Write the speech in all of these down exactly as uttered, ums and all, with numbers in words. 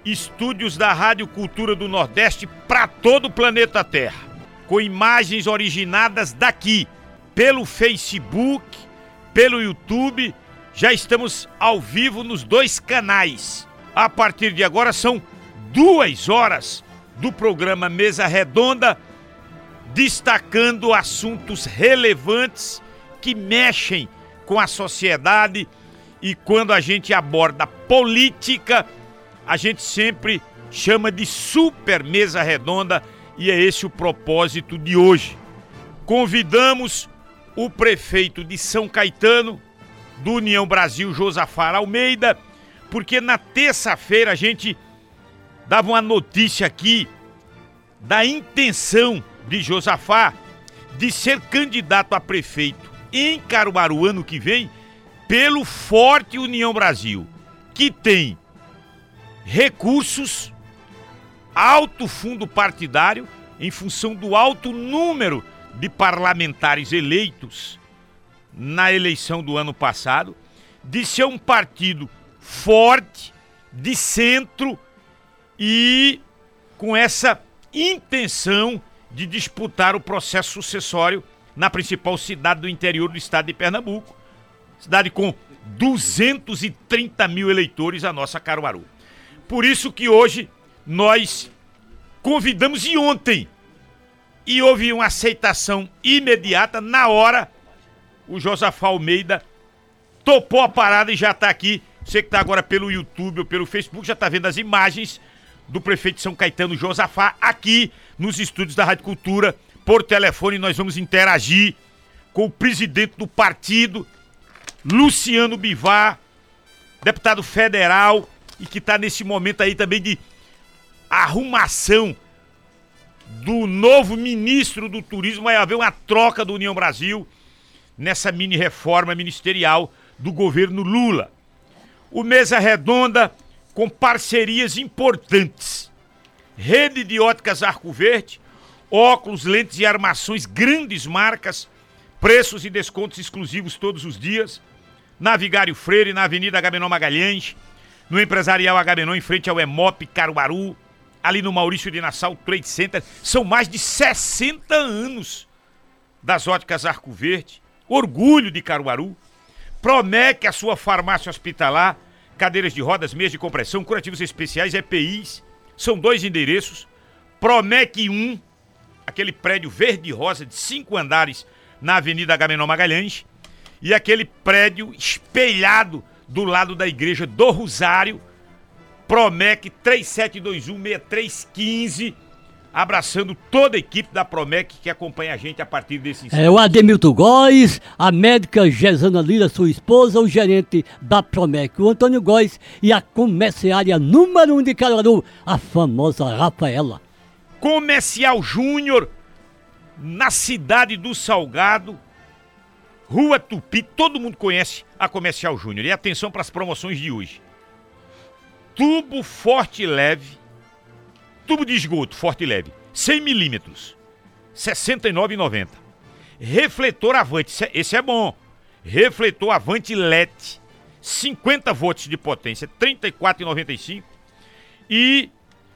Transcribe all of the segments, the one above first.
estúdios da Rádio Cultura do Nordeste para todo o planeta Terra, com imagens originadas daqui, pelo Facebook, pelo YouTube. Já estamos ao vivo nos dois canais. A partir de agora são duas horas do programa Mesa Redonda, destacando assuntos relevantes que mexem com a sociedade. E quando a gente aborda política, a gente sempre chama de Super Mesa Redonda, e é esse o propósito de hoje. Convidamos o prefeito de São Caetano, do União Brasil, Josafá Almeida, porque na terça-feira a gente dava uma notícia aqui da intenção de Josafá de ser candidato a prefeito em Caruaru ano que vem pelo Forte União Brasil, que tem recursos, alto fundo partidário, em função do alto número de parlamentares eleitos na eleição do ano passado, de ser um partido forte, de centro e com essa intenção de disputar o processo sucessório na principal cidade do interior do estado de Pernambuco, cidade com duzentos e trinta mil eleitores, a nossa Caruaru. Por isso que hoje nós convidamos, e ontem, e houve uma aceitação imediata, na hora, o Josafá Almeida topou a parada e já está aqui. Você que está agora pelo YouTube ou pelo Facebook já está vendo as imagens do prefeito de São Caetano, Josafá, aqui nos estúdios da Rádio Cultura. Por telefone nós vamos interagir com o presidente do partido, Luciano Bivar, deputado federal, e que está nesse momento aí também de arrumação do novo ministro do turismo. Vai haver uma troca do União Brasil nessa mini reforma ministerial do governo Lula. O Mesa Redonda com parcerias importantes. Rede de óticas Arco Verde, óculos, lentes e armações, grandes marcas, preços e descontos exclusivos todos os dias. Na Vigário Freire, na Avenida Agamenon Magalhães, no Empresarial Agamenon, em frente ao Emop Caruaru, ali no Maurício de Nassau Trade Center. São mais de sessenta anos das óticas Arco Verde, orgulho de Caruaru. Promec, a sua farmácia hospitalar, cadeiras de rodas, meias de compressão, curativos especiais, E P Is. São dois endereços. Promec um, aquele prédio verde e rosa de cinco andares na Avenida Agamenon Magalhães, e aquele prédio espelhado do lado da Igreja do Rosário, Promec três sete dois um, seis três um cinco, abraçando toda a equipe da Promec que acompanha a gente a partir desse instante. É o Ademilton Góes, a médica Gesana Lira, sua esposa, o gerente da Promec, o Antônio Góes, e a comerciária número um de Caruaru, a famosa Rafaela. Comercial Júnior, na cidade do Salgado, Rua Tupi, todo mundo conhece a Comercial Júnior. E atenção para as promoções de hoje. Tubo forte e leve, tubo de esgoto forte e leve, cem milímetros, sessenta e nove reais e noventa centavos. Refletor Avante, esse é bom. Refletor Avante L E D, cinquenta volts de potência, trinta e quatro reais e noventa e cinco centavos. E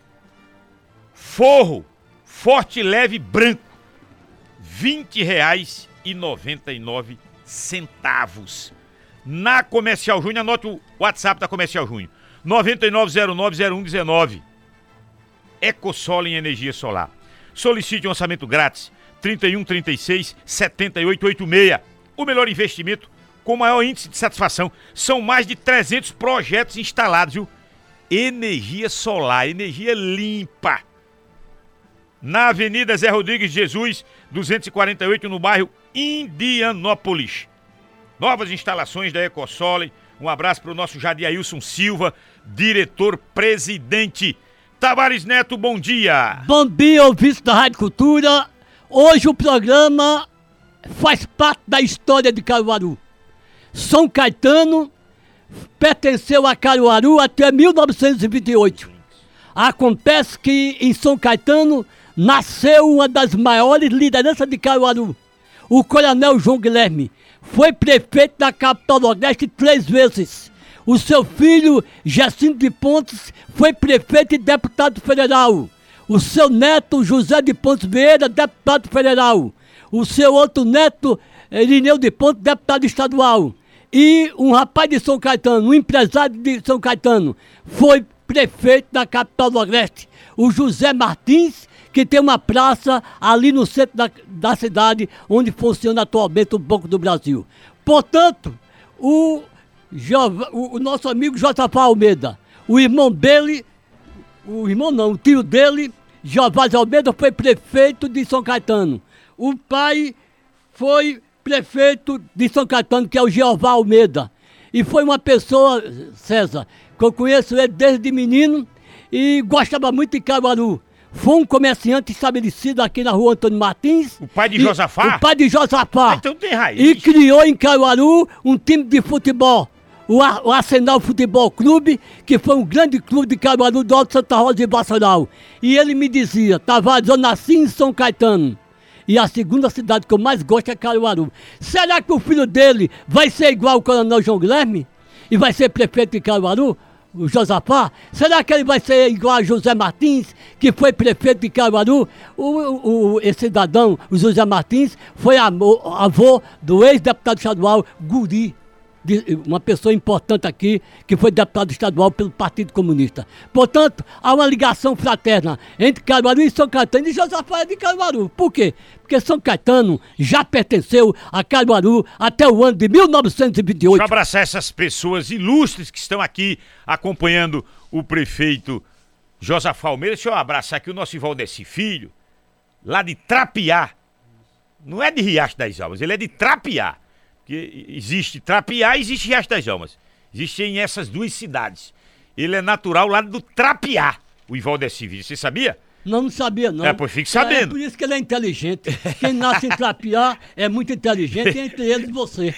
forro forte e leve branco, vinte reais e noventa e nove centavos. Na Comercial Júnior, anote o WhatsApp da Comercial Júnior, nove nove zero nove zero um um nove. EcoSol em energia solar. Solicite um orçamento grátis, trinta e um, trinta e seis, setenta e oito, oitenta e seis. O melhor investimento com maior índice de satisfação. São mais de trezentos projetos instalados, viu? Energia solar, energia limpa. Na Avenida Zé Rodrigues de Jesus, duzentos e quarenta e oito, no bairro Indianópolis. Novas instalações da EcoSol. Um abraço para o nosso Jadiailson Silva, diretor-presidente. Tavares Neto, bom dia. Bom dia, ouvintes da Rádio Cultura. Hoje o programa faz parte da história de Caruaru. São Caetano pertenceu a Caruaru até mil novecentos e vinte e oito. Acontece que em São Caetano nasceu uma das maiores lideranças de Caruaru. O coronel João Guilherme foi prefeito da capital nordeste três vezes. O seu filho, Jacinto de Pontes, foi prefeito e deputado federal. O seu neto, José de Pontes Vieira, deputado federal. O seu outro neto, Irineu de Pontes, deputado estadual. E um rapaz de São Caetano, um empresário de São Caetano, foi prefeito da capital do Agreste. O José Martins, que tem uma praça ali no centro da, da cidade, onde funciona atualmente o Banco do Brasil. Portanto, o, o, o nosso amigo Josafá Almeida, o irmão dele, o irmão não, o tio dele, Jovás Almeida, foi prefeito de São Caetano. O pai foi prefeito de São Caetano, que é o Jeová Almeida. E foi uma pessoa, César, que eu conheço ele desde menino e gostava muito de Caruaru. Foi um comerciante estabelecido aqui na rua Antônio Martins. O pai de Josafá? O pai de Josafá. Ah, então tem raiz. E criou em Caruaru um time de futebol. O, Ar, o Arsenal Futebol Clube, que foi um grande clube de Caruaru do Alto Santa Rosa de Vassoural. E ele me dizia, Tavares, eu nasci em São Caetano. E a segunda cidade que eu mais gosto é Caruaru. Será que o filho dele vai ser igual ao Coronel João Guilherme? E vai ser prefeito de Caruaru? O Josafá? Será que ele vai ser igual a José Martins, que foi prefeito de Caruaru? O, o, esse cidadão, o José Martins, foi avô, avô do ex-deputado estadual Guri, de, uma pessoa importante aqui, que foi deputado estadual pelo Partido Comunista. Portanto, há uma ligação fraterna entre Caruaru e São Caetano, e Josafá é de Caruaru. Por quê? Porque São Caetano já pertenceu a Caruaru até o ano de mil novecentos e vinte e oito. Deixa eu abraçar essas pessoas ilustres que estão aqui acompanhando o prefeito Josafá Almeida. Deixa eu abraçar aqui o nosso Ivaldeci Filho, lá de Trapiá. Não é de Riacho das Almas, ele é de Trapiá. Porque existe Trapiá e existe Riacho das Almas. Existem essas duas cidades. Ele é natural lá do Trapiá, o Ivaldeci Filho. Você sabia? Não, não sabia, não. É, pois fique sabendo. É por isso que ele é inteligente. Quem nasce em Trapiá é muito inteligente, entre eles você.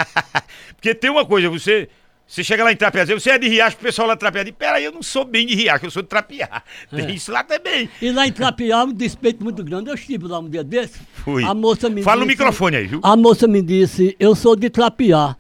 Porque tem uma coisa, você, você chega lá em Trapiá, você é de Riacho, o pessoal lá de Trapiá diz, peraí, eu não sou bem de Riacho, eu sou de Trapiá. Tem é. isso lá também. E lá em Trapiá, um despeito muito grande. Eu estive lá um dia desse. Fui. A moça me Fala disse, no microfone aí, viu? A moça me disse, eu sou de Trapiá.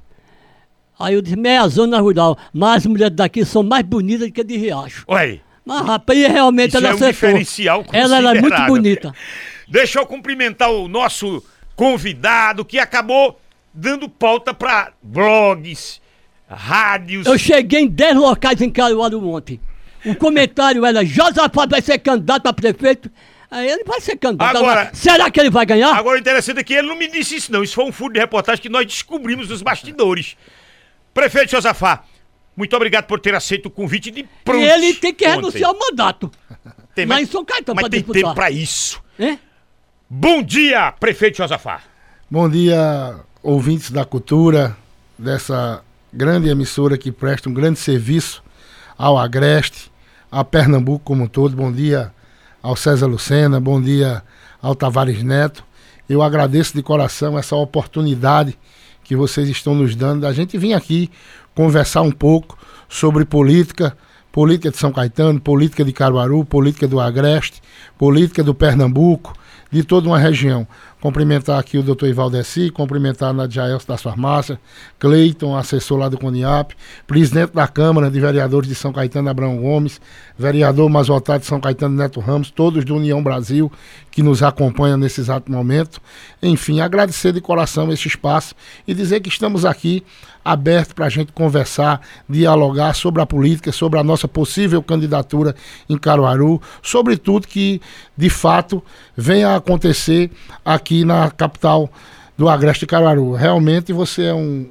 Aí eu disse, meia zona rural, mas as mulheres daqui são mais bonitas do que de Riacho. Olha. Mas, rapaz, e realmente isso ela é um acertou. diferencial ela era muito bonita. Deixa eu cumprimentar o nosso convidado que acabou dando pauta para blogs, rádios. Eu cheguei em dez locais em Caruaru ontem. O comentário era, Josafá vai ser candidato a prefeito. Aí ele vai ser candidato. Agora, será que ele vai ganhar? Agora o interessante é que ele não me disse isso não. Isso foi um furo de reportagem que nós descobrimos nos bastidores. Prefeito Josafá, muito obrigado por ter aceito o convite de pronto. E ele tem que ontem. renunciar ao mandato. Tem, lá mas, em São Caetano mas pra tem disputar. tempo pra isso. É? Bom dia, prefeito Josafá. Bom dia, ouvintes da cultura, dessa grande emissora que presta um grande serviço ao Agreste, a Pernambuco como um todo. Bom dia ao César Lucena, bom dia ao Tavares Neto. Eu agradeço de coração essa oportunidade que vocês estão nos dando, da gente vir aqui conversar um pouco sobre política, política de São Caetano, política de Caruaru, política do Agreste, política do Pernambuco, de toda uma região. Cumprimentar aqui o doutor Ivaldeci, cumprimentar a Nadiaelso das Farmácias, Cleiton, assessor lá do CONIAP, presidente da Câmara de Vereadores de São Caetano, Abraão Gomes, vereador mais votado de São Caetano, Neto Ramos, todos do União Brasil que nos acompanham nesse exato momento. Enfim, agradecer de coração esse espaço e dizer que estamos aqui abertos para a gente conversar, dialogar sobre a política, sobre a nossa possível candidatura em Caruaru, sobre tudo que, de fato, venha a acontecer aqui na capital do Agreste de Caruaru. Realmente você é um,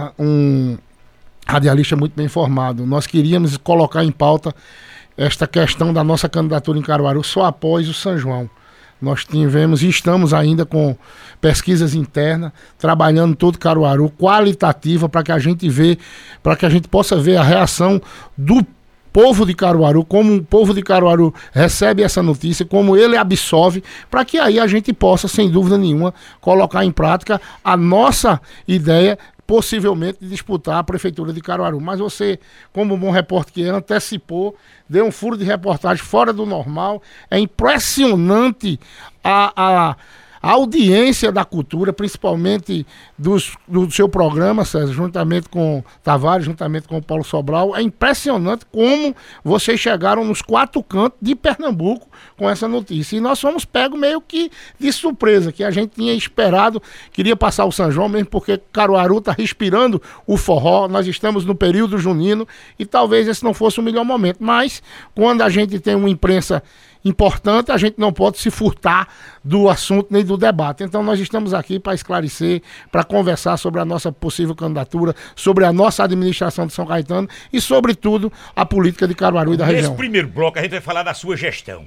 um radialista muito bem informado. Nós queríamos colocar em pauta esta questão da nossa candidatura em Caruaru só após o São João. Nós tivemos e estamos ainda com pesquisas internas, trabalhando todo Caruaru, qualitativa, para que a gente vê, para que a gente possa ver a reação do povo de Caruaru, como o povo de Caruaru recebe essa notícia, como ele absorve, para que aí a gente possa, sem dúvida nenhuma, colocar em prática a nossa ideia, possivelmente de disputar a prefeitura de Caruaru. Mas você, como um bom repórter que é, antecipou, deu um furo de reportagem fora do normal. É impressionante a, a, A audiência da cultura, principalmente dos, do seu programa, César, juntamente com Tavares, juntamente com o Paulo Sobral, é impressionante como vocês chegaram nos quatro cantos de Pernambuco com essa notícia. E nós fomos pegos meio que de surpresa, que a gente tinha esperado, queria passar o São João mesmo, porque Caruaru está respirando o forró, nós estamos no período junino e talvez esse não fosse o melhor momento. Mas quando a gente tem uma imprensa importante, a gente não pode se furtar do assunto nem do debate. Então nós estamos aqui para esclarecer, para conversar sobre a nossa possível candidatura, sobre a nossa administração de São Caetano e, sobretudo, a política de Caruaru e da região. Nesse primeiro bloco a gente vai falar da sua gestão.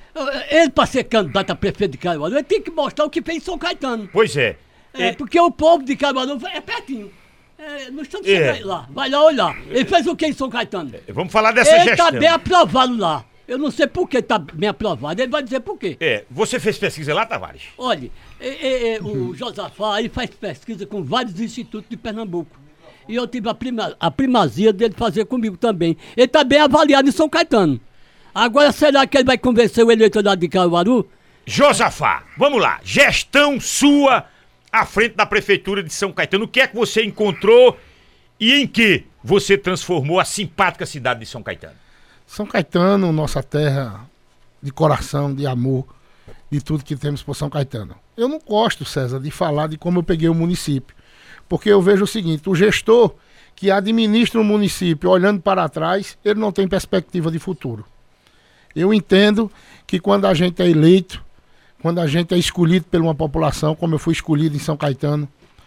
Ele, para ser candidato a prefeito de Caruaru, ele tem que mostrar o que fez em São Caetano. Pois é. É, é... porque o povo de Caruaru é pertinho. É, nós estamos chegando lá. Vai lá olhar. Ele fez o que em São Caetano? Vamos falar dessa ele gestão. Ele está bem aprovado lá. Eu não sei por que está bem aprovado. Ele vai dizer por quê. É, você fez pesquisa lá, Tavares? Olha, é, é, o Josafá, ele faz pesquisa com vários institutos de Pernambuco. E eu tive a, prima, a primazia dele fazer comigo também. Ele está bem avaliado em São Caetano. Agora, será que ele vai convencer o eleitorado de Caruaru? Josafá, vamos lá. Gestão sua à frente da Prefeitura de São Caetano. O que é que você encontrou e em que você transformou a simpática cidade de São Caetano? São Caetano, nossa terra de coração, de amor, de tudo que temos por São Caetano. Eu não gosto, César, de falar de como eu peguei o município, porque eu vejo o seguinte: o gestor que administra o município olhando para trás, ele não tem perspectiva de futuro. Eu entendo que quando a gente é eleito, quando a gente é escolhido por uma população, como eu fui escolhido em São Caetano,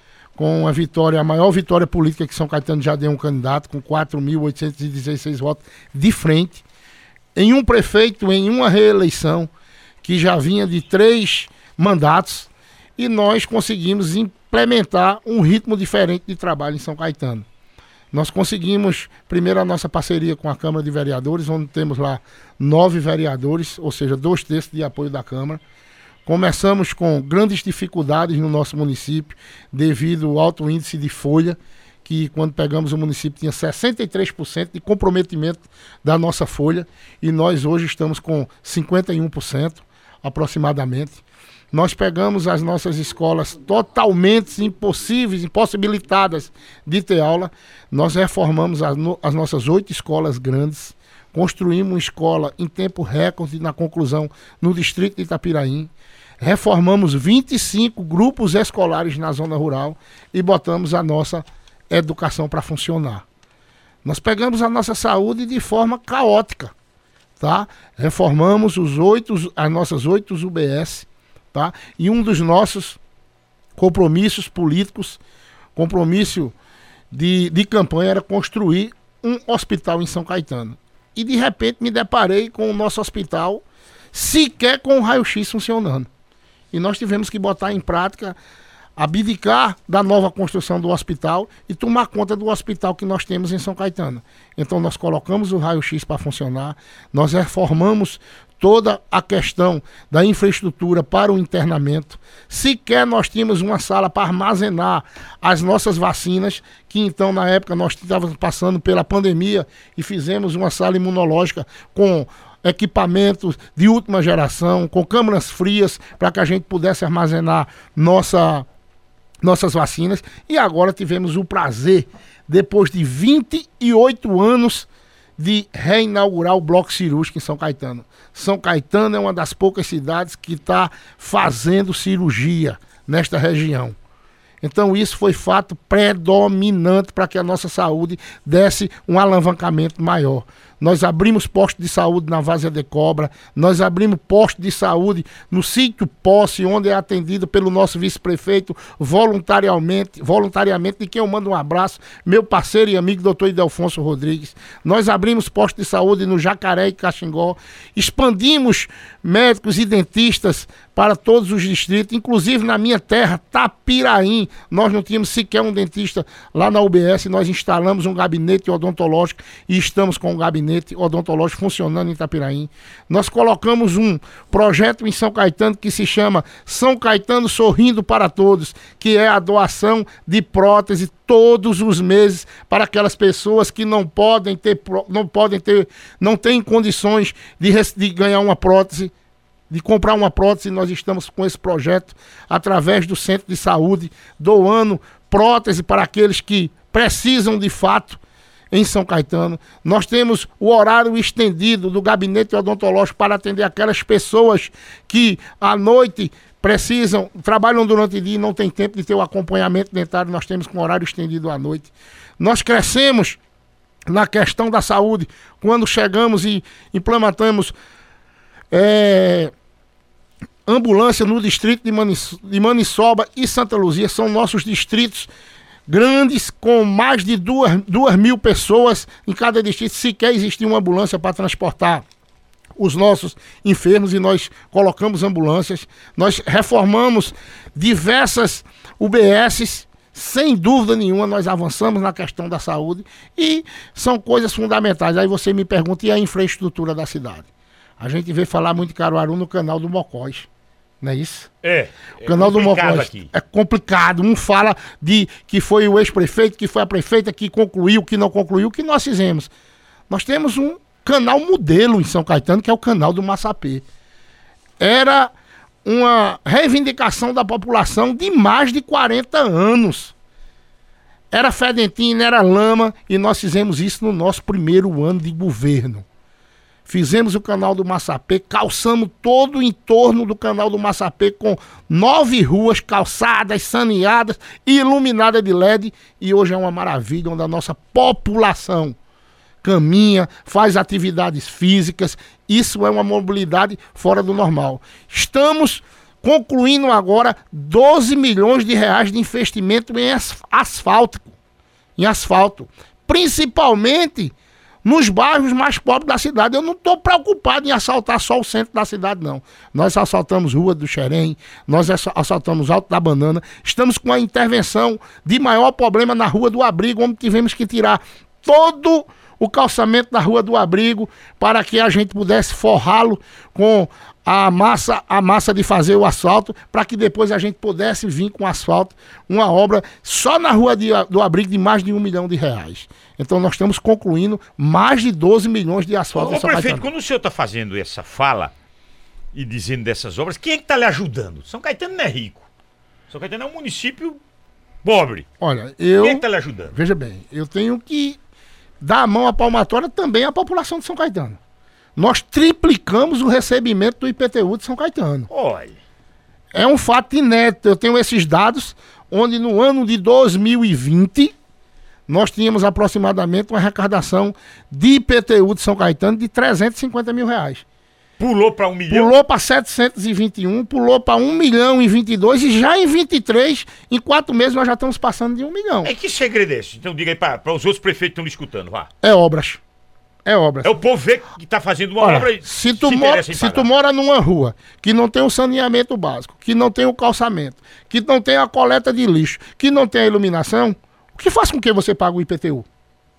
com a vitória, a maior vitória política que São Caetano já deu um candidato, com quatro mil oitocentos e dezesseis votos de frente, em um prefeito, em uma reeleição, que já vinha de três mandatos, e nós conseguimos implementar um ritmo diferente de trabalho em São Caetano. Nós conseguimos, primeiro, a nossa parceria com a Câmara de Vereadores, onde temos lá nove vereadores, ou seja, dois terços de apoio da Câmara. Começamos com grandes dificuldades no nosso município, devido ao alto índice de folha, que quando pegamos o município tinha sessenta e três por cento de comprometimento da nossa folha, e nós hoje estamos com cinquenta e um por cento aproximadamente. Nós pegamos as nossas escolas totalmente impossíveis, impossibilitadas de ter aula. Nós reformamos as, no, as nossas oito escolas grandes, construímos uma escola em tempo recorde na conclusão no distrito de Itapiraí. Reformamos vinte e cinco grupos escolares na zona rural e botamos a nossa educação para funcionar. Nós pegamos a nossa saúde de forma caótica, tá? Reformamos os oito, as nossas oito U B S, tá? E um dos nossos compromissos políticos, compromisso de, de campanha, era construir um hospital em São Caetano. E de repente me deparei com o nosso hospital sequer com o raio-x funcionando. E nós tivemos que botar em prática, abdicar da nova construção do hospital e tomar conta do hospital que nós temos em São Caetano. Então nós colocamos o raio-x para funcionar, nós reformamos toda a questão da infraestrutura para o internamento. Sequer nós tínhamos uma sala para armazenar as nossas vacinas, que então na época nós estávamos passando pela pandemia e fizemos uma sala imunológica com equipamentos de última geração, com câmaras frias, para que a gente pudesse armazenar nossa, nossas vacinas. E agora tivemos o prazer, depois de vinte e oito anos, de reinaugurar o bloco cirúrgico em São Caetano. São Caetano é uma das poucas cidades que está fazendo cirurgia nesta região. Então isso foi fato predominante para que a nossa saúde desse um alavancamento maior. Nós abrimos posto de saúde na Várzea de Cobra, nós abrimos posto de saúde no sítio Posse, onde é atendido pelo nosso vice-prefeito voluntariamente, voluntariamente, de quem eu mando um abraço, meu parceiro e amigo doutor Idelfonso Rodrigues. Nós abrimos posto de saúde no Jacaré e Caxingó, expandimos médicos e dentistas para todos os distritos, inclusive na minha terra, Tapiraí, nós não tínhamos sequer um dentista lá na U B S, nós instalamos um gabinete odontológico e estamos com um gabinete odontológico funcionando em Itapiraí. Nós colocamos um projeto em São Caetano que se chama São Caetano Sorrindo para Todos, que é a doação de prótese todos os meses para aquelas pessoas que não podem ter, não podem ter, não têm condições de, de ganhar uma prótese de comprar uma prótese, nós estamos com esse projeto através do Centro de Saúde, doando prótese para aqueles que precisam de fato em São Caetano. Nós temos o horário estendido do gabinete odontológico para atender aquelas pessoas que à noite precisam, trabalham durante o dia e não tem tempo de ter o acompanhamento dentário. Nós temos com horário estendido à noite. Nós crescemos na questão da saúde quando chegamos e implementamos é, ambulância no distrito de, Manis, de Maniçoba e Santa Luzia. São nossos distritos grandes, com mais de duas, duas mil pessoas em cada distrito. Sequer existia uma ambulância para transportar os nossos enfermos, e nós colocamos ambulâncias. Nós reformamos diversas U B Ss. Sem dúvida nenhuma, nós avançamos na questão da saúde e são coisas fundamentais. Aí você me pergunta, e a infraestrutura da cidade? A gente vê falar muito de Caruaru no canal do Mocós, não é isso? É. O canal é do Mocós aqui. É complicado. Um fala de que foi o ex-prefeito, que foi a prefeita, que concluiu, que não concluiu. O que nós fizemos? Nós temos um canal modelo em São Caetano, que é o canal do Massapê. Era uma reivindicação da população de mais de quarenta anos. Era fedentina, era lama, e nós fizemos isso no nosso primeiro ano de governo. Fizemos o canal do Massapê, calçamos todo o entorno do canal do Massapê com nove ruas calçadas, saneadas e iluminadas de L E D, e hoje é uma maravilha, onde a nossa população caminha, faz atividades físicas. Isso é uma mobilidade fora do normal. Estamos concluindo agora doze milhões de reais de investimento em asfalto, em asfalto, principalmente nos bairros mais pobres da cidade. Eu não estou preocupado em assaltar só o centro da cidade, não. Nós assaltamos Rua do Xerém, nós assaltamos Alto da Banana. Estamos com a intervenção de maior problema na Rua do Abrigo, onde tivemos que tirar todo o calçamento da Rua do Abrigo para que a gente pudesse forrá-lo com a massa, a massa de fazer o asfalto, para que depois a gente pudesse vir com asfalto, uma obra só na Rua de, do Abrigo de mais de um milhão de reais. Então nós estamos concluindo mais de doze milhões de asfalto. Ô, prefeito, quando o senhor está fazendo essa fala e dizendo dessas obras, quem é que está lhe ajudando? São Caetano não é rico. São Caetano é um município pobre. Olha, eu... Quem é que está lhe ajudando? Veja bem, eu tenho que dar a mão à palmatória também à população de São Caetano. Nós triplicamos o recebimento do I P T U de São Caetano. Olha. É um fato inédito. Eu tenho esses dados, onde no ano de dois mil e vinte, nós tínhamos aproximadamente uma arrecadação de I P T U de São Caetano de trezentos e cinquenta mil reais. Pulou para um milhão? Pulou para setecentos e vinte e um, pulou para um milhão e vinte e dois, e já em vinte e três, em quatro meses, nós já estamos passando de um milhão. É que segredo é esse? Então diga aí para os outros prefeitos que estão lhe escutando, vá. É obras. É obras. É o povo ver que está fazendo uma Olha, obra e se tu, se mora, se tu mora numa rua que não tem o saneamento básico, que não tem o calçamento, que não tem a coleta de lixo, que não tem a iluminação, o que faz com que você pague o I P T U?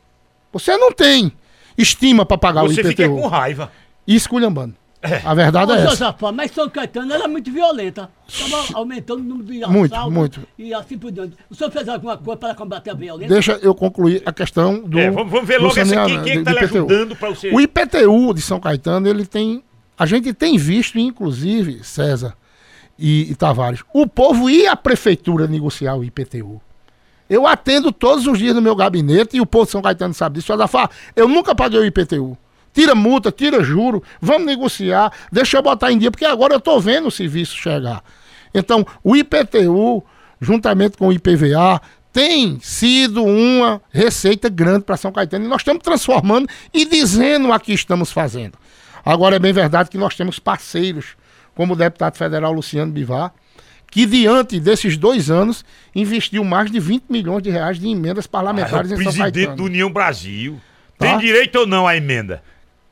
Você não tem estima para pagar você o I P T U. Você fica com raiva. E esculhambando. É. A verdade Ô, é essa. Josafá, mas São Caetano era muito violenta. Estava aumentando o número de muito, assaltos muito. E assim por diante. O senhor fez alguma coisa para combater a violência? Deixa eu concluir a questão do... É, vamos, vamos ver logo essa, quem, quem está lhe ajudando para você... O I P T U de São Caetano, ele tem... A gente tem visto, inclusive, César e, e Tavares, o povo ir à prefeitura negociar o I P T U. Eu atendo todos os dias no meu gabinete, e o povo de São Caetano sabe disso. Josafá, eu nunca paguei o I P T U. Tira multa, tira juro, vamos negociar, deixa eu botar em dia, porque agora eu estou vendo o serviço chegar. Então, o I P T U, juntamente com o I P V A, tem sido uma receita grande para São Caetano, e nós estamos transformando e dizendo o que estamos fazendo. Agora, é bem verdade que nós temos parceiros, como o deputado federal Luciano Bivar, que diante desses dois anos, investiu mais de vinte milhões de reais de emendas parlamentares ah, é em São Caetano. O presidente do União Brasil. Tá? Tem direito ou não à emenda?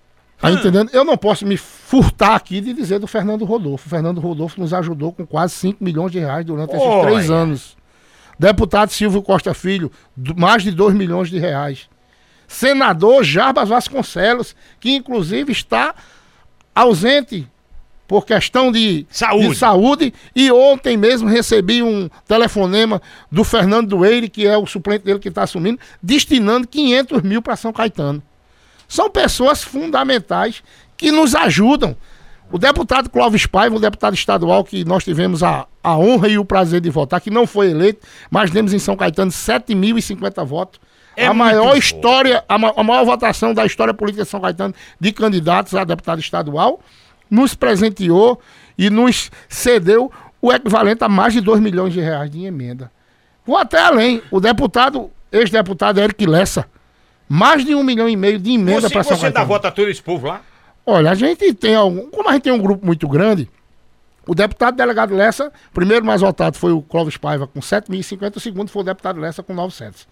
Tá entendendo? Eu não posso me furtar aqui de dizer do Fernando Rodolfo. O Fernando Rodolfo nos ajudou com quase cinco milhões de reais durante esses Olha. três anos. Deputado Silvio Costa Filho, mais de dois milhões de reais. Senador Jarbas Vasconcelos, que inclusive está ausente por questão de saúde. de saúde. E ontem mesmo recebi um telefonema do Fernando Dueire, que é o suplente dele que está assumindo, destinando quinhentos mil para São Caetano. São pessoas fundamentais que nos ajudam. O deputado Clóvis Paiva, um deputado estadual que nós tivemos a, a honra e o prazer de votar, que não foi eleito, mas demos em São Caetano sete mil e cinquenta votos. É a maior história, a, ma a maior votação da história política de São Caetano de candidatos a deputado estadual, nos presenteou e nos cedeu o equivalente a mais de dois milhões de reais de emenda. Vou até além. O deputado, ex-deputado Eric Lessa, mais de um milhão e meio de emenda para São Você Caetano. dá voto a todo esse povo lá? Olha, a gente tem algum. Como a gente tem um grupo muito grande, o deputado delegado Lessa, primeiro mais votado foi o Clóvis Paiva com sete mil e cinquenta, o segundo foi o deputado Lessa com novecentos.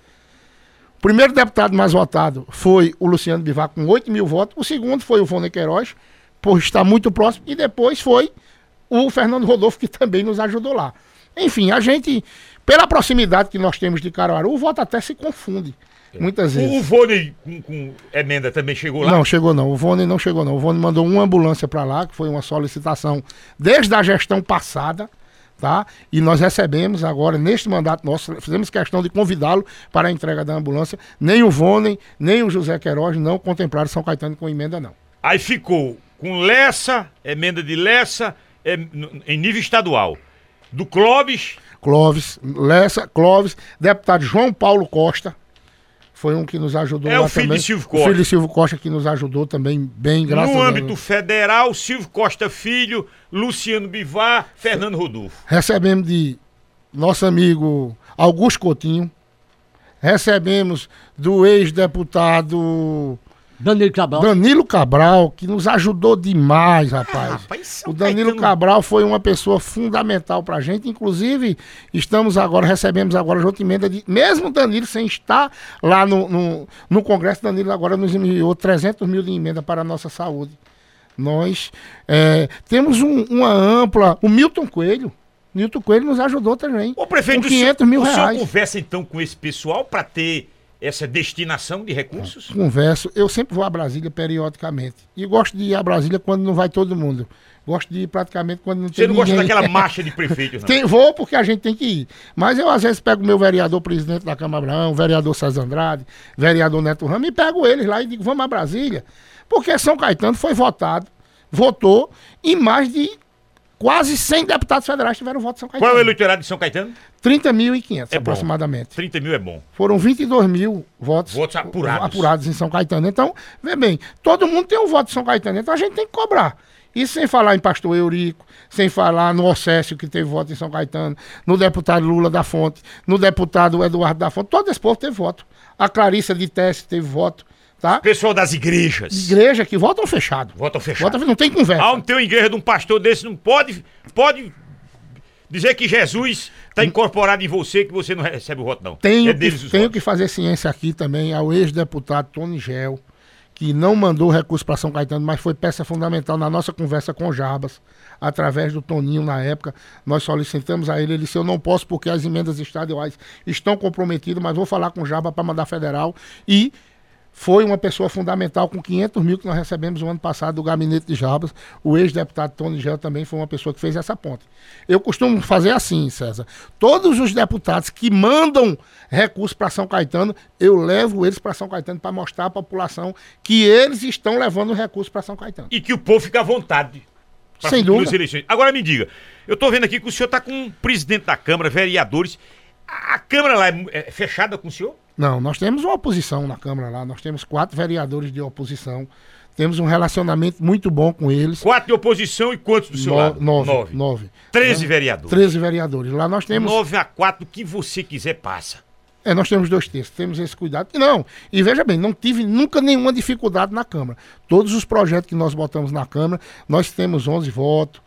O primeiro deputado mais votado foi o Luciano Bivar com oito mil votos, o segundo foi o Vônei Queiroz, por estar muito próximo, e depois foi o Fernando Rodolfo, que também nos ajudou lá. Enfim, a gente, pela proximidade que nós temos de Caruaru, o voto até se confunde. Muitas vezes. O Vônei com, com emenda também chegou lá? Não, chegou não. O Vônei não chegou não. O Vônei mandou uma ambulância para lá, que foi uma solicitação desde a gestão passada, tá? E nós recebemos agora, neste mandato nosso, fizemos questão de convidá-lo para a entrega da ambulância. Nem o Vônei, nem o José Queiroz não contemplaram São Caetano com emenda, não. Aí ficou com Lessa, emenda de Lessa, em, em nível estadual. Do Clóvis. Clóvis, Lessa, Clóvis, deputado João Paulo Costa, foi um que nos ajudou é lá o filho também. de Silvio Costa. O filho de Silvio Costa que nos ajudou também bem, graças no a Deus. âmbito federal, Silvio Costa Filho, Luciano Bivar, Fernando Rodolfo. Recebemos de nosso amigo Augusto Coutinho, recebemos do ex-deputado Danilo Cabral. Danilo Cabral, que nos ajudou demais, rapaz. Ah, rapaz, São o Danilo Caetano... Cabral foi uma pessoa fundamental pra gente. Inclusive, estamos agora, recebemos agora junto emenda de. Mesmo Danilo sem estar lá no, no, no Congresso, Danilo agora nos enviou trezentos mil de emenda para a nossa saúde. Nós é, temos um, uma ampla. O Milton Coelho. Milton Coelho nos ajudou também. Ô, prefeito, com quinhentos mil o senhor, reais. O senhor conversa então com esse pessoal para ter essa destinação de recursos? Converso. Eu sempre vou a Brasília periodicamente. E gosto de ir a Brasília quando não vai todo mundo. Gosto de ir praticamente quando não tem Você não ninguém. gosta daquela marcha de prefeitos, não? Tem, vou porque a gente tem que ir. Mas eu às vezes pego o meu vereador presidente da Câmara Abraão, o vereador César Andrade, vereador Neto Ramos, e pego eles lá e digo, vamos a Brasília. Porque São Caetano foi votado, votou, e mais de quase cem deputados federais tiveram voto em São Caetano. Qual é o eleitorado de São Caetano? trinta mil e quinhentos É bom. aproximadamente. trinta mil é bom. Foram vinte e dois mil votos, Votos apurados. apurados em São Caetano. Então, vê bem, todo mundo tem um voto em São Caetano, então a gente tem que cobrar. Isso sem falar em Pastor Eurico, sem falar no Océsio, que teve voto em São Caetano, no deputado Lula da Fonte, no deputado Eduardo da Fonte, todo esse povo teve voto. A Clarissa de Teste teve voto, tá? Pessoal das igrejas. Igreja que votam fechado. Votam fechado. Votam, não tem conversa. Ah, não tem uma igreja de um pastor desse, não pode, pode dizer que Jesus está incorporado em você, que você não recebe o voto, não. Tenho, é deles que, os tenho votos. que fazer ciência aqui também ao ex-deputado Tony Gel, que não mandou recurso para São Caetano, mas foi peça fundamental na nossa conversa com o Jarbas, através do Toninho na época. Nós solicitamos a ele, ele disse, eu não posso porque as emendas estaduais estão comprometidas, mas vou falar com o Jarbas para mandar federal. E foi uma pessoa fundamental com quinhentos mil que nós recebemos no ano passado do gabinete de Jarbas. O ex-deputado Tony Gel também foi uma pessoa que fez essa ponte. Eu costumo fazer assim, César. Todos os deputados que mandam recursos para São Caetano, eu levo eles para São Caetano para mostrar à população que eles estão levando recursos para São Caetano. E que o povo fica à vontade. pra Sem futuras dúvida. eleições. Agora me diga, eu tô vendo aqui que o senhor tá com um presidente da Câmara, vereadores. A a Câmara lá é, é fechada com o senhor? Não, nós temos uma oposição na Câmara lá, nós temos quatro vereadores de oposição, temos um relacionamento muito bom com eles. Quatro de oposição e quantos do seu No- lado? nove, Nove. nove. Treze É, vereadores. treze vereadores. Lá nós temos. Nove a quatro, o que você quiser passa. É, nós temos dois terços, temos esse cuidado. E não, e veja bem, não tive nunca nenhuma dificuldade na Câmara. Todos os projetos que nós botamos na Câmara, nós temos onze votos,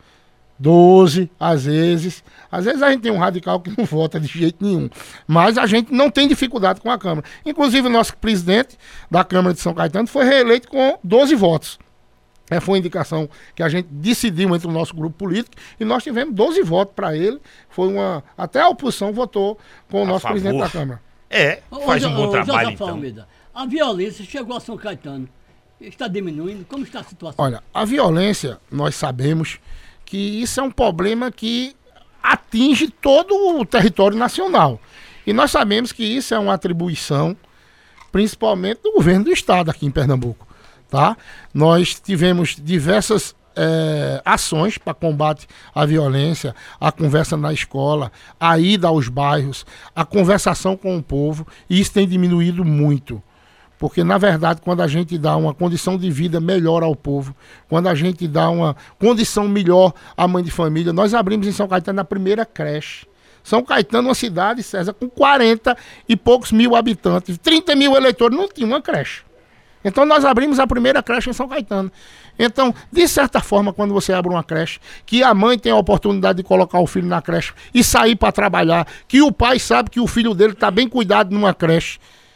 doze, às vezes. Às vezes a gente tem um radical que não vota de jeito nenhum. Mas a gente não tem dificuldade com a Câmara. Inclusive o nosso presidente da Câmara de São Caetano foi reeleito com doze votos. É, foi uma indicação que a gente decidiu entre o nosso grupo político e nós tivemos doze votos para ele. Foi uma. Até a oposição votou com o A nosso favor. presidente da Câmara. É, faz Ô, um bom ô, trabalho, José então. Almeida, a violência chegou a São Caetano. Está diminuindo? Como está a situação? Olha, a violência, nós sabemos que isso é um problema que atinge todo o território nacional. E nós sabemos que isso é uma atribuição, principalmente do governo do estado aqui em Pernambuco. Tá? Nós tivemos diversas é, ações para combate à violência, a conversa na escola, a ida aos bairros, a conversação com o povo, e isso tem diminuído muito. Porque, na verdade, quando a gente dá uma condição de vida melhor ao povo, quando a gente dá uma condição melhor à mãe de família, nós abrimos em São Caetano a primeira creche. São Caetano, uma cidade, César, com quarenta e poucos mil habitantes, trinta mil eleitores, não tinha uma creche. Então nós abrimos a primeira creche em São Caetano. Então, de certa forma, quando você abre uma creche, que a mãe tem a oportunidade de colocar o filho na creche e sair para trabalhar, que o pai sabe que o filho dele está bem cuidado numa creche,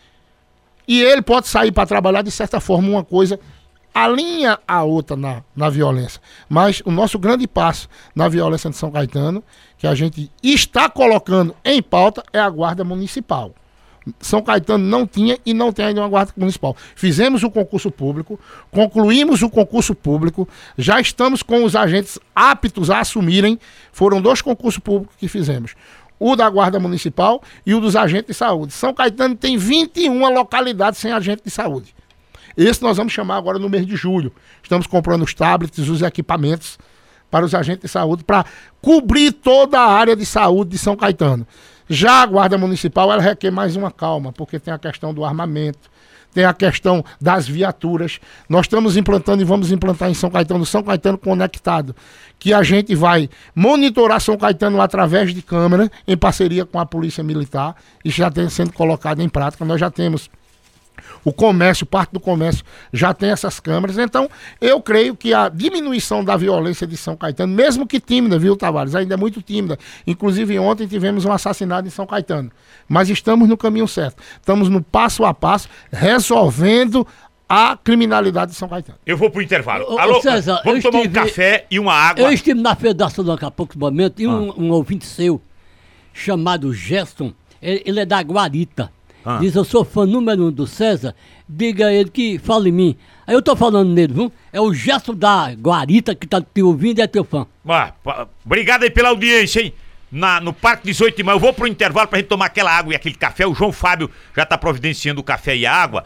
e ele pode sair para trabalhar, de certa forma, uma coisa alinha a outra na, na violência. Mas o nosso grande passo na violência de São Caetano, que a gente está colocando em pauta, é a Guarda Municipal. São Caetano não tinha e não tem ainda uma Guarda Municipal. Fizemos o concurso público, concluímos o concurso público, já estamos com os agentes aptos a assumirem. Foram dois concursos públicos que fizemos. O da Guarda Municipal e o dos agentes de saúde. São Caetano tem vinte e uma localidades sem agente de saúde. Esse nós vamos chamar agora no mês de julho. Estamos comprando os tablets, os equipamentos para os agentes de saúde, para cobrir toda a área de saúde de São Caetano. Já a Guarda Municipal, ela requer mais uma calma, porque tem a questão do armamento, tem a questão das viaturas. Nós estamos implantando e vamos implantar em São Caetano, São Caetano Conectado, que a gente vai monitorar São Caetano através de câmera, em parceria com a Polícia Militar, e já tem sendo colocado em prática. Nós já temos o comércio, parte do comércio já tem essas câmeras. Então, eu creio que a diminuição da violência de São Caetano, mesmo que tímida, viu, Tavares? Ainda é muito tímida. Inclusive, ontem tivemos um assassinato em São Caetano. Mas estamos no caminho certo. Estamos no passo a passo, resolvendo a criminalidade de São Caetano. Eu vou pro intervalo. Ô, Alô, César, vamos tomar estive, um café e uma água. Eu estive na Federação daqui a poucos momentos e um, Ah. um ouvinte seu, chamado Gerson, ele, ele é da Guarita. Ah. Diz, eu sou fã número um do César, diga a ele que fala em mim. Aí eu tô falando nele, viu? É o Gerson da Guarita que tá te ouvindo e é teu fã. Ah, pá, obrigado aí pela audiência, hein? Na, no Parque dezoito de maio, eu vou pro intervalo pra gente tomar aquela água e aquele café. O João Fábio já tá providenciando o café e a água.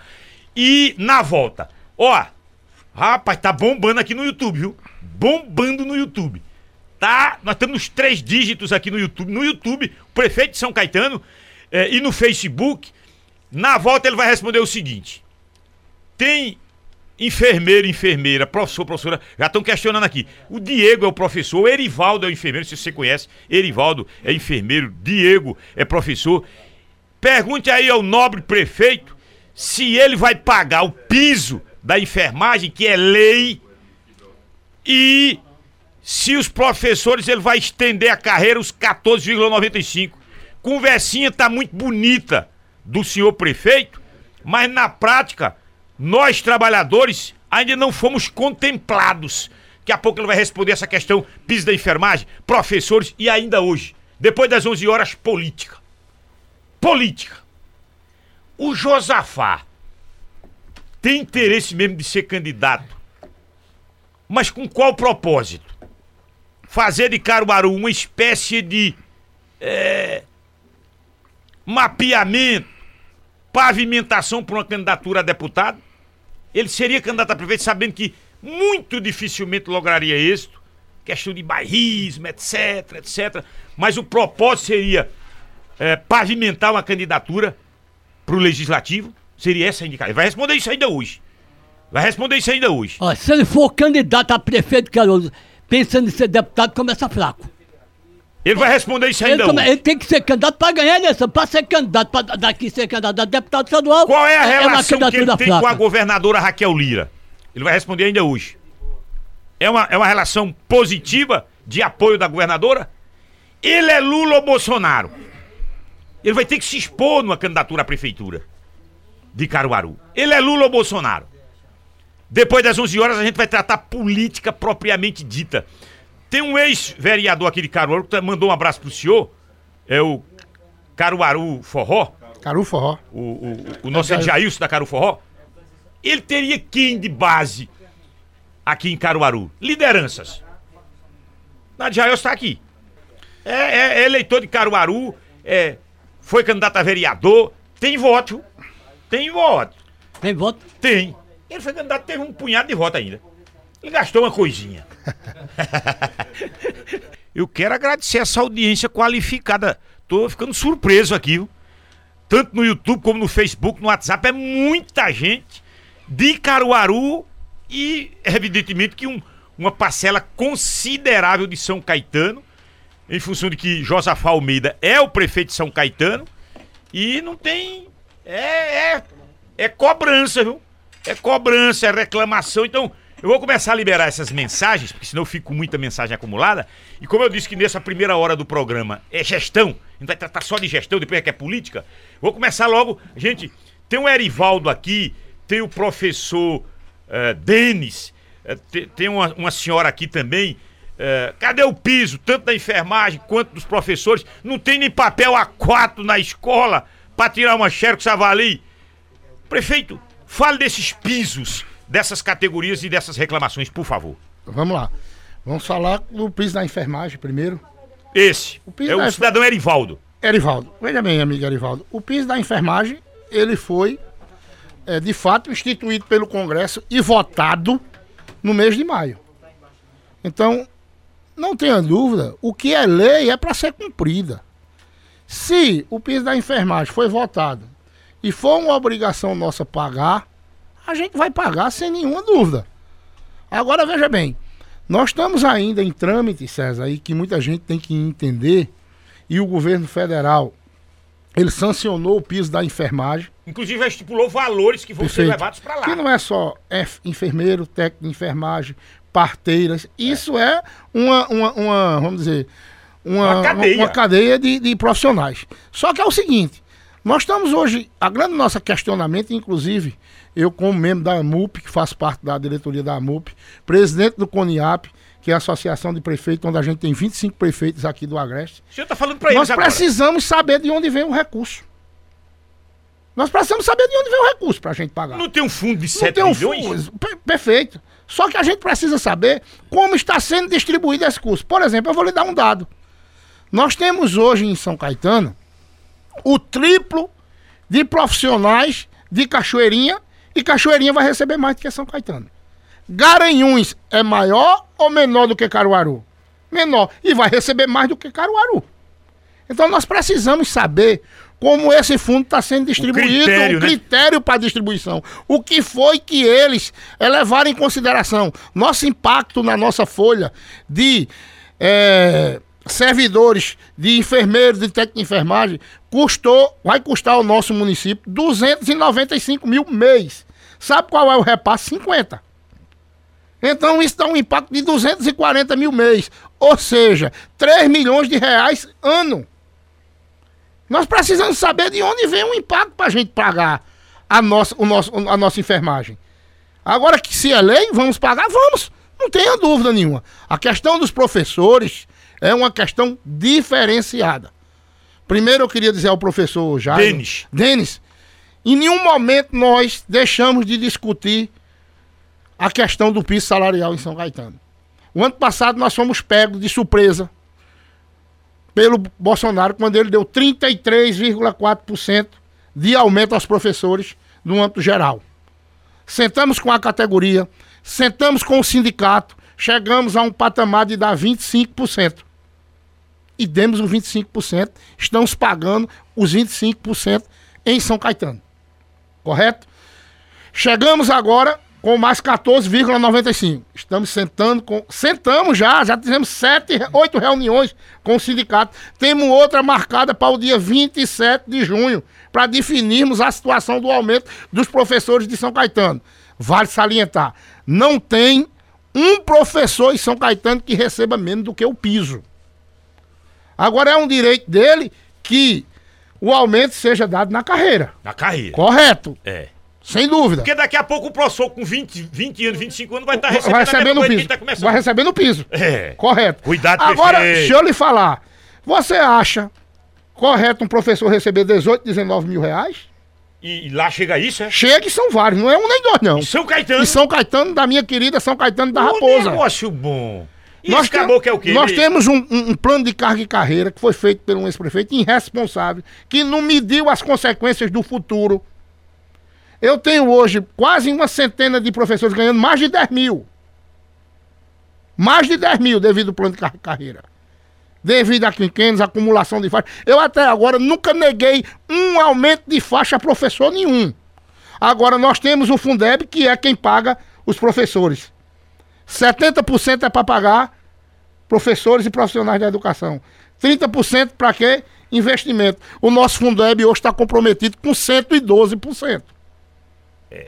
E na volta, ó, rapaz, tá bombando aqui no YouTube, viu? Bombando no YouTube. Tá, nós temos nos três dígitos aqui no YouTube. No YouTube, o prefeito de São Caetano eh, e no Facebook. Na volta ele vai responder o seguinte: tem enfermeiro, enfermeira, professor, professora, já estão questionando aqui. O Diego é o professor, o Erivaldo é o enfermeiro, se você conhece, Erivaldo é enfermeiro, Diego é professor. Pergunte aí ao nobre prefeito se ele vai pagar o piso da enfermagem, que é lei, e se os professores ele vai estender a carreira os quatorze vírgula noventa e cinco. Conversinha tá muito bonita do senhor prefeito, mas na prática, nós trabalhadores ainda não fomos contemplados. Daqui a pouco ele vai responder essa questão, piso da enfermagem, professores e ainda hoje, depois das onze horas, política. Política. O Josafá tem interesse mesmo de ser candidato, mas com qual propósito? Fazer de Caruaru uma espécie de é, mapeamento, pavimentação para uma candidatura a deputado? Ele seria candidato a prefeito sabendo que muito dificilmente lograria êxito, questão de bairrismo, etc, etc. Mas o propósito seria é, pavimentar uma candidatura para o legislativo? Seria essa a indicação? Ele vai responder isso ainda hoje. Vai responder isso ainda hoje. Ó, se ele for candidato a prefeito de Caruaru, pensando em ser deputado, começa fraco. Ele vai responder isso ainda Ele, come- hoje. ele tem que ser candidato para ganhar a eleição. Para ser candidato, para daqui ser candidato a deputado estadual. Qual é a uma relação que ele candidatura tem com a fraca. governadora Raquel Lira? Ele vai responder ainda hoje. É uma, é uma relação positiva de apoio da governadora? Ele é Lula ou Bolsonaro? Ele vai ter que se expor numa candidatura à prefeitura de Caruaru. Ele é Lula ou Bolsonaro? Depois das onze horas a gente vai tratar política propriamente dita. Tem um ex-vereador aqui de Caruaru que mandou um abraço pro senhor. É o Caruaru Forró. Caru Forró. O, o, o nosso Jailson da Caru Forró. Ele teria quem de base aqui em Caruaru? Lideranças. A Jailson está aqui. É, é, é eleitor de Caruaru, é, foi candidato a vereador, tem voto. Tem voto. Tem voto? Tem. Ele foi candidato, teve um punhado de voto ainda. Ele gastou uma coisinha. Eu quero agradecer essa audiência qualificada. Tô ficando surpreso aqui, viu? Tanto no YouTube como no Facebook, no WhatsApp. É muita gente de Caruaru e, evidentemente, que um, uma parcela considerável de São Caetano, em função de que Josafá Almeida é o prefeito de São Caetano e não tem... É, é, é cobrança, viu? É cobrança, é reclamação. Então, eu vou começar a liberar essas mensagens, porque senão eu fico com muita mensagem acumulada. E como eu disse que nessa primeira hora do programa é gestão, a gente vai tratar só de gestão, depois é que é política, vou começar logo. Gente, tem o Erivaldo aqui, tem o professor uh, Denis, uh, tem, tem uma, uma senhora aqui também. Uh, cadê o piso, tanto da enfermagem quanto dos professores? Não tem nem papel A quatro na escola para tirar uma xerox avali. Prefeito, fale desses pisos, dessas categorias e dessas reclamações, por favor. Vamos lá. Vamos falar do piso da enfermagem primeiro. Esse o piso é o da cidadão Erivaldo. Erivaldo, veja bem, amigo Erivaldo. O piso da enfermagem, ele foi, é, de fato, instituído pelo Congresso e votado no mês de maio. Então, não tenha dúvida, o que é lei é para ser cumprida. Se o piso da enfermagem foi votado e for uma obrigação nossa pagar, a gente vai pagar sem nenhuma dúvida. Agora, veja bem, nós estamos ainda em trâmite, César, aí que muita gente tem que entender, e o governo federal, ele sancionou o piso da enfermagem. Inclusive, já estipulou valores que vão Perfeito. ser levados para lá. Que não é só enfermeiro, técnico de enfermagem, parteiras, isso é, é uma, uma, uma, vamos dizer, uma, uma cadeia, uma, uma cadeia de, de profissionais. Só que é o seguinte, nós estamos hoje, a grande nossa questionamento, inclusive, eu como membro da AMUP, que faço parte da diretoria da AMUP, presidente do CONIAP, que é a Associação de Prefeitos, onde a gente tem vinte e cinco prefeitos aqui do Agreste. O senhor está falando para eles Nós agora. precisamos saber de onde vem o recurso. Nós precisamos saber de onde vem o recurso para a gente pagar. Não tem um fundo de Não sete tem um milhões? fundo, per- perfeito. Só que a gente precisa saber como está sendo distribuído esse curso. Por exemplo, eu vou lhe dar um dado. Nós temos hoje em São Caetano o triplo de profissionais de Cachoeirinha, e Cachoeirinha vai receber mais do que São Caetano. Garanhuns é maior ou menor do que Caruaru? Menor. E vai receber mais do que Caruaru. Então nós precisamos saber como esse fundo está sendo distribuído, o critério, o critério né? para distribuição. O que foi que eles é, levaram em consideração. Nosso impacto na nossa folha de é, servidores, de enfermeiros, de técnico de enfermagem, custou, vai custar ao nosso município duzentos e noventa e cinco mil mês. Sabe qual é o repasse? cinquenta. Então isso dá um impacto de duzentos e quarenta mil mês. Ou seja, três milhões de reais ano. Nós precisamos saber de onde vem o impacto para a gente pagar a nossa, o nosso, a nossa enfermagem. Agora que se é lei, vamos pagar? Vamos. Não tenha dúvida nenhuma. A questão dos professores é uma questão diferenciada. Primeiro eu queria dizer ao professor Jair... Denis. Denis, em nenhum momento nós deixamos de discutir a questão do piso salarial em São Caetano. O ano passado nós fomos pegos de surpresa pelo Bolsonaro, quando ele deu trinta e três vírgula quatro por cento de aumento aos professores no âmbito geral. Sentamos com a categoria, sentamos com o sindicato, chegamos a um patamar de dar vinte e cinco por cento. E demos os vinte e cinco por cento, estamos pagando os vinte e cinco por cento em São Caetano. Correto? Chegamos agora com mais quatorze vírgula noventa e cinco. Estamos sentando com... Sentamos já, já fizemos sete, oito reuniões com o sindicato. Temos outra marcada para o dia vinte e sete de junho, para definirmos a situação do aumento dos professores de São Caetano. Vale salientar, não tem um professor em São Caetano que receba menos do que o piso. Agora é um direito dele que o aumento seja dado na carreira. Na carreira. Correto. É. Sem dúvida. Porque daqui a pouco o professor com vinte, vinte anos, vinte e cinco anos vai estar tá recebendo, vai receber no piso. Tá começando. Vai receber no piso. É. Correto. Cuidado, Agora, prefeito. deixa eu lhe falar. Você acha correto um professor receber dezoito, dezenove mil reais? E, e lá chega isso, é? Chega e são vários, não é um nem dois, não. E São Caetano. E São Caetano, da minha querida São Caetano da Um Raposa. negócio bom. E Nós, esse caboclo é o quê? nós Ele... temos um, um, um plano de carga e carreira que foi feito por um ex-prefeito irresponsável, que não mediu as consequências do futuro. Eu tenho hoje quase uma centena de professores ganhando mais de dez mil. Mais de dez mil devido ao plano de car- carreira. Devido a quinquênios, acumulação de faixa. Eu até agora nunca neguei um aumento de faixa a professor nenhum. Agora nós temos o Fundeb, que é quem paga os professores. setenta por cento é para pagar professores e profissionais da educação. trinta por cento para quê? Investimento. O nosso Fundeb hoje está comprometido com cento e doze por cento. É.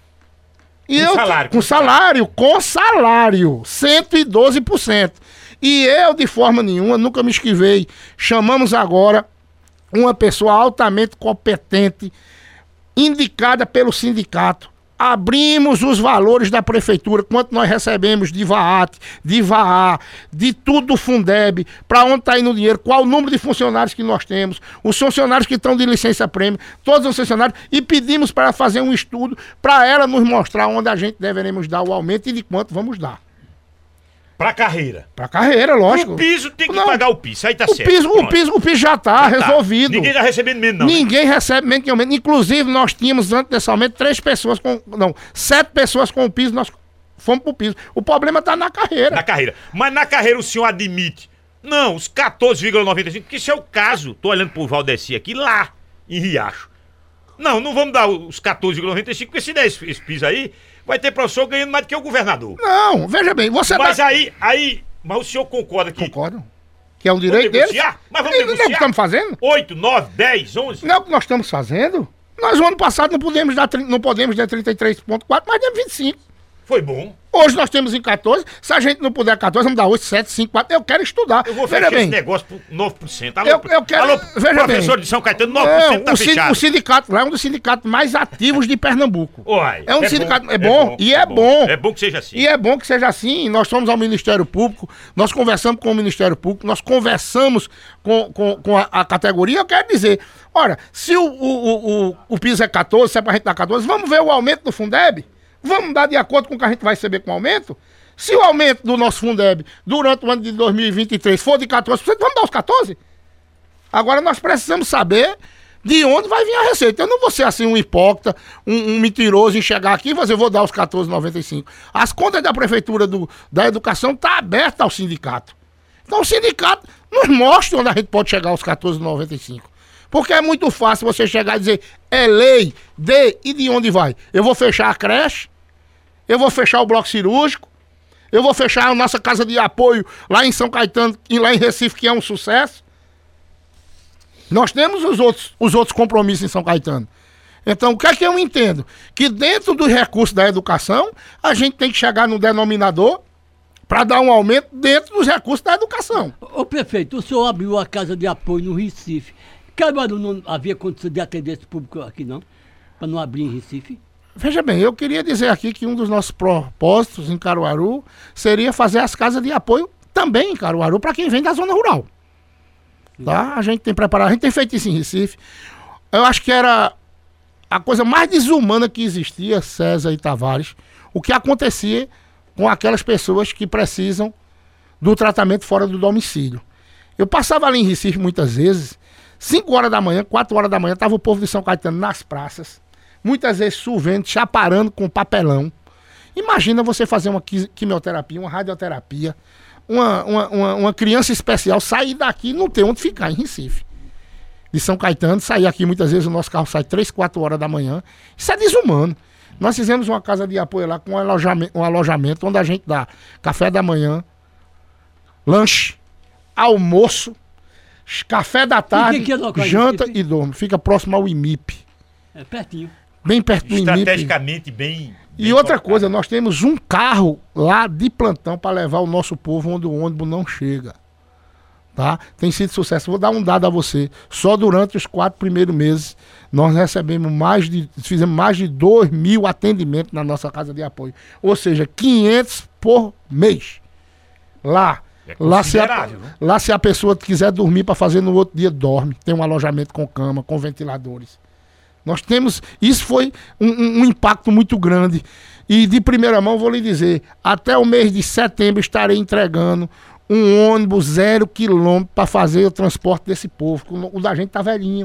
E Com eu, salário, com com salário, com salário, cento e doze por cento. E eu, de forma nenhuma, nunca me esquivei. Chamamos agora uma pessoa altamente competente, indicada pelo sindicato. Abrimos os valores da prefeitura, quanto nós recebemos de V A A T, de V A A, de tudo do Fundeb, para onde está indo o dinheiro, qual o número de funcionários que nós temos, os funcionários que estão de licença prêmio, todos os funcionários, e pedimos para ela fazer um estudo, para ela nos mostrar onde a gente deveremos dar o aumento e de quanto vamos dar. Pra carreira. Pra carreira, lógico. O piso tem que Não. pagar o piso, aí tá O certo. piso, o Pronto. piso, o piso já está Já tá. resolvido. Ninguém tá recebendo menos, não. Ninguém recebe menos que aumento. Inclusive, nós tínhamos antes desse aumento três pessoas com. Não, sete pessoas com o piso, nós fomos pro piso. O problema está na carreira. Na carreira. Mas na carreira o senhor admite. Não, os quatorze vírgula noventa e cinco, porque isso é o caso. Tô olhando pro Valdeci aqui, lá, em Riacho. Não, não vamos dar os quatorze vírgula noventa e cinco, porque se der esse, esse piso aí, vai ter professor ganhando mais do que o governador. Não, veja bem, você Mas tá... aí, aí, mas o senhor concorda que... Concordo. Que é um direito Vamos deles. negociar? Mas vamos Não é o que negociar? estamos fazendo? oito, nove, dez, onze? Não é o que nós estamos fazendo? Nós, o ano passado, não podemos dar, tri- não podemos dar trinta e três vírgula quatro, mas demos vinte e cinco. Foi bom. Hoje nós temos em quatorze. Se a gente não puder quatorze, vamos dar oito, sete, cinco, quatro. Eu quero estudar. Eu vou Veja fechar bem. esse negócio por nove por cento. Alô, Eu- eu quero- alô veja professor bem. de São Caetano, nove por cento Não, tá o, sin- fechado. o sindicato lá é um dos sindicatos mais ativos de Pernambuco. Uai, É um sindicato- é bom, e é bom. É bom que seja assim. E é bom que seja assim. Nós fomos ao Ministério Público, nós conversamos com o Ministério Público, nós conversamos com, com, com a, a categoria. Eu quero dizer, ora, se o, o, o, o, o piso é quatorze, se é pra gente dar quatorze, vamos ver o aumento do Fundeb? Vamos dar de acordo com o que a gente vai receber com o aumento? Se o aumento do nosso Fundeb durante o ano de dois mil e vinte e três for de quatorze por cento, vamos dar os quatorze? Agora nós precisamos saber de onde vai vir a receita. Eu não vou ser assim um hipócrita, um, um mentiroso em chegar aqui e fazer, vou dar os quatorze vírgula noventa e cinco. As contas da Prefeitura do, da Educação estão tá abertas ao sindicato. Então o sindicato nos mostra onde a gente pode chegar aos quatorze vírgula noventa e cinco. Porque é muito fácil você chegar e dizer, é lei, dê, e de onde vai? Eu vou fechar a creche, eu vou fechar o bloco cirúrgico, eu vou fechar a nossa casa de apoio lá em São Caetano e lá em Recife, que é um sucesso. Nós temos os outros, os outros compromissos em São Caetano. Então, o que é que eu entendo? Que dentro dos recursos da educação, a gente tem que chegar no denominador para dar um aumento dentro dos recursos da educação. Ô prefeito, o senhor abriu a casa de apoio no Recife. Caruaru não havia condição de atender esse público aqui, não? Para não abrir em Recife? Veja bem, eu queria dizer aqui que um dos nossos propósitos em Caruaru seria fazer as casas de apoio também em Caruaru para quem vem da zona rural. Tá? A gente tem preparado, a gente tem feito isso em Recife. Eu acho que era a coisa mais desumana que existia, César e Tavares, o que acontecia com aquelas pessoas que precisam do tratamento fora do domicílio. Eu passava ali em Recife muitas vezes, cinco horas da manhã, quatro horas da manhã, estava o povo de São Caetano nas praças, muitas vezes chovendo, chaparando com papelão. Imagina você fazer uma qui- quimioterapia, uma radioterapia, uma, uma, uma, uma criança especial sair daqui e não ter onde ficar em Recife. De São Caetano, sair aqui muitas vezes, o nosso carro sai três, quatro horas da manhã. Isso é desumano. Nós fizemos uma casa de apoio lá com um alojamento, um alojamento onde a gente dá café da manhã, lanche, almoço, café da tarde, que que é local, janta Recife? e dorme. Fica próximo ao I M I P. É pertinho. Bem perto do I M I P. Estrategicamente bem... E bem outra colocado. coisa, nós temos um carro lá de plantão para levar o nosso povo onde o ônibus não chega. Tá? Tem sido sucesso. Vou dar um dado a você. Só durante os quatro primeiros meses, nós recebemos mais de, fizemos mais de dois mil atendimentos na nossa casa de apoio. Ou seja, quinhentos por mês. Lá. É Lá se, a, considerável, né? lá se a pessoa quiser dormir para fazer no outro dia, dorme. Tem um alojamento com cama, com ventiladores. Nós temos... Isso foi um, um- um impacto muito grande. E de primeira mão, vou lhe dizer, até o mês de setembro estarei entregando um ônibus zero quilômetro para fazer o transporte desse povo. O, o da gente tá velhinho.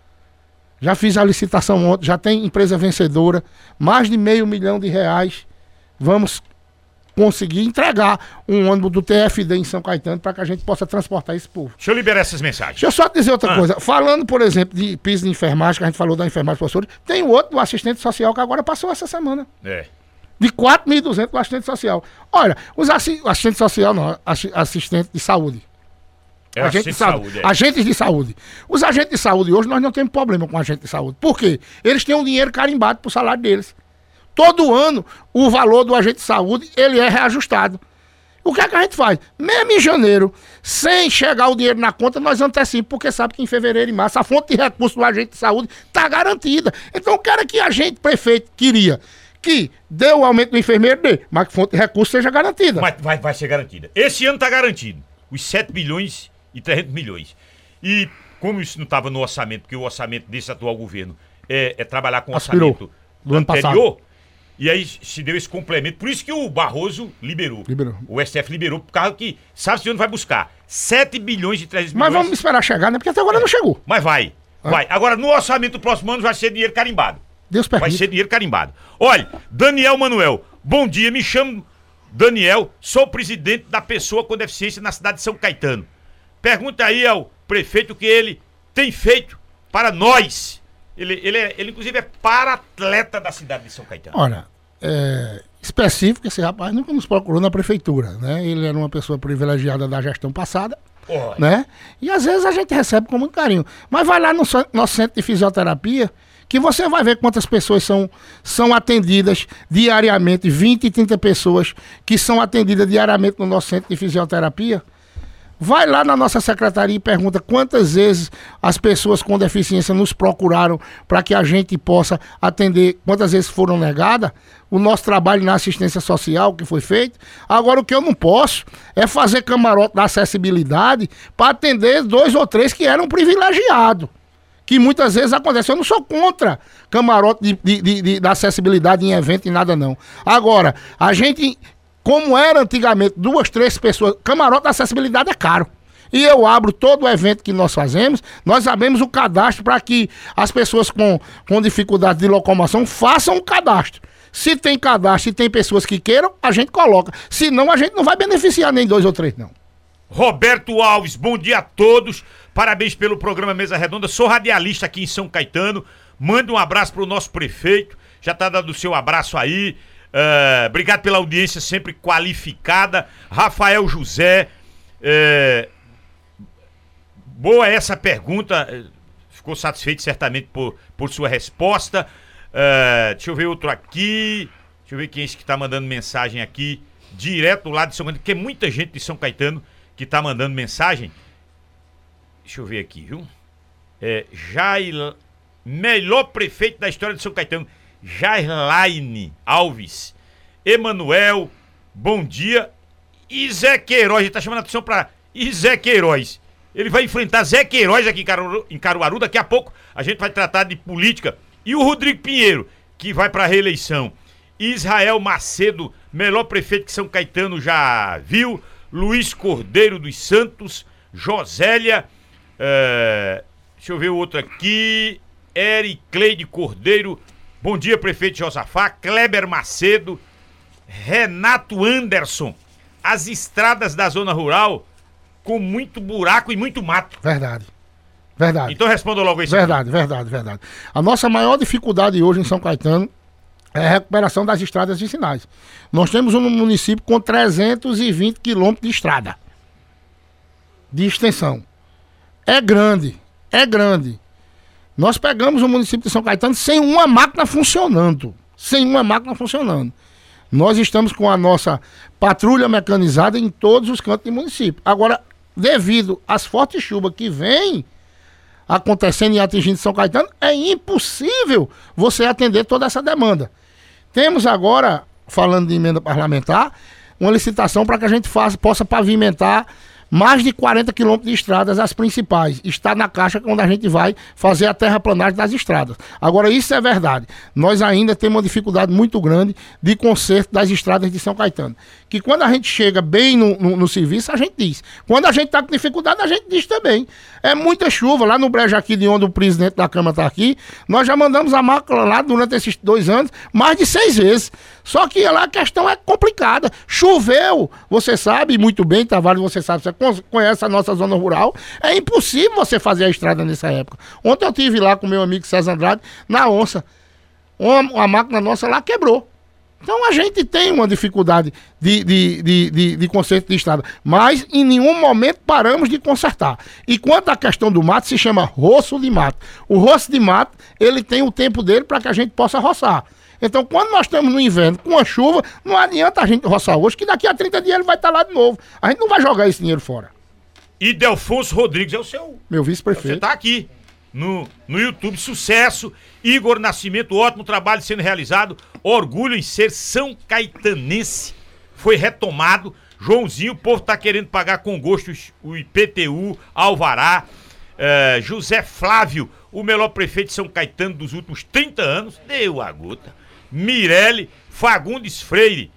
Já fiz a licitação ontem, já tem empresa vencedora, mais de meio milhão de reais. Vamos conseguir entregar um ônibus do T F D em São Caetano para que a gente possa transportar esse povo. Deixa eu liberar essas mensagens. Deixa eu só dizer outra ah. coisa. Falando, por exemplo, de piso de enfermagem, que a gente falou da enfermagem professores, tem o outro do assistente social que agora passou essa semana. É. De quatro mil e duzentos do assistente social. Olha, os assi assistentes social não, assi assistente de saúde. É agente de saúde. saúde é. Agentes de saúde. Os agentes de saúde hoje, nós não temos problema com agente de saúde. Por quê? Eles têm um dinheiro carimbado pro salário deles. Todo ano, o valor do agente de saúde, ele é reajustado. O que é que a gente faz? Mesmo em janeiro, sem chegar o dinheiro na conta, nós antecipamos, porque sabe que em fevereiro e março a fonte de recursos do agente de saúde está garantida. Então, o cara que a gente, prefeito, queria que dê o aumento do enfermeiro, dê, mas que a fonte de recursos seja garantida. Mas vai, vai ser garantida. Esse ano está garantido. Os sete bilhões e trezentos milhões. E como isso não estava no orçamento, porque o orçamento desse atual governo é, é trabalhar com o Aspirou, orçamento do ano anterior, passado. E aí se deu esse complemento. Por isso que o Barroso liberou. Liberou. O S T F liberou, por causa que sabe-se onde vai buscar. sete bilhões e trezentos milhões. Mas vamos esperar chegar, né? Porque até agora é. não chegou. Mas vai, ah. vai. Agora, no orçamento do próximo ano vai ser dinheiro carimbado. Deus permite. Vai ser dinheiro carimbado. Olha, Daniel Manuel, bom dia, me chamo Daniel, sou presidente da pessoa com deficiência na cidade de São Caetano. Pergunta aí ao prefeito o que ele tem feito para nós. Ele, ele, é, ele inclusive, é para-atleta da cidade de São Caetano. Olha, é específico, esse rapaz nunca nos procurou na prefeitura, né? Ele era uma pessoa privilegiada da gestão passada, Olha. né? E às vezes a gente recebe com muito carinho. Mas vai lá no nosso centro de fisioterapia, que você vai ver quantas pessoas são, são atendidas diariamente, vinte e trinta pessoas que são atendidas diariamente no nosso centro de fisioterapia. Vai lá na nossa secretaria e pergunta quantas vezes as pessoas com deficiência nos procuraram para que a gente possa atender, quantas vezes foram negadas, o nosso trabalho na assistência social que foi feito. Agora, o que eu não posso é fazer camarote da acessibilidade para atender dois ou três que eram privilegiados. Que muitas vezes acontece. Eu não sou contra camarote de, de, de, de, da acessibilidade em evento e nada não. Agora, a gente... Como era antigamente, duas, três pessoas, camarote da acessibilidade é caro. E eu abro todo o evento que nós fazemos, nós abrimos o cadastro para que as pessoas com, com dificuldade de locomoção façam o cadastro. Se tem cadastro e tem pessoas que queiram, a gente coloca. Senão, a gente não vai beneficiar nem dois ou três, não. Roberto Alves, bom dia a todos. Parabéns pelo programa Mesa Redonda. Sou radialista aqui em São Caetano. Manda um abraço para o nosso prefeito. Já está dando o seu abraço aí. Uh, obrigado pela audiência sempre qualificada. Rafael José, uh, boa essa pergunta, ficou satisfeito certamente por, por sua resposta. Uh, deixa eu ver outro aqui, deixa eu ver quem é esse que está mandando mensagem aqui, direto do lado de São Caetano, porque é muita gente de São Caetano que está mandando mensagem. Deixa eu ver aqui, viu? É, Jair, melhor prefeito da história de São Caetano. Jairlaine Alves, Emanuel, bom dia. E Zé Queiroz, ele tá chamando a atenção pra e Zé Queiroz. Ele vai enfrentar Zé Queiroz aqui em Caruaru, em Caruaru. Daqui a pouco a gente vai tratar de política. E o Rodrigo Pinheiro, que vai pra reeleição. Israel Macedo, melhor prefeito que São Caetano já viu. Luiz Cordeiro dos Santos, Josélia, é, deixa eu ver o outro aqui. Ericleide Cordeiro. Bom dia, prefeito Josafá, Kleber Macedo, Renato Anderson. As estradas da zona rural com muito buraco e muito mato. Verdade, verdade. Então responda logo isso. Verdade, aqui. verdade, verdade. A nossa maior dificuldade hoje em São Caetano é a recuperação das estradas vicinais. Nós temos um município com trezentos e vinte quilômetros de estrada, de extensão. É grande, é grande. Nós pegamos o município de São Caetano sem uma máquina funcionando. Sem uma máquina funcionando. Nós estamos com a nossa patrulha mecanizada em todos os cantos do município. Agora, devido às fortes chuvas que vêm acontecendo e atingindo São Caetano, é impossível você atender toda essa demanda. Temos agora, falando de emenda parlamentar, uma licitação para que a gente faça, possa pavimentar mais de quarenta quilômetros de estradas, as principais. Está na caixa onde a gente vai fazer a terraplanagem das estradas. Agora, isso é verdade. Nós ainda temos uma dificuldade muito grande de conserto das estradas de São Caetano. que quando a gente chega bem no, no, no serviço, a gente diz. Quando a gente está com dificuldade, a gente diz também. É muita chuva. Lá no brejo aqui, de onde o presidente da Câmara está aqui, nós já mandamos a máquina lá durante esses dois anos, mais de seis vezes. Só que lá a questão é complicada. Choveu, você sabe muito bem, Tavares, você sabe, você conhece a nossa zona rural. É impossível você fazer a estrada nessa época. Ontem eu estive lá com meu amigo César Andrade, na Onça. Uma, a máquina nossa lá quebrou. Então a gente tem uma dificuldade de, de, de, de, de conserto de estrada, mas em nenhum momento paramos de consertar. E quanto à questão do mato, se chama roço de mato. O roço de mato, ele tem o tempo dele para que a gente possa roçar. Então quando nós estamos no inverno com a chuva, não adianta a gente roçar hoje, que daqui a trinta dias ele vai estar lá de novo. A gente não vai jogar esse dinheiro fora. E Delfonso Rodrigues é o seu... Meu vice-prefeito. Você está aqui no, no YouTube, sucesso. Igor Nascimento, ótimo trabalho sendo realizado. Orgulho em ser São Caetanense. Foi retomado. Joãozinho, o povo tá querendo pagar com gosto o I P T U, Alvará. Uh, José Flávio, o melhor prefeito de São Caetano dos últimos trinta anos. Deu a gota. Mirelle Fagundes Freire.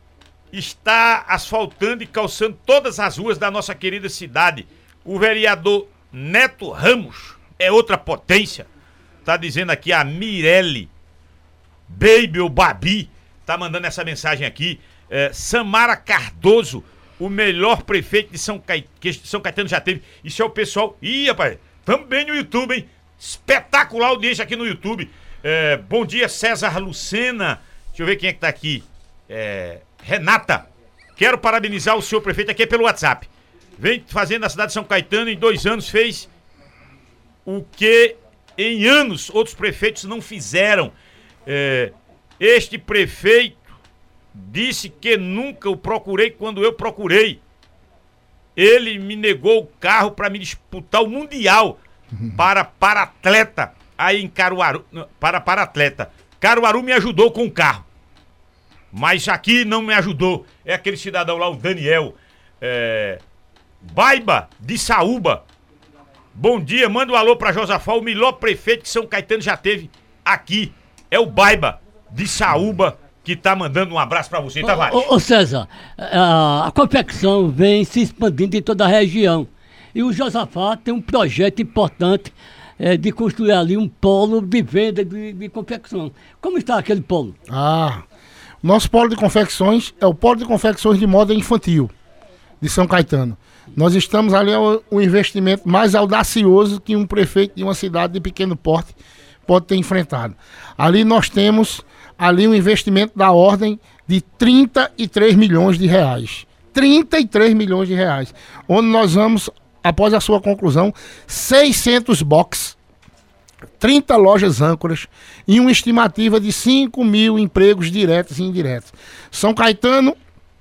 Está asfaltando e calçando todas as ruas da nossa querida cidade. O vereador Neto Ramos é outra potência. Tá dizendo aqui a Mirelle Baby ou Babi, tá mandando essa mensagem aqui. É, Samara Cardoso, o melhor prefeito de São, Caet... que São Caetano já teve. Isso é o pessoal. Ih, rapaz, tamo bem no YouTube, hein? Espetacular audiência aqui no YouTube. É, bom dia, César Lucena. Deixa eu ver quem é que tá aqui. É, Renata, quero parabenizar o senhor prefeito aqui pelo WhatsApp. Vem fazendo na cidade de São Caetano, em dois anos fez o que em anos outros prefeitos não fizeram. É, este prefeito disse que nunca o procurei quando eu procurei. Ele me negou o carro para me disputar o Mundial para para-atleta aí em Caruaru. Para para-atleta. Caruaru me ajudou com o carro, mas aqui não me ajudou. É aquele cidadão lá, o Daniel é, Baiba de Saúba. Bom dia, manda um alô pra Josafá, o melhor prefeito que São Caetano já teve aqui. É o Baiba de Saúba que tá mandando um abraço pra você, Tavares. Ô, ô César, a, a confecção vem se expandindo em toda a região. E o Josafá tem um projeto importante é, de construir ali um polo de venda de, de confecção. Como está aquele polo? Ah, nosso polo de confecções é o polo de confecções de moda infantil de São Caetano. Nós estamos ali o, o investimento mais audacioso que um prefeito de uma cidade de pequeno porte pode ter enfrentado. Ali nós temos ali um investimento da ordem de trinta e três milhões de reais. trinta e três milhões de reais. Onde nós vamos, após a sua conclusão, seiscentos boxes, trinta lojas âncoras e uma estimativa de cinco mil empregos diretos e indiretos. São Caetano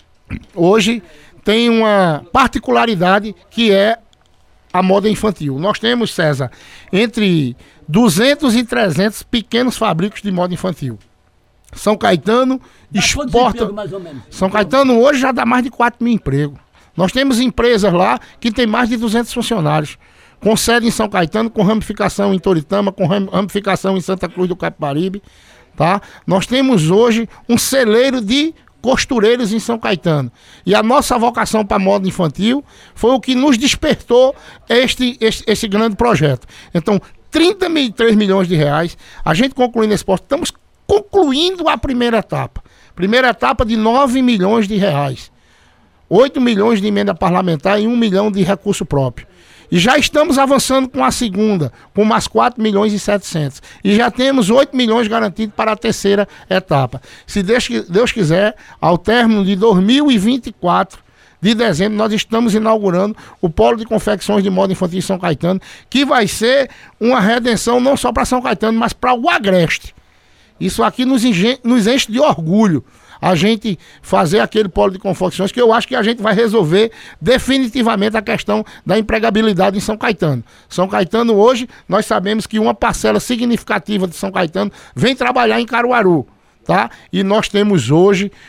hoje tem uma particularidade que é a moda infantil. Nós temos, César, entre duzentos e trezentos pequenos fabricos de moda infantil. São Caetano exporta... São Caetano hoje já dá mais de quatro mil empregos. Nós temos empresas lá que tem mais de duzentos funcionários. Com sede em São Caetano, com ramificação em Toritama, com ramificação em Santa Cruz do Capibaribe. Tá? Nós temos hoje um celeiro de costureiros em São Caetano. E a nossa vocação para a moda infantil foi o que nos despertou este, este, este grande projeto. Então, trinta e três milhões de reais, a gente concluindo esse posto, estamos concluindo a primeira etapa. Primeira etapa de nove milhões de reais. oito milhões de emenda parlamentar e um milhão de recurso próprio. E já estamos avançando com a segunda, com mais quatro milhões e setecentos. E já temos oito milhões garantidos para a terceira etapa. Se Deus, Deus quiser, ao término de dois mil e vinte e quatro, de dezembro, nós estamos inaugurando o Polo de Confecções de Moda Infantil em São Caetano, que vai ser uma redenção não só para São Caetano, mas para o Agreste. Isso aqui nos enche, nos enche de orgulho. A gente fazer aquele polo de confecções, que eu acho que a gente vai resolver definitivamente a questão da empregabilidade em São Caetano. São Caetano hoje, nós sabemos que uma parcela significativa de São Caetano vem trabalhar em Caruaru, tá? E nós temos hoje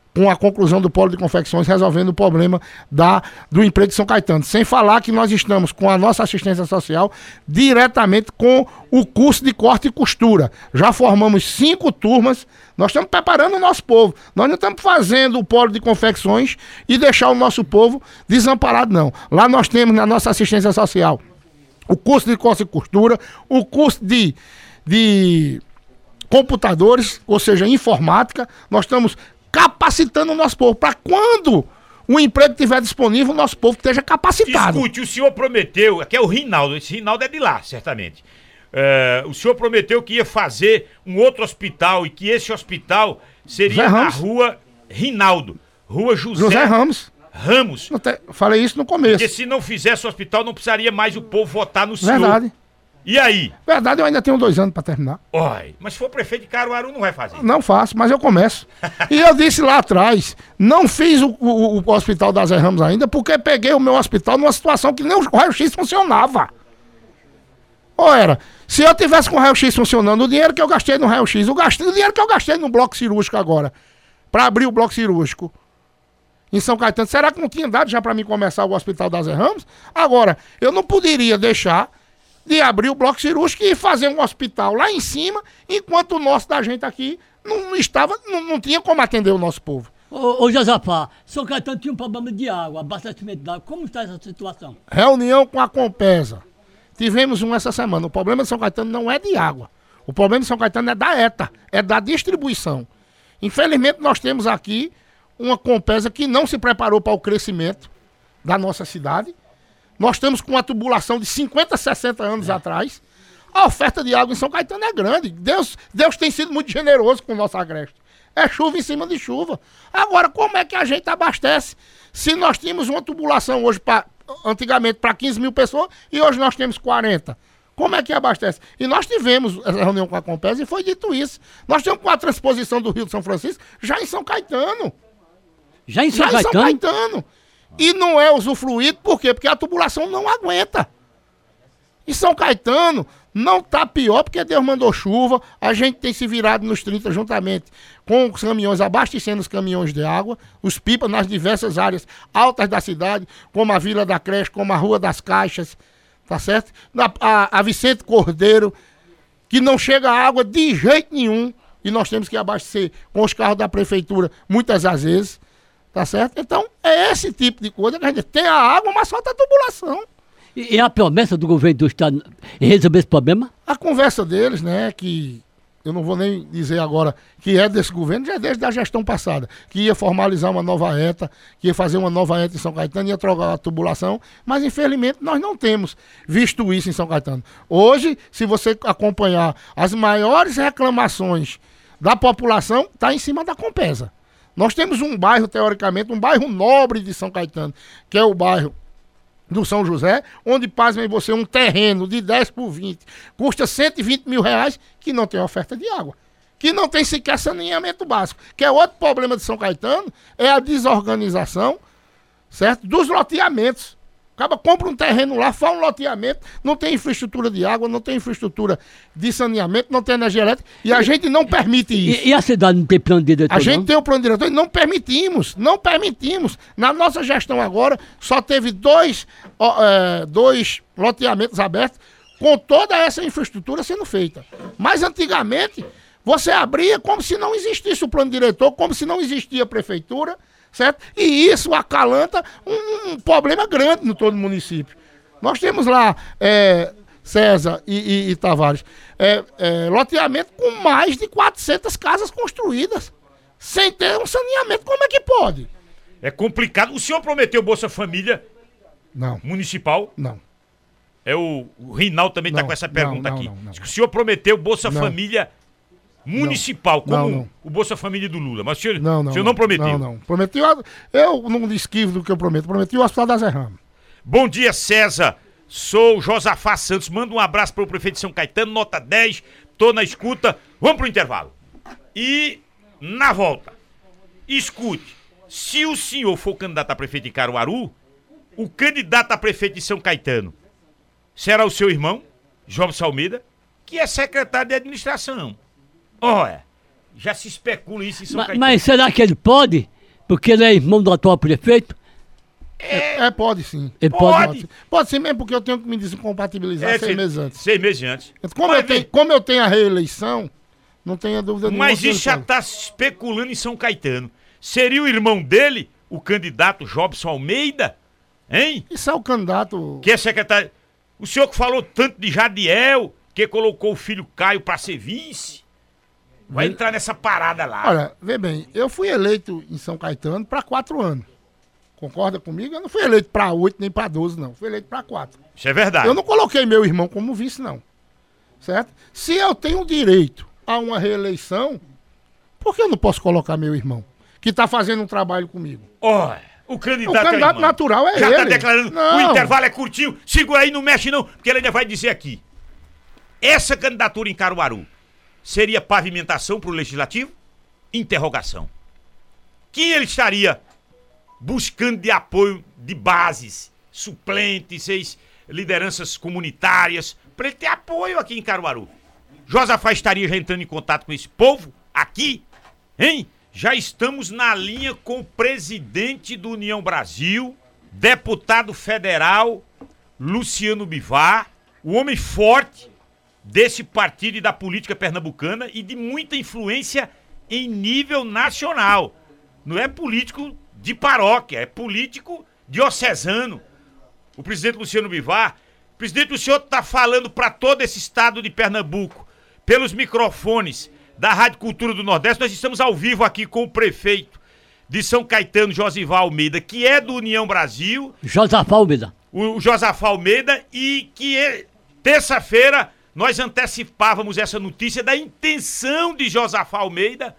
com a conclusão do polo de confecções, resolvendo o problema da, do emprego de São Caetano. Sem falar que nós estamos com a nossa assistência social diretamente com o curso de corte e costura. Já formamos cinco turmas, nós estamos preparando o nosso povo. Nós não estamos fazendo o polo de confecções e deixar o nosso povo desamparado, não. Lá nós temos na nossa assistência social o curso de corte e costura, o curso de, de computadores, ou seja, informática. Nós estamos capacitando o nosso povo, para quando o emprego estiver disponível, o nosso povo esteja capacitado. Escute, o senhor prometeu, aqui é o Rinaldo, esse Rinaldo é de lá, certamente. Uh, o senhor prometeu que ia fazer um outro hospital e que esse hospital seria na rua Rinaldo, rua José, José Ramos. Ramos. Te... Falei isso no começo. Porque se não fizesse o hospital, não precisaria mais o povo votar no senhor. Verdade. E aí? Verdade, eu ainda tenho dois anos para terminar. Oi, mas se for prefeito de Caruaru, não vai fazer. Não faço, mas eu começo. E eu disse lá atrás, não fiz o, o, o hospital da Zé Ramos ainda, porque peguei o meu hospital numa situação que nem o raio-x funcionava. Ou era, se eu tivesse com o raio-x funcionando, o dinheiro que eu gastei no raio-x, o, gastei, o dinheiro que eu gastei no bloco cirúrgico agora, para abrir o bloco cirúrgico em São Caetano, será que não tinha dado já para mim começar o hospital da Zé Ramos? Agora, eu não poderia deixar de abrir o bloco cirúrgico e fazer um hospital lá em cima, enquanto o nosso da gente aqui não estava, não, não tinha como atender o nosso povo. Ô, ô Josafá, São Caetano tinha um problema de água, abastecimento de água. Como está essa situação? Reunião com a Compesa. Tivemos um essa semana. O problema de São Caetano não é de água. O problema de São Caetano é da ETA, é da distribuição. Infelizmente, nós temos aqui uma Compesa que não se preparou para o crescimento da nossa cidade. Nós estamos com uma tubulação de cinquenta, sessenta anos é. atrás. A oferta de água em São Caetano é grande. Deus, Deus tem sido muito generoso com o nosso agreste. É chuva em cima de chuva. Agora, como é que a gente abastece se nós tínhamos uma tubulação hoje, pra, antigamente, para quinze mil pessoas e hoje nós temos quarenta? Como é que abastece? E nós tivemos essa reunião com a Compesa e foi dito isso. Nós temos com a transposição do Rio de São Francisco já em São Caetano. Já em São já Caetano? Em São Caetano. E não é usufruído, por quê? Porque a tubulação não aguenta. E São Caetano não está pior porque Deus mandou chuva, a gente tem se virado nos trinta juntamente com os caminhões, abastecendo os caminhões de água, os pipas nas diversas áreas altas da cidade, como a Vila da Creche, como a Rua das Caixas, tá certo? A, a, a Vicente Cordeiro, que não chega água de jeito nenhum, e nós temos que abastecer com os carros da prefeitura muitas às vezes. Tá certo? Então, é esse tipo de coisa que a gente tem a água, mas falta a tubulação. E, e a promessa do governo do estado em resolver esse problema? A conversa deles, né, que eu não vou nem dizer agora que é desse governo, já é desde a gestão passada, que ia formalizar uma nova ETA, que ia fazer uma nova ETA em São Caetano, ia trocar a tubulação, mas infelizmente nós não temos visto isso em São Caetano. Hoje, se você acompanhar as maiores reclamações da população, está em cima da Compesa. Nós temos um bairro, teoricamente, um bairro nobre de São Caetano, que é o bairro do São José, onde, pasmem você, um terreno de dez por vinte custa cento e vinte mil reais, que não tem oferta de água, que não tem sequer saneamento básico. Que é outro problema de São Caetano, é a desorganização, certo? Dos loteamentos. Acaba, compra um terreno lá, faz um loteamento, não tem infraestrutura de água, não tem infraestrutura de saneamento, não tem energia elétrica, e a gente não permite isso. E, e a cidade não tem plano diretor? A gente não? tem o plano diretor e não permitimos, não permitimos. Na nossa gestão agora, só teve dois, ó, é, dois loteamentos abertos com toda essa infraestrutura sendo feita. Mas antigamente, você abria como se não existisse o plano diretor, como se não existia a prefeitura, certo? E isso acalanta um, um problema grande no todo o município. Nós temos lá, é, César e, e, e Tavares, é, é, loteamento com mais de quatrocentas casas construídas, sem ter um saneamento. Como é que pode? É complicado. O senhor prometeu Bolsa Família não. municipal? Não. É o, o Rinaldo também está com essa pergunta não, não, aqui. Não, não, não. Diz que o senhor prometeu Bolsa não. Família municipal, como não, não. o Bolsa Família do Lula. Mas o senhor não, não, o senhor não prometeu? Não, não. Prometi, eu não esquivo do que eu prometo. Prometi o Hospital da Zé Ramos. Bom dia, César. Sou Josafá Santos. Manda um abraço para o prefeito de São Caetano, nota dez. Tô na escuta. Vamos pro intervalo. E, na volta, escute. Se o senhor for candidato a prefeito de Caruaru, o candidato a prefeito de São Caetano será o seu irmão, João Almeida, que é secretário de administração. Olha, já se especula isso em São mas, Caetano. Mas será que ele pode? Porque ele é irmão do atual prefeito? É, é, pode sim. Ele Pode. pode. Pode, pode sim mesmo, porque eu tenho que me descompatibilizar É, seis se- meses antes. Seis meses antes. Como Mas eu, tenho, vem- como eu tenho a reeleição, não tenha dúvida nenhuma. Mas que ele isso já pode. tá especulando em São Caetano. Seria o irmão dele, o candidato Jobson Almeida? Hein? Isso é o candidato. Que é secretário. O senhor que falou tanto de Jadiel, que colocou o filho Caio pra ser vice. Vai Ele- entrar nessa parada lá. Olha, vê bem, eu fui eleito em São Caetano para quatro anos. Concorda comigo? Eu não fui eleito para oito nem para doze, não. Fui eleito para quatro. Isso é verdade. Eu não coloquei meu irmão como vice, não. Certo? Se eu tenho direito a uma reeleição, por que eu não posso colocar meu irmão? Que está fazendo um trabalho comigo. Olha, o candidato, O candidato é irmão. natural é Já ele. tá declarando, Não. o intervalo é curtinho, segura aí, não mexe não, porque ele ainda vai dizer aqui. Essa candidatura em Caruaru seria pavimentação pro Legislativo? Interrogação. Quem ele estaria buscando de apoio de bases, suplentes, seis lideranças comunitárias, para ele ter apoio aqui em Caruaru? Josafá estaria já entrando em contato com esse povo aqui, hein? Já estamos na linha com o presidente do União Brasil, deputado federal Luciano Bivar, o homem forte desse partido e da política pernambucana e de muita influência em nível nacional. Não é político de paróquia, é político diocesano. O presidente Luciano Bivar. Presidente, o senhor está falando para todo esse estado de Pernambuco, pelos microfones da Rádio Cultura do Nordeste. Nós estamos ao vivo aqui com o prefeito de São Caetano, Josival Almeida, que é do União Brasil, Josafá Almeida. o Josafá Almeida, e que é- terça-feira nós antecipávamos essa notícia da intenção de Josafá Almeida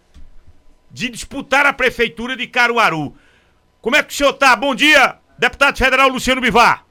de disputar a prefeitura de Caruaru. Como é que o senhor tá? Bom dia, deputado federal Luciano Bivar.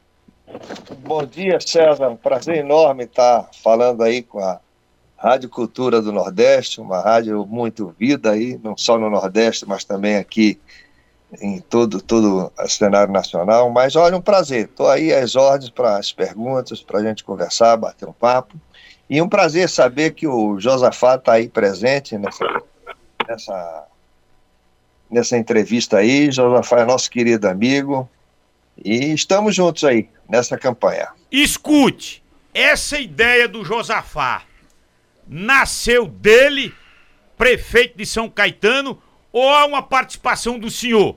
Bom dia, César. Um prazer enorme estar falando aí com a Rádio Cultura do Nordeste, uma rádio muito vida aí, não só no Nordeste, mas também aqui em todo, todo o cenário nacional. Mas olha, um prazer. Estou aí às ordens para as perguntas, para a gente conversar, bater um papo. E um prazer saber que o Josafá está aí presente nessa, nessa, nessa entrevista aí. Josafá é nosso querido amigo. E estamos juntos aí, nessa campanha. Escute, essa ideia do Josafá nasceu dele, prefeito de São Caetano, ou há uma participação do senhor?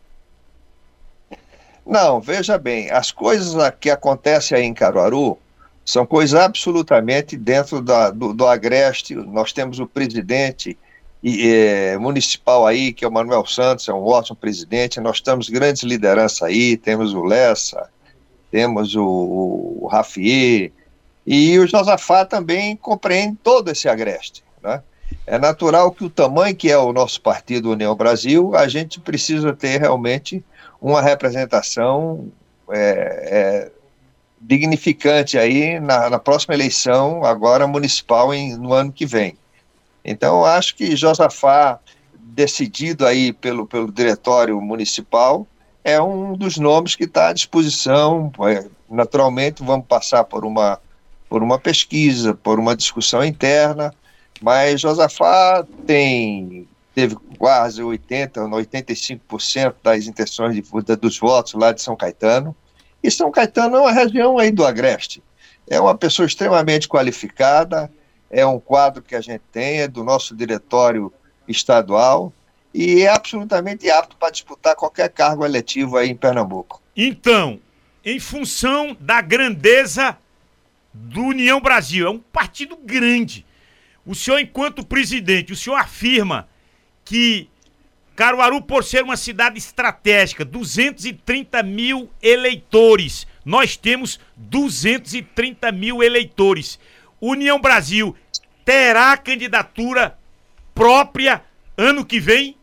Não, veja bem, as coisas que acontecem aí em Caruaru são coisas absolutamente dentro da, do, do agreste. Nós temos o presidente e, é, municipal aí, que é o Manuel Santos, é um ótimo presidente. Nós temos grandes lideranças aí, temos o Lessa, temos o, o Rafier, e o Josafá também compreende todo esse agreste, né? É natural que o tamanho que é o nosso partido União Brasil, a gente precisa ter realmente uma representação é, é, dignificante aí na, na próxima eleição, agora municipal, em, no ano que vem. Então, acho que Josafá, decidido aí pelo, pelo diretório municipal, é um dos nomes que está à disposição. É, naturalmente, vamos passar por uma, por uma pesquisa, por uma discussão interna, mas Josafá tem, teve quase oitenta por cento, oitenta e cinco por cento das intenções de, dos votos lá de São Caetano. E São Caetano é uma região aí do Agreste. É uma pessoa extremamente qualificada, é um quadro que a gente tem, é do nosso diretório estadual e é absolutamente apto para disputar qualquer cargo eletivo aí em Pernambuco. Então, em função da grandeza do União Brasil, é um partido grande. O senhor, enquanto presidente, o senhor afirma que Caruaru, por ser uma cidade estratégica, duzentos e trinta mil eleitores, nós temos duzentos e trinta mil eleitores. União Brasil terá candidatura própria ano que vem?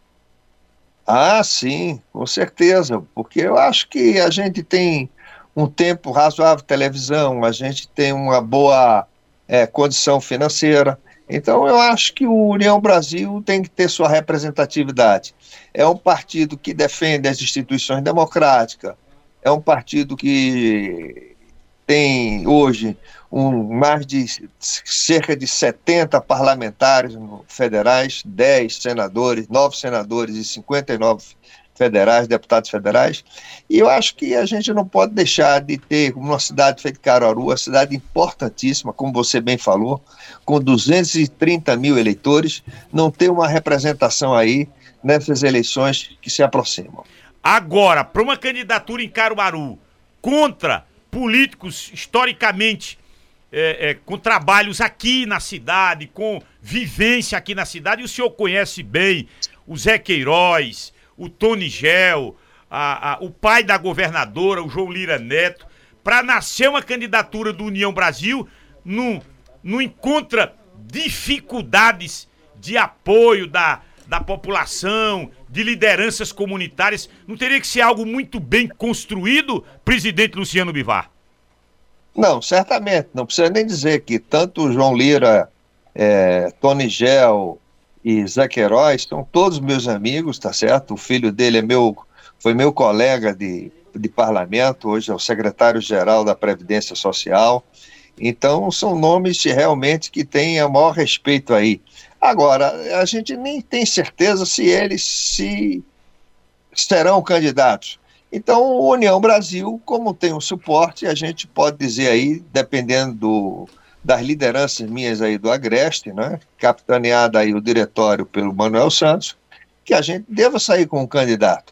Ah, sim, com certeza, porque eu acho que a gente tem um tempo razoável de televisão, a gente tem uma boa é, condição financeira, então eu acho que o União Brasil tem que ter sua representatividade. É um partido que defende as instituições democráticas, é um partido que tem hoje um, mais de cerca de setenta parlamentares federais, dez senadores, nove senadores e cinquenta e nove federais, deputados federais, e eu acho que a gente não pode deixar de ter uma cidade feita Caruaru, uma cidade importantíssima, como você bem falou, com duzentos e trinta mil eleitores, não ter uma representação aí nessas eleições que se aproximam. Agora, para uma candidatura em Caruaru contra políticos historicamente é, é, com trabalhos aqui na cidade, com vivência aqui na cidade, e o senhor conhece bem o Zé Queiroz, o Tony Gel, a, a, o pai da governadora, o João Lira Neto, para nascer uma candidatura do União Brasil, não, não encontra dificuldades de apoio da, da população, de lideranças comunitárias, não teria que ser algo muito bem construído, presidente Luciano Bivar? Não, certamente, não precisa nem dizer que tanto o João Lira, é, Tony Gel e Zé Queiroz são todos meus amigos, tá certo? O filho dele é meu, foi meu colega de, de parlamento, hoje é o secretário-geral da Previdência Social, então são nomes realmente que têm o maior respeito aí. Agora, a gente nem tem certeza se eles se serão candidatos. Então, o União Brasil, como tem um suporte, a gente pode dizer aí, dependendo do, das lideranças minhas aí do Agreste, né, capitaneada aí o diretório pelo Manuel Santos, que a gente deva sair com um candidato.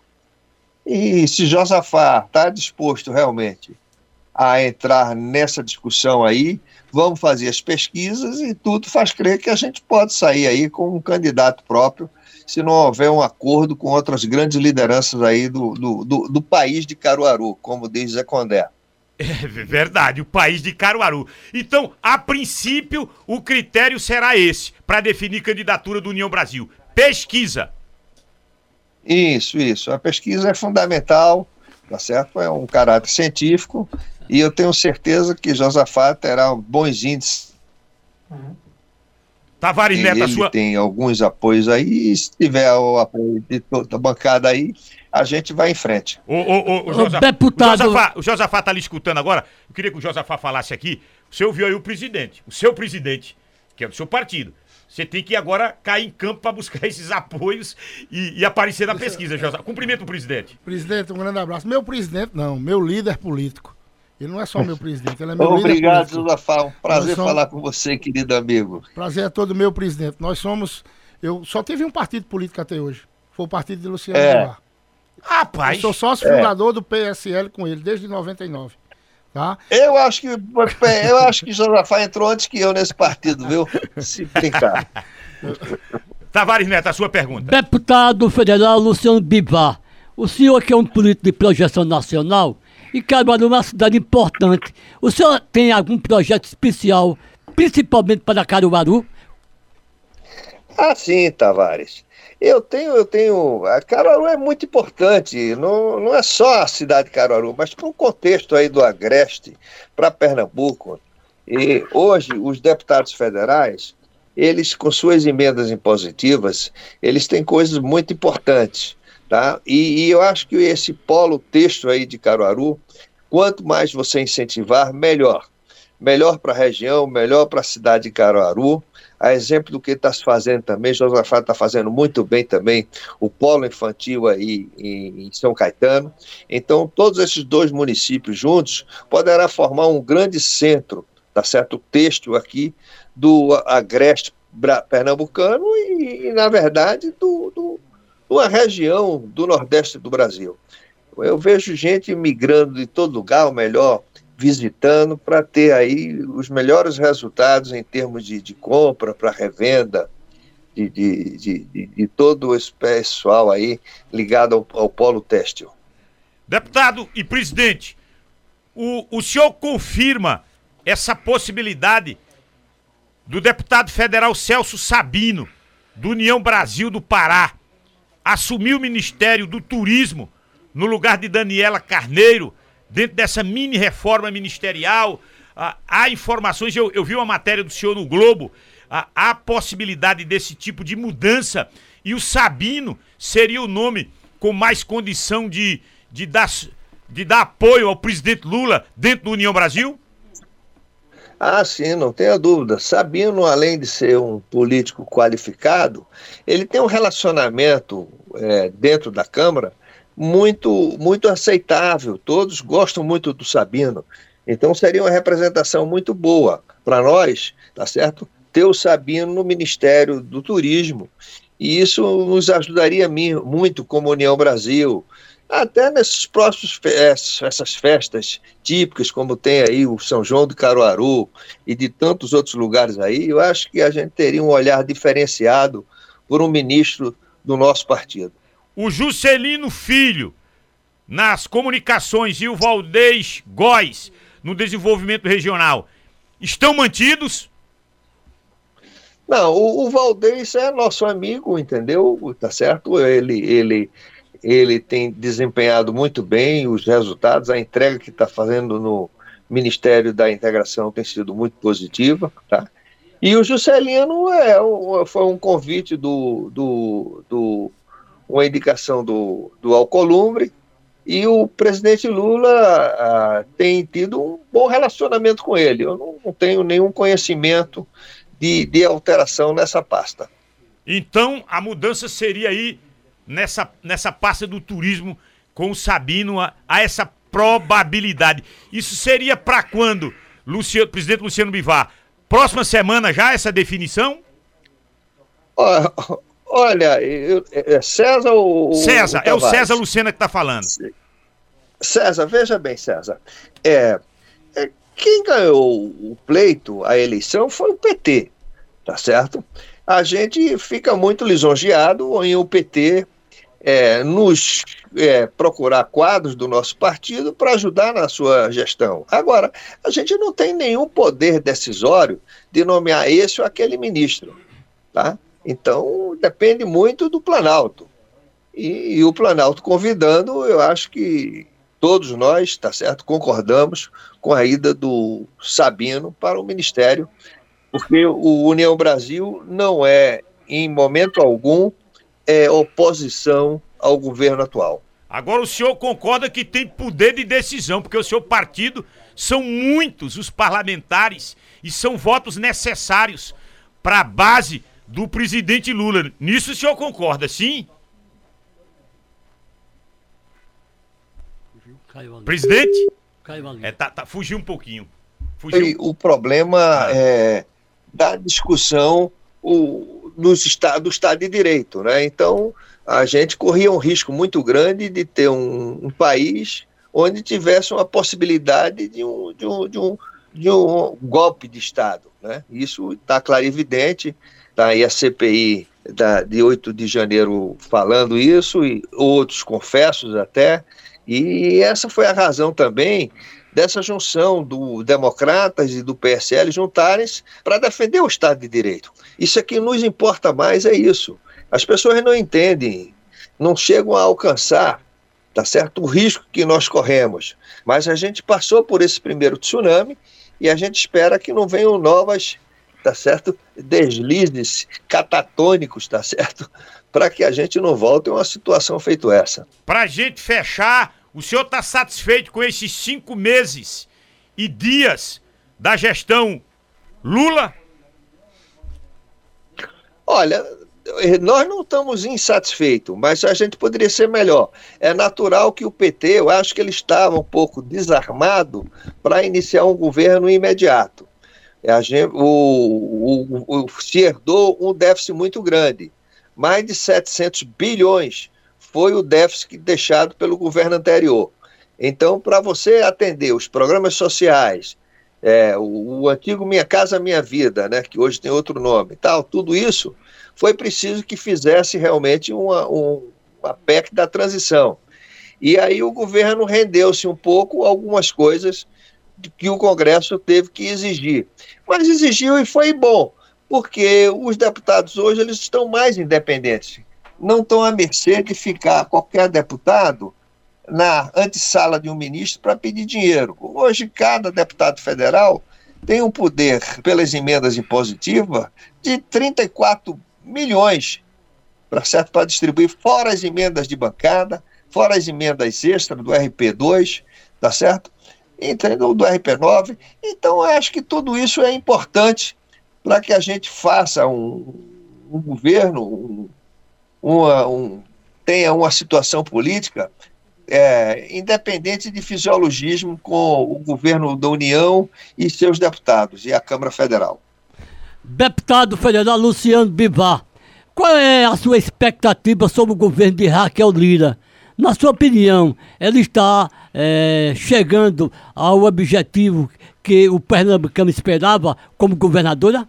E se Josafá está disposto realmente a entrar nessa discussão aí, vamos fazer as pesquisas e tudo faz crer que a gente pode sair aí com um candidato próprio, se não houver um acordo com outras grandes lideranças aí do, do, do, do país de Caruaru, como diz Zé Condé. É verdade, o país de Caruaru. Então, a princípio, o critério será esse, para definir candidatura do União Brasil. Pesquisa. Isso, isso. A pesquisa é fundamental, tá certo? É um caráter científico, e eu tenho certeza que Josafá terá bons índices. Uhum. Tavares Neto, ele sua... tem alguns apoios aí, e se tiver o apoio de toda a bancada aí, a gente vai em frente. O, o, o, o, Josafá, deputado... o, Josafá, o Josafá tá ali escutando agora, eu queria que o Josafá falasse aqui, o senhor viu aí o presidente, o seu presidente, que é do seu partido. Você tem que agora cair em campo para buscar esses apoios e, e aparecer na pesquisa, Josafá. Cumprimento o presidente. Presidente, um grande abraço. Meu presidente não, meu líder político. Ele não é só meu presidente, ele é meu Obrigado, líder político. Obrigado, Josafá. Um prazer somos... falar com você, querido amigo. Prazer é todo meu, presidente. Nós somos... Eu só tive um partido político até hoje. Foi o partido de Luciano é. Bivar. Rapaz! Eu sou sócio fundador é. do P S L com ele, desde noventa e nove. Tá? Eu acho que eu acho que Josafá entrou antes que eu nesse partido, viu? Se brincar. Tavares Neto, a sua pergunta. Deputado federal Luciano Bivar, o senhor que é um político de projeção nacional, e Caruaru é uma cidade importante. O senhor tem algum projeto especial, principalmente para Caruaru? Ah, sim, Tavares. Eu tenho, eu tenho. A Caruaru é muito importante, não, não é só a cidade de Caruaru, mas para o contexto aí do Agreste, para Pernambuco. E hoje, os deputados federais, eles, com suas emendas impositivas, eles têm coisas muito importantes. Tá? E, e eu acho que esse polo texto aí de Caruaru, quanto mais você incentivar, melhor. Melhor para a região, melhor para a cidade de Caruaru. A exemplo do que está se fazendo também, Josafá está fazendo muito bem também o polo infantil aí em, em São Caetano. Então, todos esses dois municípios juntos poderá formar um grande centro, tá certo? O texto aqui do Agreste pernambucano e, e na verdade, do... do uma região do Nordeste do Brasil. Eu vejo gente migrando de todo lugar, ou melhor, visitando, para ter aí os melhores resultados em termos de, de compra, para revenda, de, de, de, de, de todo esse pessoal aí ligado ao, ao polo têxtil. Deputado e presidente, o, o senhor confirma essa possibilidade do deputado federal Celso Sabino, do União Brasil do Pará, assumir o Ministério do Turismo no lugar de Daniela Carneiro, dentro dessa mini reforma ministerial? Ah, há informações, eu, eu vi uma matéria do senhor no Globo, ah, há possibilidade desse tipo de mudança, e o Sabino seria o nome com mais condição de, de, dar, de dar apoio ao presidente Lula dentro do União Brasil? Ah, sim, não tenha dúvida. Sabino, além de ser um político qualificado, ele tem um relacionamento é, dentro da Câmara muito, muito aceitável. Todos gostam muito do Sabino. Então seria uma representação muito boa para nós, tá certo? Ter o Sabino no Ministério do Turismo. E isso nos ajudaria muito como União Brasil, até nesses próximos essas festas típicas, como tem aí o São João do Caruaru e de tantos outros lugares aí. Eu acho que a gente teria um olhar diferenciado por um ministro do nosso partido. O Juscelino Filho nas comunicações e o Valdez Góes no desenvolvimento regional estão mantidos? Não, o, o Valdez é nosso amigo, entendeu? Tá certo? Ele, ele, ele tem desempenhado muito bem os resultados, a entrega que está fazendo no Ministério da Integração tem sido muito positiva, tá? E o Juscelino é, foi um convite do, do, do uma indicação do, do Alcolumbre, e o presidente Lula ah, tem tido um bom relacionamento com ele. Eu não, não tenho nenhum conhecimento de, de alteração nessa pasta. Então, a mudança seria aí nessa, nessa pasta do turismo com o Sabino, a, a essa probabilidade. Isso seria para quando, Luciano, presidente Luciano Bivar? Próxima semana já essa definição? Olha, eu, é César ou... César, é o César Lucena que está falando. César, veja bem, César. É, é, quem ganhou o pleito, a eleição, foi o P T, tá certo? A gente fica muito lisonjeado em o P T é, nos é, procurar quadros do nosso partido para ajudar na sua gestão. Agora, a gente não tem nenhum poder decisório de nomear esse ou aquele ministro, tá? Então, depende muito do Planalto. E, e o Planalto convidando, eu acho que todos nós, tá certo, concordamos com a ida do Sabino para o Ministério, porque o União Brasil não é, em momento algum, é oposição ao governo atual. Agora o senhor concorda que tem poder de decisão, porque o seu partido são muitos os parlamentares e são votos necessários para a base do presidente Lula. Nisso o senhor concorda, sim? Presidente? É, tá, tá, fugiu um pouquinho. Fugiu. O problema ah. é da discussão o, nos esta, do Estado de Direito, né? Então, a gente corria um risco muito grande de ter um, um país onde tivesse uma possibilidade de um, de um, de um, de um golpe de Estado, né? Isso está clarividente. Tá aí a C P I da, de oito de janeiro falando isso, e outros confessos até, e essa foi a razão também dessa junção do Democratas e do P S L juntarem-se para defender o Estado de Direito. Isso é que nos importa mais, é isso. As pessoas não entendem, não chegam a alcançar, tá certo, o risco que nós corremos, mas a gente passou por esse primeiro tsunami e a gente espera que não venham novas, tá certo, deslizes catatônicos, tá certo, para que a gente não volte a uma situação feito essa. Para a gente fechar, o senhor está satisfeito com esses cinco meses e dias da gestão Lula? Olha, nós não estamos insatisfeitos, mas a gente poderia ser melhor. É natural que o P T, eu acho que ele estava um pouco desarmado para iniciar um governo imediato. A gente, o, o, o, se herdou um déficit muito grande. Mais de setecentos bilhões foi o déficit deixado pelo governo anterior. Então, para você atender os programas sociais, é, o, o antigo Minha Casa Minha Vida, né, que hoje tem outro nome, tal, tudo isso, foi preciso que fizesse realmente uma, um, uma P E C da transição. E aí o governo rendeu-se um pouco algumas coisas que o Congresso teve que exigir. Mas exigiu e foi bom, porque os deputados hoje eles estão mais independentes. Não estão à mercê de ficar qualquer deputado na antessala de um ministro para pedir dinheiro. Hoje, cada deputado federal tem um poder, pelas emendas impositivas, de trinta e quatro milhões para certo, para distribuir, fora as emendas de bancada, fora as emendas extras do R P dois, tá certo? entendeu? Do R P nove. Então, eu acho que tudo isso é importante para que a gente faça um, um governo, um, uma, um, tenha uma situação política é, independente de fisiologismo com o governo da União e seus deputados e a Câmara Federal. Deputado federal Luciano Bivar, qual é a sua expectativa sobre o governo de Raquel Lira? Na sua opinião, ela está é, chegando ao objetivo que o pernambucano esperava como governadora?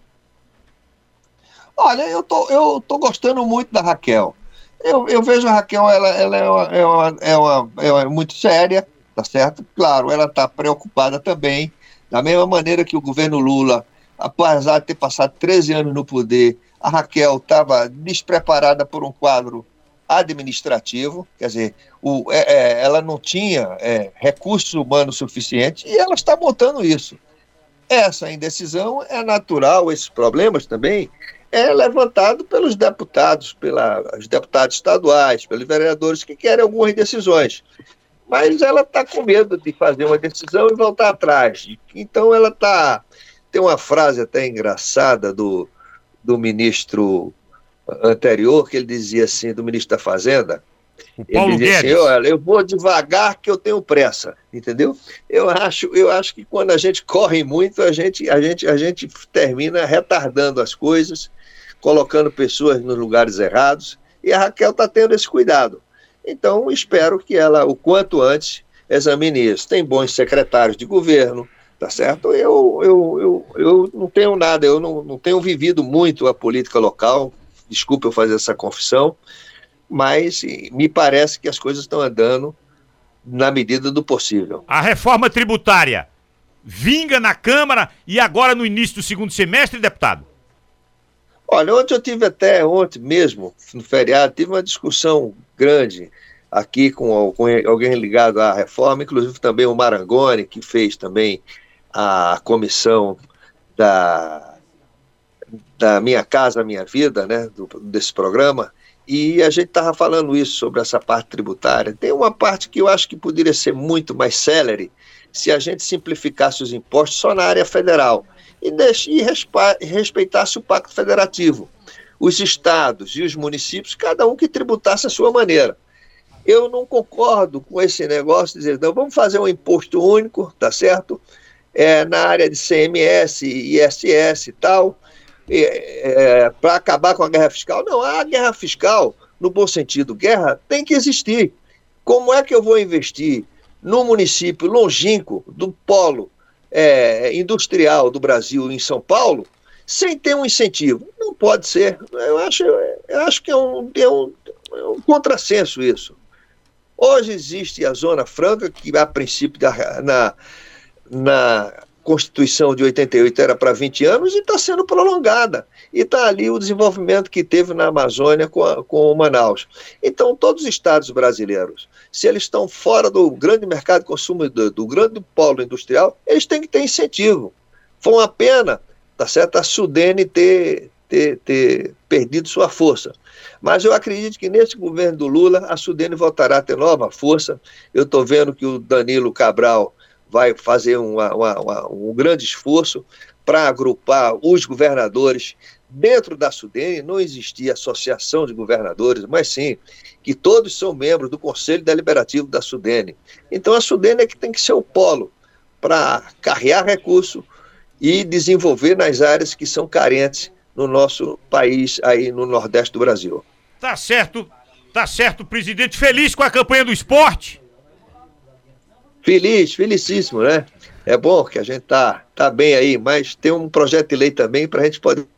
Olha, eu tô, eu tô gostando muito da Raquel. Eu, eu vejo a Raquel, ela, ela é, uma, é, uma, é, uma, é uma muito séria, tá certo? Claro, ela está preocupada também, da mesma maneira que o governo Lula, apesar de ter passado treze anos no poder, a Raquel estava despreparada por um quadro administrativo, quer dizer, o, é, é, ela não tinha é, recursos humanos suficientes e ela está montando isso. Essa indecisão é natural, esses problemas também é levantado pelos deputados, pelos deputados estaduais, pelos vereadores que querem algumas decisões. Mas ela está com medo de fazer uma decisão e voltar atrás. Então ela está... Tem uma frase até engraçada do, do ministro anterior, que ele dizia assim, do ministro da Fazenda, o Paulo ele dizia Guedes. assim, olha, eu vou devagar que eu tenho pressa, entendeu? Eu acho, eu acho que quando a gente corre muito, a gente, a gente, a gente termina retardando as coisas, colocando pessoas nos lugares errados, e a Raquel está tendo esse cuidado. Então, espero que ela, o quanto antes, examine isso. Tem bons secretários de governo, tá certo? Eu, eu, eu, eu não tenho nada, eu não, não tenho vivido muito a política local, desculpa eu fazer essa confissão, mas me parece que as coisas estão andando na medida do possível. A reforma tributária vinga na Câmara e agora no início do segundo semestre, deputado? Olha, ontem eu tive até, ontem mesmo, no feriado, tive uma discussão grande aqui com, com alguém ligado à reforma, inclusive também o Marangoni, que fez também a comissão da, da Minha Casa Minha Vida, né, do, desse programa, e a gente estava falando isso sobre essa parte tributária. Tem uma parte que eu acho que poderia ser muito mais célere se a gente simplificasse os impostos só na área federal e, deixe, e respa, respeitasse o Pacto Federativo. Os estados e os municípios, cada um que tributasse a sua maneira. Eu não concordo com esse negócio de dizer, não, vamos fazer um imposto único, tá certo? É, na área de C M S, I S S e tal, é, é, para acabar com a guerra fiscal. Não, a guerra fiscal, no bom sentido, guerra tem que existir. Como é que eu vou investir no município longínquo do polo é, industrial do Brasil, em São Paulo, sem ter um incentivo? Não pode ser. Eu acho, eu acho que é um, é, um, é um contrassenso isso. Hoje existe a Zona Franca, que a princípio da, na, na Constituição de oitenta e oito era para vinte anos e está sendo prolongada. E está ali o desenvolvimento que teve na Amazônia com, a, com o Manaus. Então, todos os estados brasileiros, se eles estão fora do grande mercado de consumo, do, do grande polo industrial, eles têm que ter incentivo. Foi uma pena, tá certo, a Sudene ter, ter, ter perdido sua força. Mas eu acredito que nesse governo do Lula, a Sudene voltará a ter nova força. Eu estou vendo que o Danilo Cabral vai fazer uma, uma, uma, um grande esforço para agrupar os governadores. Dentro da Sudene não existia associação de governadores, mas sim que todos são membros do Conselho Deliberativo da Sudene. Então a Sudene é que tem que ser o polo para carregar recurso e desenvolver nas áreas que são carentes no nosso país, aí no Nordeste do Brasil. Tá certo, tá certo, presidente. Feliz com a campanha do esporte? Feliz, felicíssimo, né? É bom que a gente tá, tá bem aí, mas tem um projeto de lei também para a gente poder...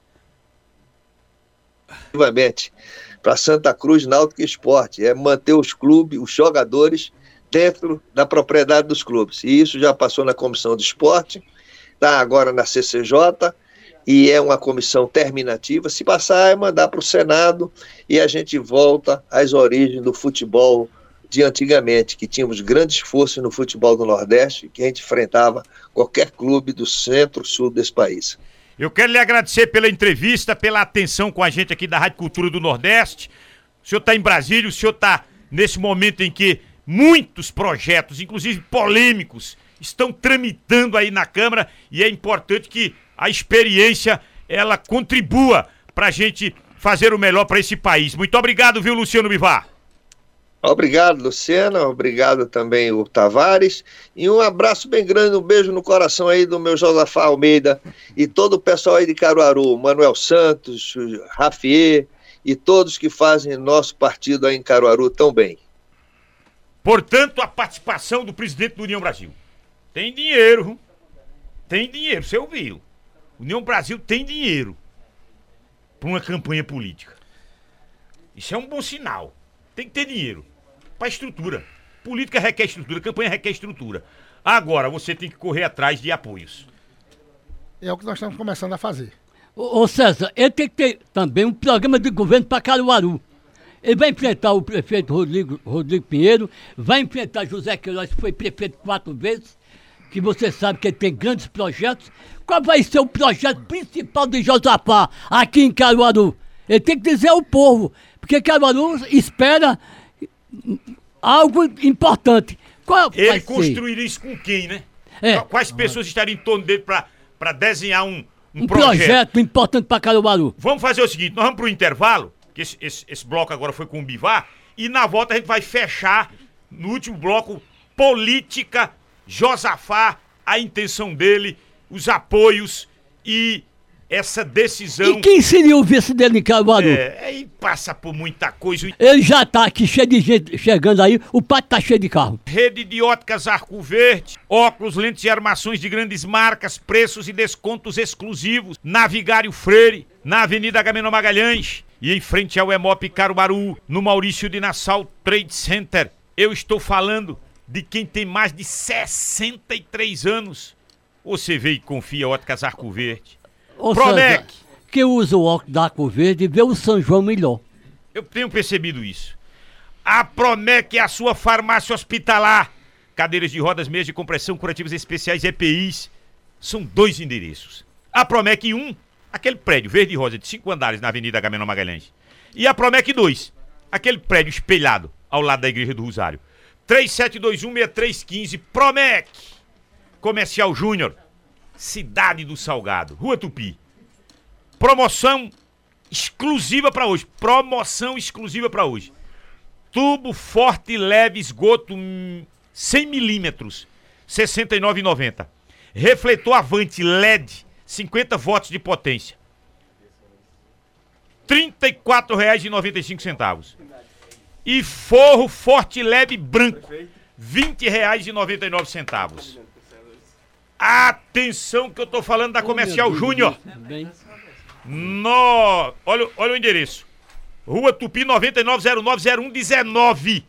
para Santa Cruz, Náutico e Esporte, é manter os clubes, os jogadores dentro da propriedade dos clubes. E isso já passou na Comissão do Esporte, está agora na C C J, e é uma comissão terminativa. Se passar, é mandar para o Senado e a gente volta às origens do futebol de antigamente, que tínhamos grandes forças no futebol do Nordeste, que a gente enfrentava qualquer clube do centro-sul desse país. Eu quero lhe agradecer pela entrevista, pela atenção com a gente aqui da Rádio Cultura do Nordeste. O senhor está em Brasília, o senhor está nesse momento em que muitos projetos, inclusive polêmicos, estão tramitando aí na Câmara e é importante que a experiência ela contribua para a gente fazer o melhor para esse país. Muito obrigado, viu, Luciano Bivar? Obrigado, Luciana, obrigado também o Tavares, e um abraço bem grande, um beijo no coração aí do meu Josafá Almeida e todo o pessoal aí de Caruaru, Manuel Santos, Rafier e todos que fazem nosso partido aí em Caruaru tão bem. Portanto, a participação do presidente do União Brasil. Tem dinheiro, tem dinheiro, você ouviu. União Brasil tem dinheiro para uma campanha política. Isso é um bom sinal. Tem que ter dinheiro para estrutura. Política requer estrutura, campanha requer estrutura. Agora, você tem que correr atrás de apoios. É o que nós estamos começando a fazer. Ô, ô César, ele tem que ter também um programa de governo para Caruaru. Ele vai enfrentar o prefeito Rodrigo, Rodrigo Pinheiro, vai enfrentar José Queiroz, que foi prefeito quatro vezes, que você sabe que ele tem grandes projetos. Qual vai ser o projeto principal de Josafá aqui em Caruaru? Ele tem que dizer ao povo, porque Caruaru espera algo importante. Qual Ele vai construiria ser? isso com quem, né? É. Quais pessoas estariam em torno dele para desenhar um, um, Um projeto? projeto importante para Caruaru. Vamos fazer o seguinte, nós vamos para o intervalo, que esse, esse, esse bloco agora foi com o Bivar, e na volta a gente vai fechar, no último bloco, política, Josafá, a intenção dele, os apoios e essa decisão... E quem seria o vice dele em Caruaru? É, aí passa por muita coisa. Ele já tá aqui cheio de gente chegando aí, o pátio tá cheio de carro. Rede de óticas Arco Verde, óculos, lentes e armações de grandes marcas, preços e descontos exclusivos. Na Vigário Freire, na Avenida Agamenon Magalhães e em frente ao Emop Caruaru, no Maurício de Nassau Trade Center. Eu estou falando de quem tem mais de sessenta e três anos. Você vê e confia, óticas Arco Verde. Ô, Promec. César, que usa o óculos da Arco Verde e vê o São João melhor. Eu tenho percebido isso. A Promec é a sua farmácia hospitalar. Cadeiras de rodas, meias de compressão, curativos especiais, E P Is. São dois endereços. A Promec um, aquele prédio verde e rosa de cinco andares na Avenida Agamenon Magalhães. E a Promec dois, aquele prédio espelhado ao lado da Igreja do Rosário. três sete dois um, seis três um cinco, Promec. Comercial Júnior, Cidade do Salgado, Rua Tupi. Promoção exclusiva para hoje. Promoção exclusiva para hoje. Tubo forte leve esgoto cem milímetros, sessenta e nove reais e noventa centavos. Refletor Avante L E D, cinquenta watts de potência, trinta e quatro reais e noventa e cinco centavos. E forro forte leve branco, vinte reais e noventa e nove centavos. Atenção que eu tô falando da Comercial Júnior. No... Olha, olha o endereço. Rua Tupi noventa e nove, zero nove zero um, dezenove.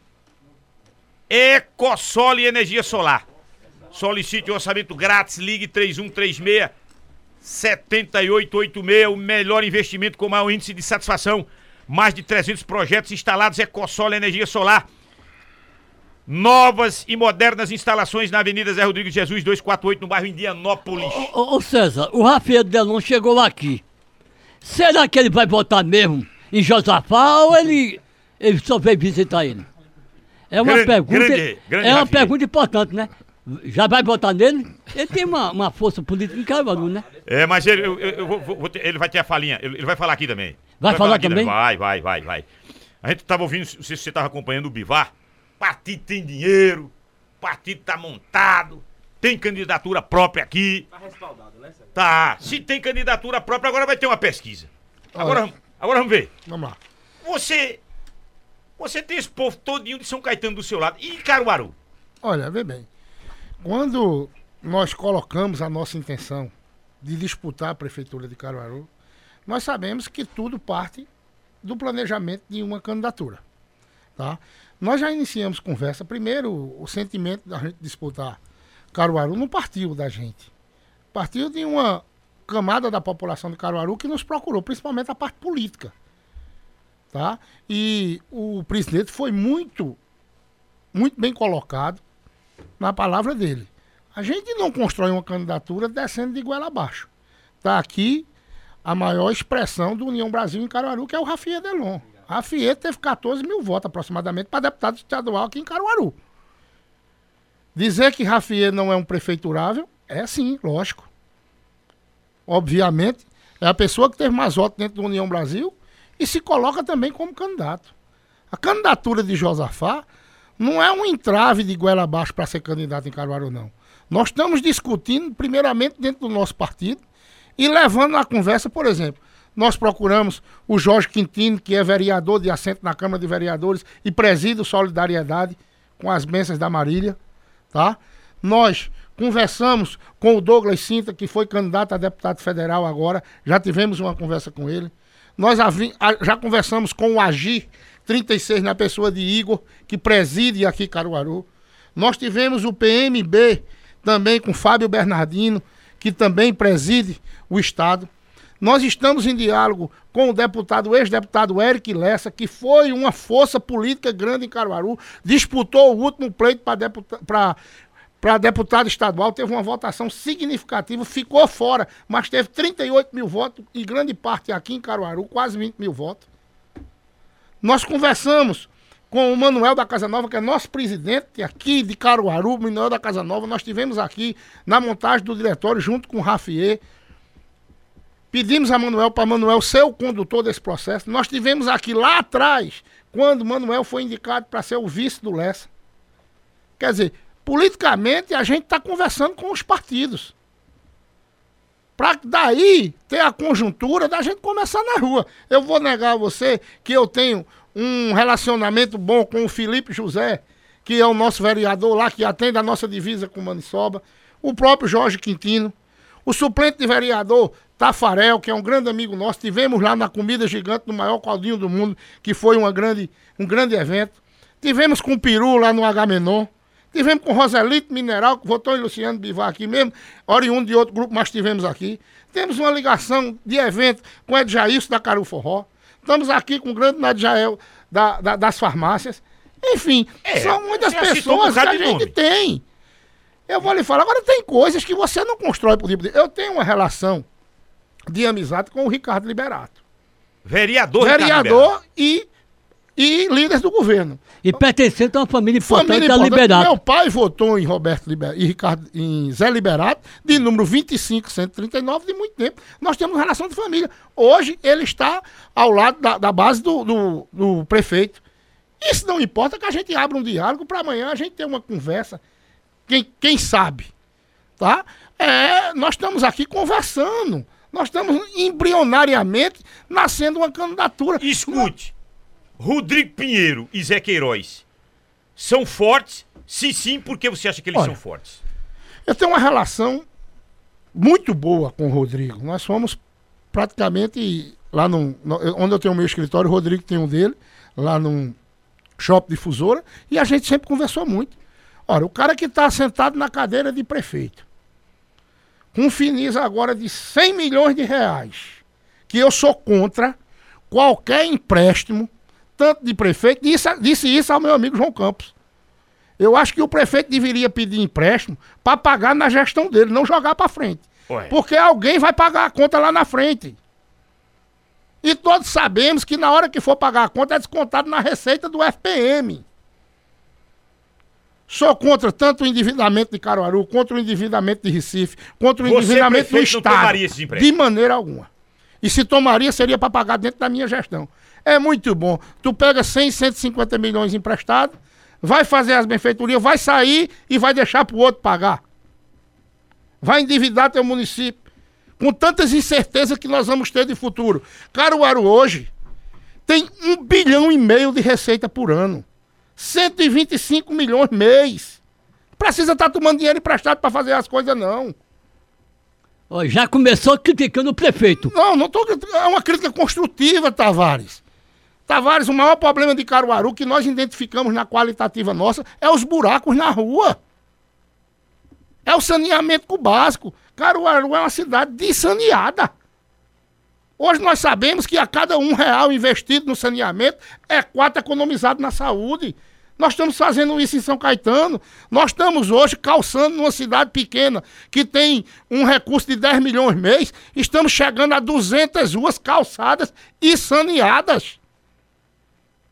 Ecosol e Energia Solar. Solicite o orçamento grátis, ligue três um três seis, sete oito oito seis, o melhor investimento com maior índice de satisfação. Mais de trezentos projetos instalados, Ecosol e Energia Solar. Novas e modernas instalações na Avenida Zé Rodrigues Jesus, duzentos e quarenta e oito, no bairro Indianópolis. Ô, ô César, o Rafael Delon chegou aqui. Será que ele vai votar mesmo em Josafá ou ele, ele só veio visitar ele? É uma Grande, pergunta, grande, grande é uma Rafael. pergunta importante, né? Já vai votar nele? Ele tem uma, uma força política em Caruaru, né? É, mas ele, eu, eu, eu vou, vou ter- ele vai ter a falinha, ele, ele vai falar aqui também. Vai falar aqui também? Vai, vai, vai, vai. A gente tava ouvindo, não sei se você tava acompanhando o Bivar. Partido tem dinheiro, partido tá montado, tem candidatura própria aqui. Tá respaldado, né, Sérgio? Tá. Se tem candidatura própria, agora vai ter uma pesquisa. Agora, vamos- agora vamos ver. Vamos lá. Você. Você tem esse povo todinho de São Caetano do seu lado. E Caruaru? Olha, vê bem. Quando nós colocamos a nossa intenção de disputar a Prefeitura de Caruaru, nós sabemos que tudo parte do planejamento de uma candidatura. Tá? Nós já iniciamos conversa. Primeiro, o sentimento da gente disputar Caruaru não partiu da gente. Partiu de uma camada da população de Caruaru que nos procurou, principalmente a parte política. Tá? E o presidente foi muito, muito bem colocado na palavra dele. A gente não constrói uma candidatura descendo de goela abaixo. Está aqui a maior expressão do União Brasil em Caruaru, que é o Rafier Delon. Rafier teve quatorze mil votos aproximadamente para deputado estadual aqui em Caruaru. Dizer que Rafier não é um prefeiturável, é sim, lógico. Obviamente, é a pessoa que teve mais votos dentro da União Brasil e se coloca também como candidato. A candidatura de Josafá não é um entrave de goela abaixo para ser candidato em Caruaru, não. Nós estamos discutindo, primeiramente, dentro do nosso partido e levando a conversa, por exemplo, nós procuramos o Jorge Quintino, que é vereador de assento na Câmara de Vereadores e preside o Solidariedade com as bênçãos da Marília, tá? Nós conversamos com o Douglas Sintra, que foi candidato a deputado federal agora, já tivemos uma conversa com ele. Nós já conversamos com o Agir trinta e seis, na pessoa de Igor, que preside aqui Caruaru. Nós tivemos o P M B também com Fábio Bernardino, que também preside o Estado. Nós estamos em diálogo com o deputado, o ex-deputado Eric Lessa, que foi uma força política grande em Caruaru, disputou o último pleito para deputado, para deputado estadual, teve uma votação significativa, ficou fora, mas teve trinta e oito mil votos, e grande parte aqui em Caruaru, quase vinte mil votos. Nós conversamos com o Manuel da Casa Nova, que é nosso presidente aqui de Caruaru, Manuel da Casa Nova. Nós estivemos aqui na montagem do diretório junto com o Rafier. Pedimos a Manuel para Manuel ser o condutor desse processo. Nós tivemos aqui lá atrás, quando Manuel foi indicado para ser o vice do Lessa. Quer dizer, politicamente a gente está conversando com os partidos. Para daí ter a conjuntura da gente começar na rua. Eu vou negar a você que eu tenho um relacionamento bom com o Felipe José, que é o nosso vereador lá, que atende a nossa divisa com Maniçoba, o próprio Jorge Quintino, o suplente de vereador Tafarel, que é um grande amigo nosso. Tivemos lá na comida gigante do maior caldinho do mundo, que foi uma grande, um grande evento. Tivemos com o Peru lá no Agamenon. Tivemos com o Roselito Mineral, que votou em Luciano Bivar aqui mesmo, oriundo de outro grupo, mas tivemos aqui. Temos uma ligação de evento com o Edjailson da Caru Forró. Estamos aqui com o grande Nadjael da, da, das farmácias. Enfim, é, são muitas pessoas que a gente nome. tem. Eu vou lhe falar, agora tem coisas que você não constrói por tipo de... Eu tenho uma relação de amizade com o Ricardo Liberato. Vereador Vereador e, e líder do governo. E pertencente a uma família importante, família importante. Da Liberato. Meu pai votou em Roberto Liber... e Ricardo, em Zé Liberato, de número vinte e cinco, cento e trinta e nove, de muito tempo. Nós temos uma relação de família. Hoje ele está ao lado da, da base do, do, do prefeito. Isso não importa, que a gente abra um diálogo para amanhã a gente ter uma conversa. Quem, quem sabe? Tá? É, nós estamos aqui conversando. Nós estamos embrionariamente nascendo uma candidatura. Escute. Rodrigo Pinheiro e Zé Queiroz são fortes? Se sim, por que você acha que eles Olha, são fortes? Eu tenho uma relação muito boa com o Rodrigo. Nós fomos praticamente lá no, onde eu tenho o meu escritório, o Rodrigo tem um dele, lá num shopping difusora, e a gente sempre conversou muito. Ora, o cara que está sentado na cadeira de prefeito, com finis agora de cem milhões de reais, que eu sou contra qualquer empréstimo, tanto de prefeito, disse, disse isso ao meu amigo João Campos. Eu acho que o prefeito deveria pedir empréstimo para pagar na gestão dele, não jogar para frente. Ué. Porque alguém vai pagar a conta lá na frente. E todos sabemos que na hora que for pagar a conta é descontado na receita do F P M. Sou contra tanto o endividamento de Caruaru, contra o endividamento de Recife, contra o Você, endividamento do Estado. De maneira alguma. E se tomaria, seria para pagar dentro da minha gestão. É muito bom. Tu pega cem, cento e cinquenta milhões emprestados, vai fazer as benfeitorias, vai sair e vai deixar para o outro pagar. Vai endividar teu município. Com tantas incertezas que nós vamos ter de futuro. Caruaru hoje tem um bilhão e meio de receita por ano. cento e vinte e cinco milhões mês. Precisa estar tomando dinheiro emprestado para fazer as coisas, não. Oh, já começou criticando o prefeito. Não, não estou criticando. É uma crítica construtiva, Tavares. Tavares, o maior problema de Caruaru que nós identificamos na qualitativa nossa é os buracos na rua. É o saneamento básico. Caruaru é uma cidade dissaneada. Hoje nós sabemos que a cada um real investido no saneamento é quatro economizado na saúde. Nós estamos fazendo isso em São Caetano. Nós estamos hoje calçando numa cidade pequena que tem um recurso de dez milhões mês. Estamos chegando a duzentas ruas calçadas e saneadas.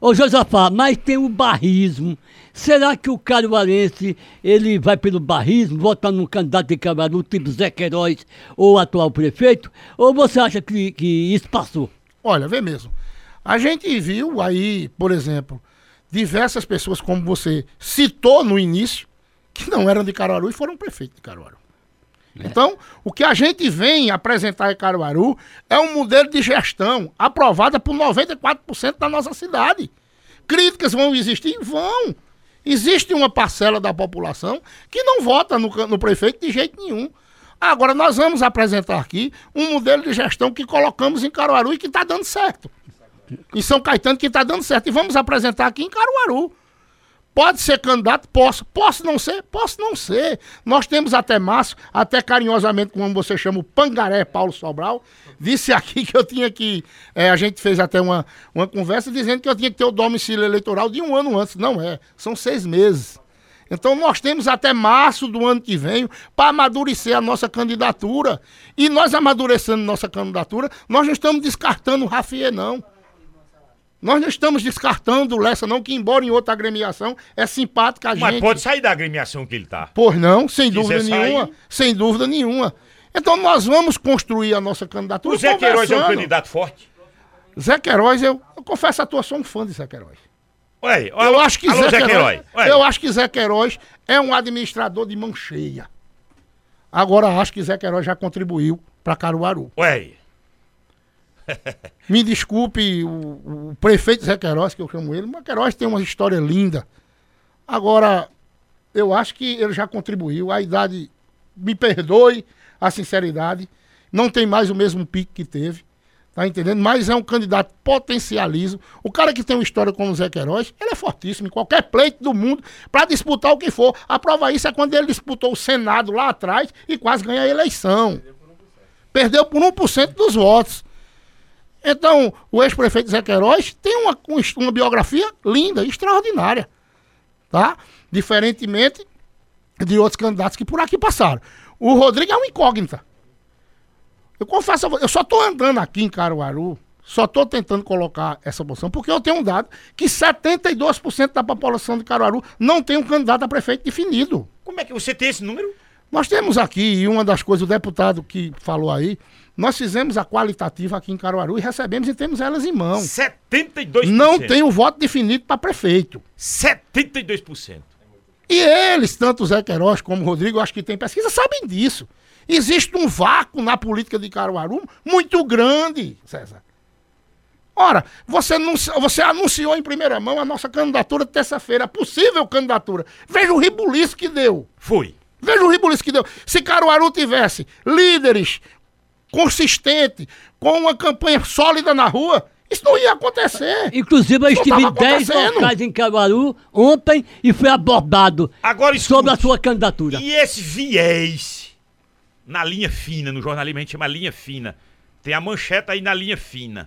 Ô Josafá, mas tem o barrismo. Será que o caruarense, ele vai pelo barrismo, votando num candidato de Caruaru, tipo Zé Queiroz ou o atual prefeito? Ou você acha que, que isso passou? Olha, vê mesmo. A gente viu aí, por exemplo, diversas pessoas, como você citou no início, que não eram de Caruaru e foram prefeitos de Caruaru. É. Então, o que a gente vem apresentar em Caruaru é um modelo de gestão aprovada por noventa e quatro por cento da nossa cidade. Críticas vão existir? Vão. Existe uma parcela da população que não vota no, no prefeito de jeito nenhum. Agora, nós vamos apresentar aqui um modelo de gestão que colocamos em Caruaru e que está dando certo. Em São Caetano que está dando certo. E vamos apresentar aqui em Caruaru. Pode ser candidato? Posso. Posso não ser? Posso não ser. Nós temos até Márcio, até carinhosamente, como você chama, o Pangaré Paulo Sobral, disse aqui que eu tinha que... É, a gente fez até uma, uma conversa dizendo que eu tinha que ter o domicílio eleitoral de um ano antes. Não é. São seis meses. Então nós temos até março do ano que vem para amadurecer a nossa candidatura. E nós amadurecendo nossa candidatura, nós não estamos descartando o Rafier, não. Nós não estamos descartando o Lessa, não, que embora em outra agremiação é simpática a gente. Mas pode sair da agremiação que ele tá. Pois não, sem dúvida sair... nenhuma. Sem dúvida nenhuma. Então nós vamos construir a nossa candidatura. O Zé Queiroz é um candidato forte? Zé Queiroz, eu, eu confesso a tua, sou um fã de Zé Queiroz. Ué, eu alô, acho que alô, Zé, Zé Queiroz, Queiroz. Eu acho que Zé Queiroz é um administrador de mão cheia. Agora acho que Zé Queiroz já contribuiu para Caruaru. Ué. Me desculpe o, o prefeito Zé Queiroz, que eu chamo ele, mas Queiroz tem uma história linda. Agora, eu acho que ele já contribuiu. A idade, me perdoe a sinceridade, não tem mais o mesmo pique que teve, tá entendendo? Mas é um candidato potencializo. O cara que tem uma história como o Zé Queiroz, ele é fortíssimo em qualquer pleito do mundo para disputar o que for. A prova disso é quando ele disputou o Senado lá atrás e quase ganhou a eleição. Perdeu por um por cento dos votos. Então, o ex-prefeito Zé Queiroz tem uma, uma biografia linda, extraordinária, tá? Diferentemente de outros candidatos que por aqui passaram. O Rodrigo é uma incógnita. Eu confesso, eu só estou andando aqui em Caruaru, só estou tentando colocar essa moção, porque eu tenho um dado que setenta e dois por cento da população de Caruaru não tem um candidato a prefeito definido. Como é que você tem esse número? Nós temos aqui, e uma das coisas, o deputado que falou aí, nós fizemos a qualitativa aqui em Caruaru e recebemos e temos elas em mão. setenta e dois por cento. Não tem o voto definido para prefeito. setenta e dois por cento. E eles, tanto o Zé Queiroz como o Rodrigo, acho que tem pesquisa, sabem disso. Existe um vácuo na política de Caruaru muito grande, César. Ora, você, não, você anunciou em primeira mão a nossa candidatura terça-feira, a possível candidatura. Veja o ribuliço que deu. Foi. Veja o ribuliço que deu. Se Caruaru tivesse líderes consistentes, com uma campanha sólida na rua, isso não ia acontecer. Inclusive, eu estive em dez locais em Caruaru ontem e fui abordado Agora, sobre a sua candidatura. E esse viés na linha fina, no jornalismo a gente chama linha fina, tem a manchete aí na linha fina.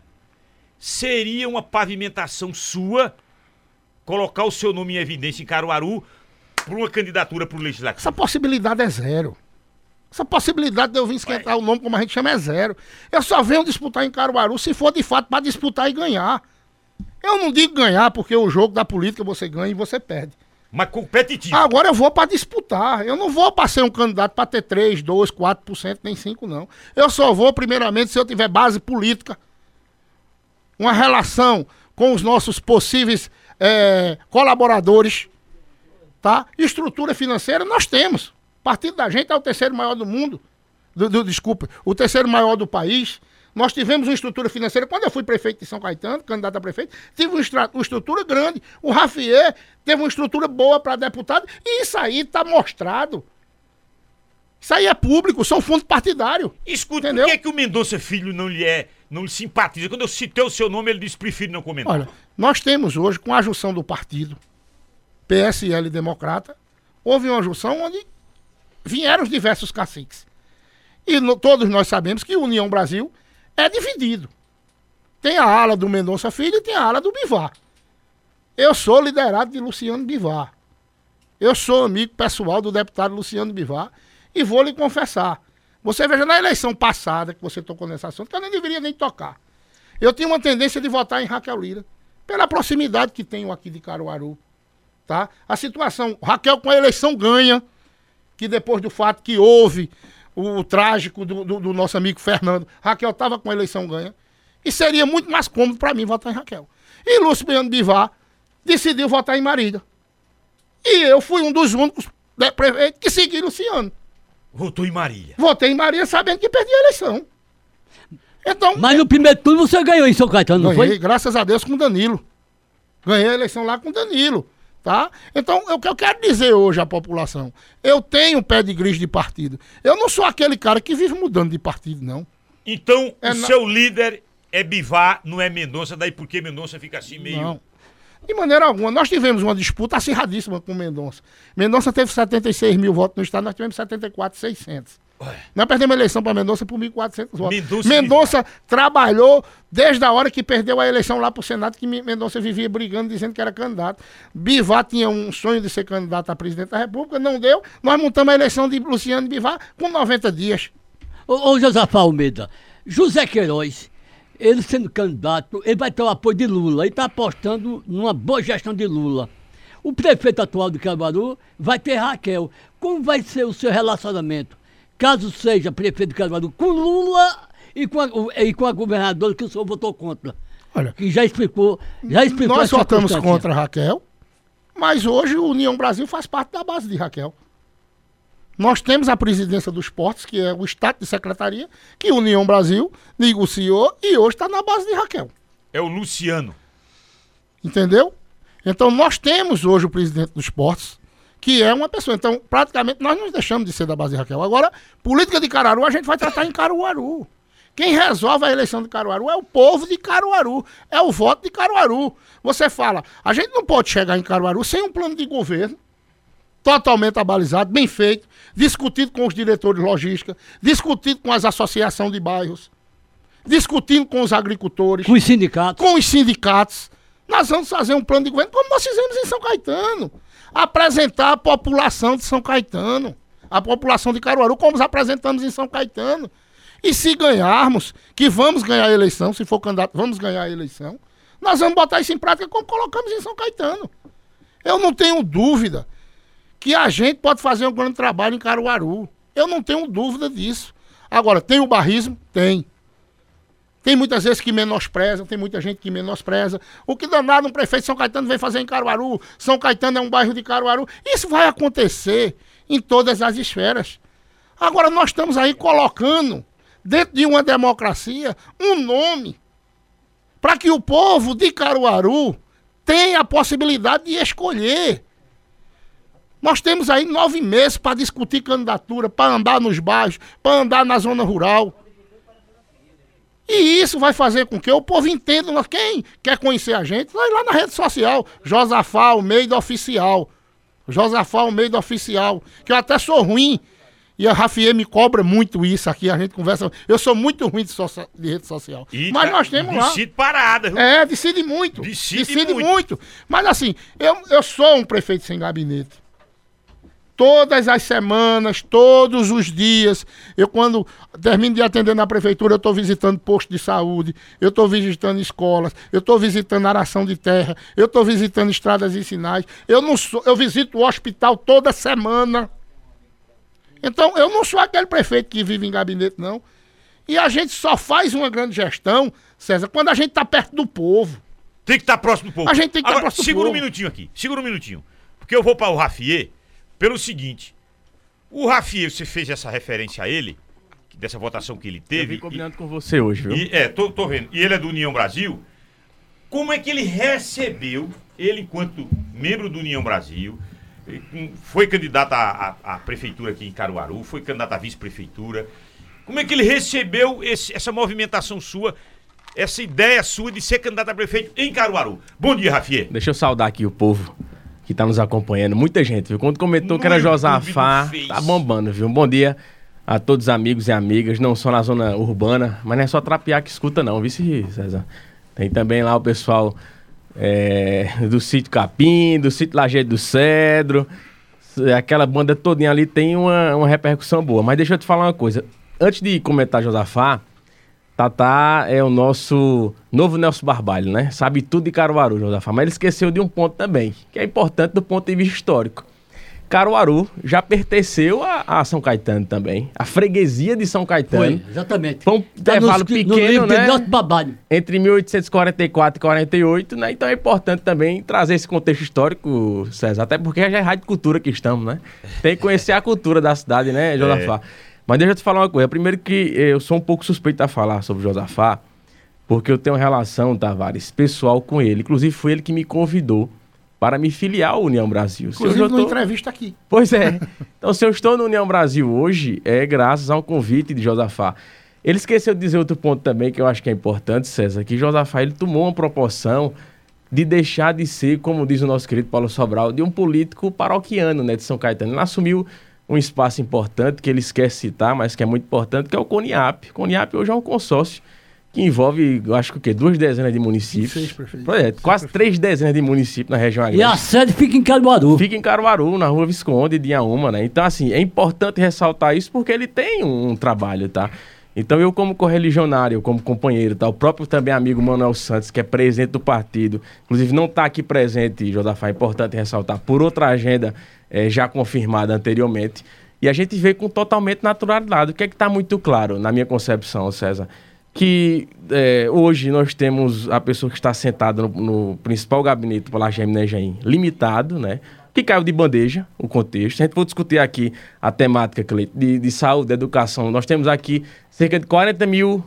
Seria uma pavimentação sua colocar o seu nome em evidência em Caruaru por uma candidatura para o legislativo? Essa possibilidade é zero. Essa possibilidade de eu vir esquentar Ué. o nome, como a gente chama, é zero. Eu só venho disputar em Caruaru se for de fato para disputar e ganhar. Eu não digo ganhar, porque o jogo da política você ganha e você perde. Mas competitivo. Agora eu vou para disputar. Eu não vou para ser um candidato para ter três, dois, quatro por cento, nem cinco por cento, não. Eu só vou, primeiramente, se eu tiver base política, uma relação com os nossos possíveis é, colaboradores, tá? Estrutura financeira nós temos. O partido da gente é o terceiro maior do mundo. Do, do, desculpa, o terceiro maior do país. Nós tivemos uma estrutura financeira. Quando eu fui prefeito de São Caetano, candidato a prefeito, tive uma, estra, uma estrutura grande. O Rafier teve uma estrutura boa para deputado. E isso aí está mostrado. Isso aí é público, são fundos partidários. Escuta, por que, é que o Mendonça Filho não lhe é, não lhe simpatiza? Quando eu citei o seu nome, ele disse: prefiro não comentar. Olha, nós temos hoje, com a junção do partido P S L Democrata, houve uma junção onde vieram os diversos caciques. E no, todos nós sabemos que a União Brasil é dividido. Tem a ala do Mendonça Filho e tem a ala do Bivar. Eu sou liderado de Luciano Bivar. Eu sou amigo pessoal do deputado Luciano Bivar e vou lhe confessar. Você veja, na eleição passada que você tocou nesse assunto, que eu nem deveria nem tocar. Eu tinha uma tendência de votar em Raquel Lira. Pela proximidade que tenho aqui de Caruaru. Tá? A situação, Raquel com a eleição ganha, que depois do fato que houve o, o trágico do, do, do nosso amigo Fernando, Raquel estava com a eleição ganha. E seria muito mais cômodo para mim votar em Raquel. E Lúcio Bivar decidiu votar em Marília. E eu fui um dos únicos prefeitos que segui Luciano. Votou em Marília. Votei em Marília sabendo que perdi a eleição. Então, Mas no primeiro turno você ganhou em São Caetano, não ganhei, foi? graças a Deus, com Danilo. Ganhei a eleição lá com Danilo. Tá? Então, o que eu quero dizer hoje à população, eu tenho pé de gris de partido. Eu não sou aquele cara que vive mudando de partido, não. Então, É o na- seu líder é Bivar, não é Mendonça, daí porque Mendonça fica assim meio... Não. De maneira alguma. Nós tivemos uma disputa acirradíssima com Mendonça. Mendonça teve setenta e seis mil votos no estado, nós tivemos setenta e quatro mil e seiscentos. Ué. Nós perdemos a eleição para Mendonça por mil e quatrocentos votos. Mendonça Mendonça, e trabalhou desde a hora que perdeu a eleição lá para o Senado, que Mendonça vivia brigando, dizendo que era candidato. Bivar tinha um sonho de ser candidato a presidente da República, não deu. Nós montamos a eleição de Luciano Bivar com noventa dias. Ô, ô Josafá Almeida, José Queiroz, ele sendo candidato, ele vai ter o apoio de Lula. Ele está apostando numa boa gestão de Lula. O prefeito atual de Caruaru vai ter Raquel. Como vai ser o seu relacionamento, caso seja prefeito de Caruaru, com Lula e com a, e com a governadora que o senhor votou contra? Olha, Que já explicou, já explicou nós essa votamos circunstância. contra a Raquel, mas hoje o União Brasil faz parte da base de Raquel. Nós temos a presidência dos portos, que é o status de secretaria, que a União Brasil negociou e hoje está na base de Raquel. É o Luciano. Entendeu? Então nós temos hoje o presidente dos portos, que é uma pessoa. Então, praticamente, nós não deixamos de ser da base de Raquel. Agora, política de Caruaru, a gente vai tratar em Caruaru. Quem resolve a eleição de Caruaru é o povo de Caruaru, é o voto de Caruaru. Você fala, a gente não pode chegar em Caruaru sem um plano de governo totalmente abalizado, bem feito, discutido com os diretores de logística, discutido com as associações de bairros, discutindo com os agricultores, Com os sindicatos. com os sindicatos. Nós vamos fazer um plano de governo como nós fizemos em São Caetano. Apresentar a população de São Caetano, a população de Caruaru, como nós apresentamos em São Caetano. E se ganharmos, que vamos ganhar a eleição, se for candidato, vamos ganhar a eleição, nós vamos botar isso em prática como colocamos em São Caetano. Eu não tenho dúvida que a gente pode fazer um grande trabalho em Caruaru. Eu não tenho dúvida disso. Agora, tem o barrismo? Tem. Tem muitas vezes que menospreza, tem muita gente que menospreza. O que danado um prefeito de São Caetano vem fazer em Caruaru? São Caetano é um bairro de Caruaru. Isso vai acontecer em todas as esferas. Agora, nós estamos aí colocando, dentro de uma democracia, um nome para que o povo de Caruaru tenha a possibilidade de escolher. Nós temos aí nove meses para discutir candidatura, para andar nos bairros, para andar na zona rural. E isso vai fazer com que o povo entenda. nós- Quem quer conhecer a gente, vai lá na rede social, Josafá Almeida Oficial. Josafá Almeida Oficial. Que eu até sou ruim. E a Rafiê me cobra muito isso aqui, a gente conversa. Eu sou muito ruim de, socia- de rede social. E Mas tá- nós temos lá. Decide parada, viu? É, decide muito. Decide muito. muito. Mas assim, eu, eu sou um prefeito sem gabinete. Todas as semanas, todos os dias, eu quando termino de atender na prefeitura, eu estou visitando posto de saúde, eu estou visitando escolas, eu estou visitando aração de terra, eu estou visitando estradas e sinais, eu, não sou, eu visito o hospital toda semana. Então, eu não sou aquele prefeito que vive em gabinete, não. E a gente só faz uma grande gestão, César, quando a gente está perto do povo. Tem que estar próximo do povo. A gente tem que estar Agora, próximo do segura um povo. minutinho aqui, segura um minutinho. Porque eu vou para o Rafiê pelo seguinte. O Rafiê, você fez essa referência a ele, dessa votação que ele Eu teve. vim combinando com você hoje, viu? E, é, tô, tô vendo. E ele é do União Brasil. Como é que ele recebeu, ele enquanto membro do União Brasil, eh, com- foi candidato à, à- à prefeitura aqui em Caruaru, foi candidato à vice-prefeitura. Como é que ele recebeu esse- essa movimentação sua, essa ideia sua de ser candidato a prefeito em Caruaru? Bom dia, Rafiê. Deixa eu saudar aqui o povo que tá nos acompanhando. Muita gente, viu? Quando comentou No que era YouTube, Josafá, no Face. tá bombando, viu? Um bom dia a todos os amigos e amigas, não só na zona urbana, mas não é só trapear que escuta não, viu, César? Tem também lá o pessoal é, do sítio Capim, do sítio Lajeado do Cedro, aquela banda todinha ali tem uma, uma repercussão boa. Mas deixa eu te falar uma coisa, antes de comentar Josafá, Tatá é o nosso novo Nelson Barbalho, né? Sabe tudo de Caruaru, Josafá. Mas ele esqueceu de um ponto também, que é importante do ponto de vista histórico. Caruaru já pertenceu a, a São Caetano também. A freguesia de São Caetano. Foi, exatamente. Foi um Tá intervalo no, pequeno, no livro né? de Nelson Barbalho. Entre mil oitocentos e quarenta e quatro e quarenta e oito, né? Então é importante também trazer esse contexto histórico, César. Até porque já é rádio cultura que estamos, né? Tem que conhecer a cultura da cidade, né, Josafá? É. Mas deixa eu te falar uma coisa. Primeiro que eu sou um pouco suspeito a falar sobre o Josafá, porque eu tenho uma relação, Tavares, pessoal com ele. Inclusive foi ele que me convidou para me filiar à União Brasil. Inclusive numa tô... entrevista aqui. Pois é. Então se eu estou na União Brasil hoje, é graças a um convite de Josafá. Ele esqueceu de dizer outro ponto também, que eu acho que é importante, César, que Josafá ele tomou uma proporção de deixar de ser, como diz o nosso querido Paulo Sobral, de um político paroquiano, né, de São Caetano. Ele assumiu um espaço importante que ele esquece citar, mas que é muito importante, que é o CONIAP. O CONIAP hoje é um consórcio que envolve, eu acho que o quê? Duas dezenas de municípios. É, quase três dezenas de municípios na região agreste. E a sede fica em Caruaru. Fica em Caruaru, na Rua Visconde de Inhaúma, né? Então, assim, é importante ressaltar isso porque ele tem um, um trabalho, tá? Então, eu como correligionário, como companheiro, tá? O próprio também amigo Manuel Santos, que é presidente do partido, inclusive não está aqui presente, Josafá, é importante ressaltar, por outra agenda é, já confirmada anteriormente. E a gente vê com totalmente naturalidade. O que é que está muito claro, na minha concepção, César? Que é, hoje nós temos a pessoa que está sentada no, no principal gabinete do Palácio Jaime Nejaim, limitado, né? Que caiu de bandeja o contexto. A gente for discutir aqui a temática, Cleito, de, de saúde, de educação. Nós temos aqui cerca de quarenta mil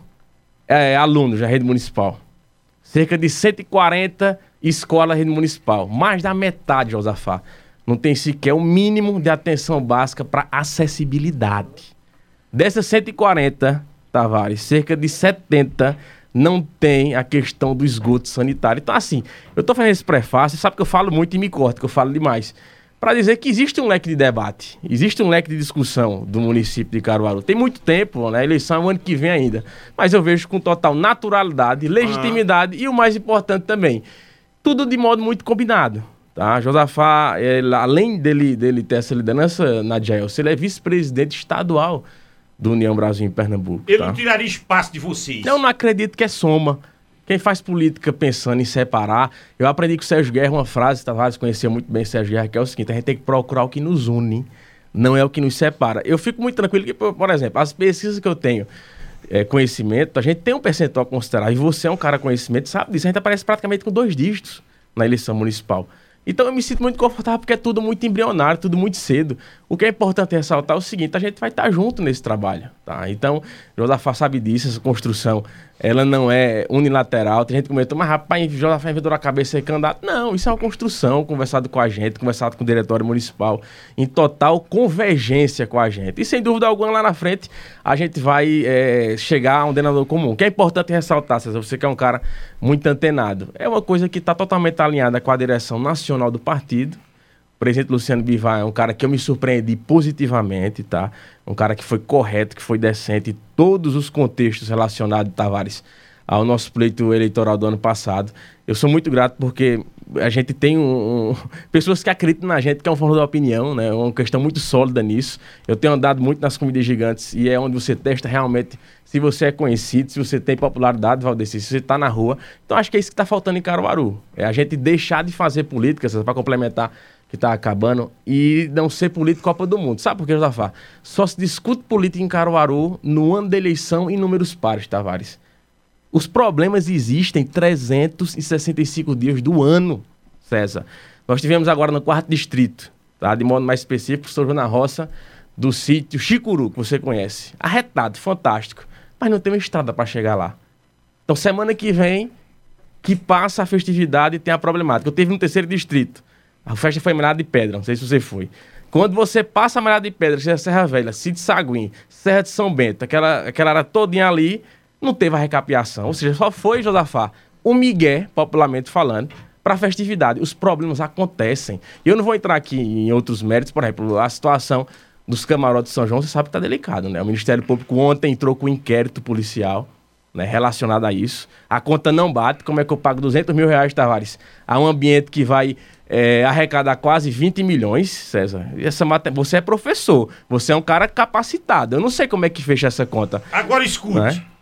é, alunos na rede municipal. Cerca de cento e quarenta escolas na rede municipal. Mais da metade, Josafá, não tem sequer o mínimo de atenção básica para acessibilidade. Dessas cento e quarenta, Tavares, cerca de setenta não tem a questão do esgoto sanitário. Então, assim, eu tô fazendo esse prefácio, sabe que eu falo muito e me corto, que eu falo demais, para dizer que existe um leque de debate, existe um leque de discussão do município de Caruaru. Tem muito tempo, né? A eleição é o ano que vem ainda. Mas eu vejo com total naturalidade, legitimidade ah. e o mais importante também, tudo de modo muito combinado. Tá? Josafá, ele, além dele, dele ter essa liderança na D G E L, ele é vice-presidente estadual do União Brasil em Pernambuco. Eu tá? não tiraria espaço de vocês. Eu não acredito que é soma. Quem faz política pensando em separar... Eu aprendi com o Sérgio Guerra uma frase, Tavares conhecia muito bem o Sérgio Guerra, que é o seguinte: a gente tem que procurar o que nos une, não é o que nos separa. Eu fico muito tranquilo que, por exemplo, as pesquisas que eu tenho é, conhecimento, a gente tem um percentual considerável, e você é um cara conhecimento, sabe disso, a gente aparece praticamente com dois dígitos na eleição municipal. Então eu me sinto muito confortável porque é tudo muito embrionário, tudo muito cedo. O que é importante ressaltar é o seguinte: a gente vai estar junto nesse trabalho, tá? Então, Josafá sabe disso, essa construção, ela não é unilateral. Tem gente que comentou, mas rapaz, Josafá inventou a cabeça ser candidato. Não, isso é uma construção, conversado com a gente, conversado com o diretório municipal, em total convergência com a gente. E sem dúvida alguma, lá na frente, a gente vai é, chegar a um denominador comum. O que é importante ressaltar, César, você que é um cara muito antenado, é uma coisa que está totalmente alinhada com a direção nacional do partido. O presidente Luciano Bivar é um cara que eu me surpreendi positivamente, tá? Um cara que foi correto, que foi decente em todos os contextos relacionados, Tavares, ao nosso pleito eleitoral do ano passado. Eu sou muito grato porque a gente tem um, um, pessoas que acreditam na gente, que é uma forma de opinião, né? Uma questão muito sólida nisso. Eu tenho andado muito nas comidas gigantes e é onde você testa realmente se você é conhecido, se você tem popularidade, Valdeci, se você está na rua. Então acho que é isso que está faltando em Caruaru. É a gente deixar de fazer política, para complementar, que está acabando, e não ser político Copa do Mundo. Sabe por quê, Josafá? Só se discute política em Caruaru no ano da eleição em números pares, Tavares. Os problemas existem trezentos e sessenta e cinco dias do ano, César. Nós tivemos agora no quarto distrito, tá? De modo mais específico, São João da Roça, do sítio Chicuru, que você conhece. Arretado, fantástico. Mas não tem uma estrada para chegar lá. Então, semana que vem, que passa a festividade e tem a problemática. Eu teve no terceiro distrito. A festa foi Malhada de Pedra, não sei se você foi. Quando você passa a Malhada de Pedra, que é a Serra Velha, Sítio Saguim, Serra de São Bento, aquela, aquela área todinha ali, não teve a recapeação. Ou seja, só foi, Josafá, o migué, popularmente falando, para a festividade. Os problemas acontecem. E eu não vou entrar aqui em outros méritos, por exemplo, a situação dos camarotes de São João, você sabe que está delicado, né? O Ministério Público ontem entrou com um inquérito policial, né, relacionado a isso. A conta não bate. Como é que eu pago duzentos mil reais, Tavares, a um ambiente que vai é, arrecadar quase vinte milhões, César? Essa mate... Você é professor, você é um cara capacitado. Eu não sei como é que fecha essa conta. Agora escute. Né?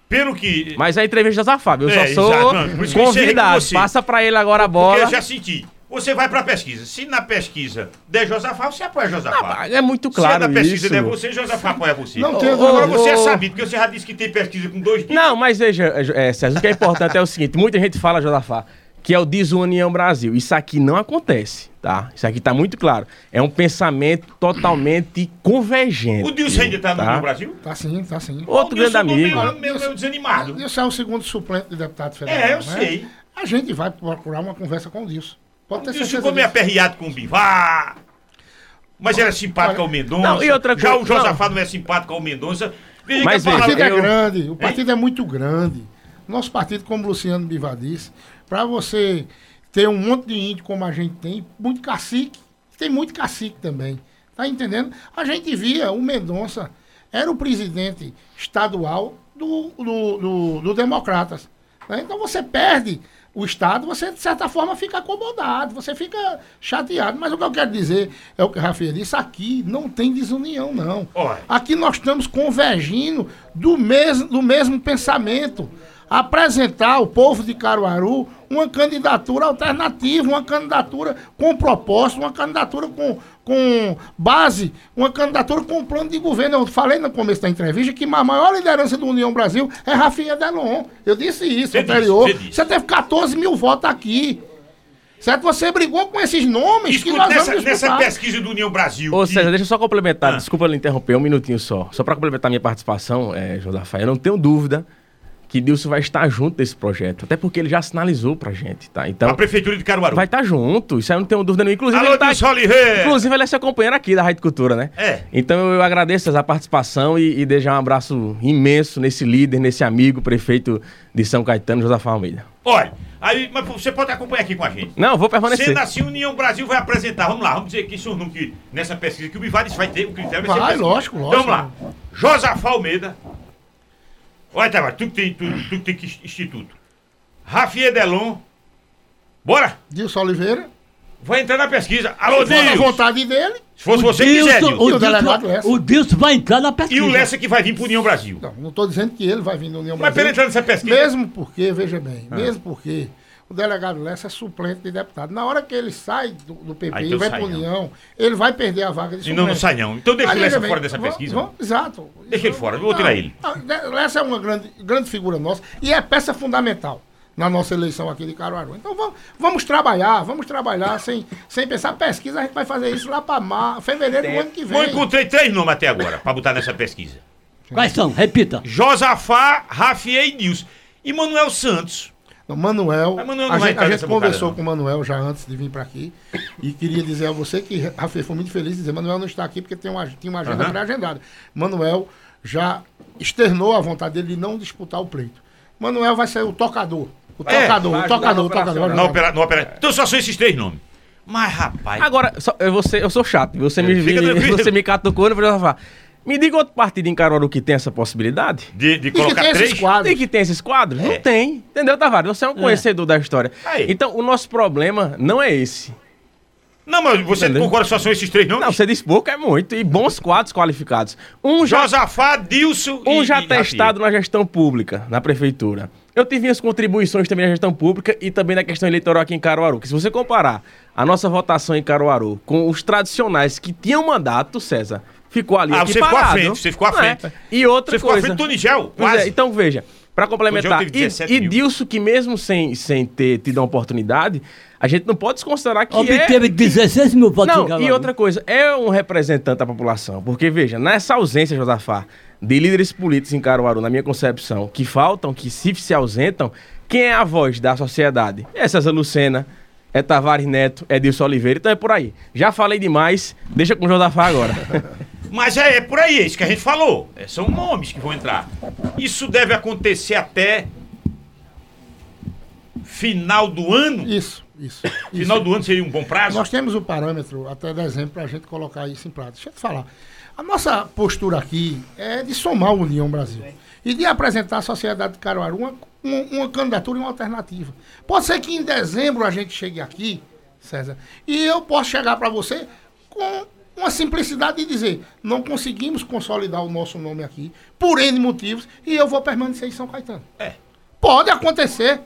Pelo que... Mas a entrevista já Fábio, eu É, só sou exato, não, por isso que eu encerrei com convidado. você. Passa pra ele agora a bola. Porque eu já senti. Você vai pra pesquisa. Se na pesquisa der Josafá, você apoia Josafá. Ah, é muito claro Se na pesquisa isso. der você, Josafá apoia você. Não tem- Agora ô, você é ô, sabido, porque você já disse que tem pesquisa com dois dígitos. Não, mas veja, é, César, o que é importante é o seguinte, muita gente fala, Josafá, que é o Desunião Brasil. Isso aqui não acontece, tá? Isso aqui tá muito claro. É um pensamento totalmente convergente. O Dilson ainda tá no tá? União Brasil? Tá sim, tá sim. Outro O Dilson grande amigo. Meio, meio, meio desanimado. Dilson é o segundo suplente de deputado federal. É, eu né? sei. A gente vai procurar uma conversa com o Dilson. Pode O ter Dilson certeza ficou meio disso. aperreado com o Bivar. Mas era simpático ao Mendonça. Não, e outra Já coisa- o Josafá não é simpático ao Mendonça. Veja Mas que a O veja, partido palavra- é eu- grande, o partido é muito grande. Nosso partido, como o Luciano Bivar disse, para você ter um monte de índio como a gente tem, muito cacique, tem muito cacique também. Tá entendendo? A gente via o Mendonça, era o presidente estadual do, do, do, do Democratas. Né? Então você perde o Estado, você de certa forma fica acomodado, você fica chateado. Mas o que eu quero dizer é o que a Rafael disse, aqui não tem desunião, não. Olha. Aqui nós estamos convergindo do mesmo, do mesmo pensamento. Apresentar ao povo de Caruaru uma candidatura alternativa, uma candidatura com propósito, uma candidatura com, com base, uma candidatura com plano de governo. Eu falei no começo da entrevista que a maior liderança do União Brasil é Rafinha Delon. Eu disse isso Você anterior. disse, você disse. Você teve catorze mil votos aqui. Certo? Você brigou com esses nomes que Escuta, nós nessa, vamos nessa disputar. pesquisa do União Brasil. Ô que- César, deixa eu só complementar, Ah. desculpa lhe interromper, um minutinho só. Só para complementar minha participação, é, Josafá, eu não tenho dúvida que Dilson vai estar junto desse projeto, até porque ele já sinalizou pra gente, tá? Então, A Prefeitura de Caruaru. vai estar junto, isso aí eu não tenho dúvida nenhuma. Inclusive, Alô, ele tá Dilson Oliveira! Inclusive, ele é seu companheiro aqui da Rádio Cultura, né? É. Então, eu agradeço a participação e, e deixar um abraço imenso nesse líder, nesse amigo, prefeito de São Caetano, Josafá Almeida. Olha, aí, mas você pode acompanhar aqui com a gente. Não, vou permanecer. Sendo assim, União Brasil vai apresentar, vamos lá, vamos dizer que são que nessa pesquisa que o Bivar disse vai ter, o critério vai, ser Vai, pesquisa. lógico, Então lógico. vamos lá. Josafá Almeida. Olha, tá, tu que tem, tu, tu que tem que instituto. Rafinha Delon. Bora! Dilson Oliveira. Vai entrar na pesquisa. Alô, Se for da Dilson! vontade dele. Se fosse você que quiser, Dilson- Dilson. E o o, delegado Dilson, Lessa? o Dilson vai entrar na E pesquisa. o Lessa que vai vir pro União Brasil. Não, não estou dizendo que ele vai vir no União Mas Brasil. pra ele entrar nessa pesquisa. Mesmo porque, veja bem, mesmo porque o delegado Lessa é suplente de deputado. Na hora que ele sai do, do P P Aí e tem o vai para Saião. União, ele vai perder a vaga de E suplente. não, não sai não. Então deixa Mas o Lessa veja bem, fora dessa vamos- pesquisa. vamos- exato. Deixa ele fora, eu vou tirar ele. Não, Lessa é uma grande, grande figura nossa e é peça fundamental na nossa eleição aqui de Caruaru. Então vamos, vamos trabalhar, vamos trabalhar sem, sem pensar. Pesquisa, a gente vai fazer isso lá para fevereiro do ano que Eu vem. encontrei três nomes até agora pra botar nessa pesquisa. Quais são? Repita. Josafá, Rafinha e Nilson. E Manuel Santos. O Manuel, Mas Manuel não a vai gente, entrar a gente nessa bocada, conversou não. com o Manuel já antes de vir para aqui e queria dizer a você que Rafael foi muito feliz de dizer Manuel não está aqui porque tem uma, tinha uma agenda Aham. pré-agendada. Manuel já externou a vontade dele de não disputar o pleito. Manuel vai ser o tocador. O É, tocador, vai o ajudar tocador, no o tocador. vai Na ajudar. opera, na opera... Então só são esses três nomes. Mas, rapaz... Agora, só- eu, vou ser- eu sou chato, você me, Fica me- tranquilo. você me catucou, não vou falar. Me diga outro partido em Caruaru que tem essa possibilidade? De, de E que colocar tem três... esses quadros. Tem que ter esses quadros? É. Não tem. Entendeu, Tavares? Você é um conhecedor da história. Aí. Então, o nosso problema não é esse. Não, mas você Entendeu? concorda que só são esses três nomes? Não, você diz pouco, é muito. E bons quadros qualificados. Um já, Josafá, Dilson um e... já e testado na gestão pública, na prefeitura. Eu tive minhas contribuições também na gestão pública e também na questão eleitoral aqui em Caruaru. Que se você comparar a nossa votação em Caruaru com os tradicionais que tinham mandato, César, ficou ali Ah, aqui você ficou à parado. frente, você ficou à Não é? frente. E outra Você ficou à coisa... frente do Tonigel, Pois quase. é, então veja, para complementar, Tonigel teve e, dezessete e mil. Dilson, que mesmo sem, sem ter tido uma oportunidade, a gente não pode desconsiderar que Obteve é... dezesseis mil votos em Não, Caruaru. e outra coisa, é um representante da população, porque veja, nessa ausência, Josafá, de líderes políticos em Caruaru, na minha concepção, que faltam, que se, se ausentam, quem é a voz da sociedade? É César Lucena, é Tavares Neto, é Dilson Oliveira, então é por aí. Já falei demais, deixa com o Josafá agora. Mas é, é por aí, é isso que a gente falou. É, são nomes que vão entrar. Isso deve acontecer até final do ano. Isso, isso. Final isso. do ano seria um bom prazo. Nós temos o parâmetro até dezembro para a gente colocar isso em prática. Deixa eu te falar. A nossa postura aqui é de somar a União Brasil e de apresentar à sociedade de Caruaru uma, uma, uma candidatura e uma alternativa. Pode ser que em dezembro a gente chegue aqui, César, e eu posso chegar para você com uma simplicidade de dizer, não conseguimos consolidar o nosso nome aqui, por N motivos, e eu vou permanecer em São Caetano. É. Pode acontecer.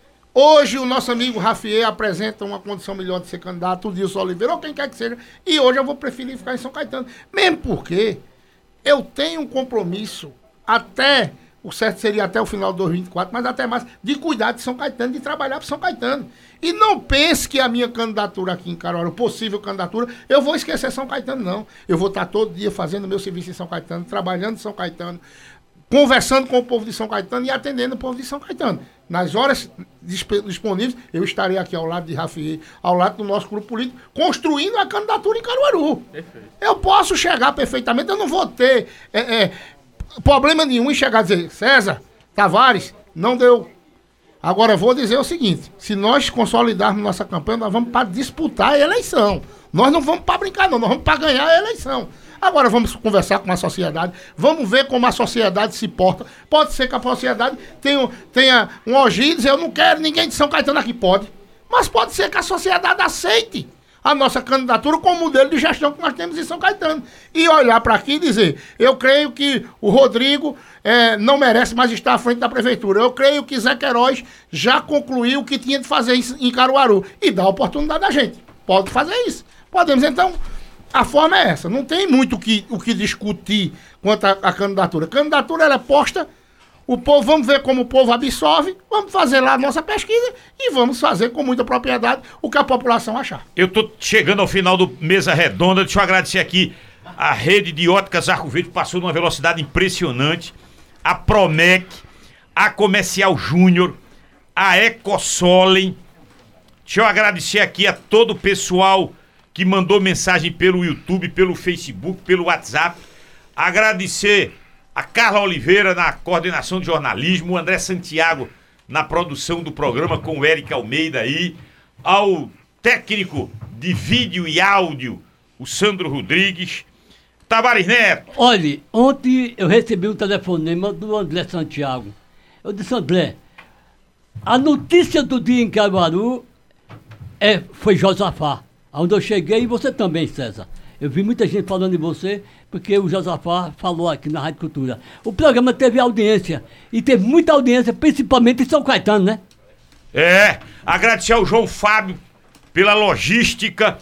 Hoje o nosso amigo Rafier apresenta uma condição melhor de ser candidato, o Dilson Oliveira, ou quem quer que seja, e hoje eu vou preferir ficar em São Caetano. Mesmo porque eu tenho um compromisso até, o certo seria até o final de dois mil e vinte e quatro, mas até mais, de cuidar de São Caetano, de trabalhar para São Caetano. E não pense que a minha candidatura aqui em Caruaru, possível candidatura, eu vou esquecer São Caetano, não. Eu vou estar todo dia fazendo meu serviço em São Caetano, trabalhando em São Caetano, conversando com o povo de São Caetano e atendendo o povo de São Caetano. Nas horas disponíveis, eu estarei aqui ao lado de Rafier, ao lado do nosso grupo político, construindo a candidatura em Caruaru. Perfeito. Eu posso chegar perfeitamente, eu não vou ter é, é, problema nenhum em chegar a dizer, César Tavares, não deu. Agora, eu vou dizer o seguinte, se nós consolidarmos nossa campanha, nós vamos para disputar a eleição. Nós não vamos para brincar, não, nós vamos para ganhar a eleição. Agora vamos conversar com a sociedade, vamos ver como a sociedade se porta. Pode ser que a sociedade tenha, tenha um ogio e dizer, eu não quero ninguém de São Caetano aqui, pode. Mas pode ser que a sociedade aceite a nossa candidatura com o modelo de gestão que nós temos em São Caetano. E olhar para aqui e dizer, eu creio que o Rodrigo é, não merece mais estar à frente da prefeitura. Eu creio que Zé Queiroz já concluiu o que tinha de fazer em, em Caruaru. E dá a oportunidade a gente. Pode fazer isso. Podemos, então... A forma é essa, não tem muito o que, o que discutir quanto à candidatura. A candidatura ela é posta, o povo, vamos ver como o povo absorve, vamos fazer lá a nossa pesquisa e vamos fazer com muita propriedade o que a população achar. Eu tô chegando ao final do Mesa Redonda, deixa eu agradecer aqui a rede de óticas Arco Verde, passou numa velocidade impressionante, a Promec, a Comercial Júnior, a Ecosolem. Deixa eu agradecer aqui a todo o pessoal que mandou mensagem pelo YouTube, pelo Facebook, pelo WhatsApp. Agradecer a Carla Oliveira na coordenação de jornalismo, o André Santiago na produção do programa com o Eric Almeida aí, ao técnico de vídeo e áudio, o Sandro Rodrigues, Tavares Neto. Olha, ontem eu recebi um telefonema do André Santiago. Eu disse, André, a notícia do dia em Caruaru é, foi Josafá. Onde eu cheguei, e você também, César. Eu vi muita gente falando de você, porque o Josafá falou aqui na Rádio Cultura. O programa teve audiência, e teve muita audiência, principalmente em São Caetano, né? É, agradecer ao João Fábio pela logística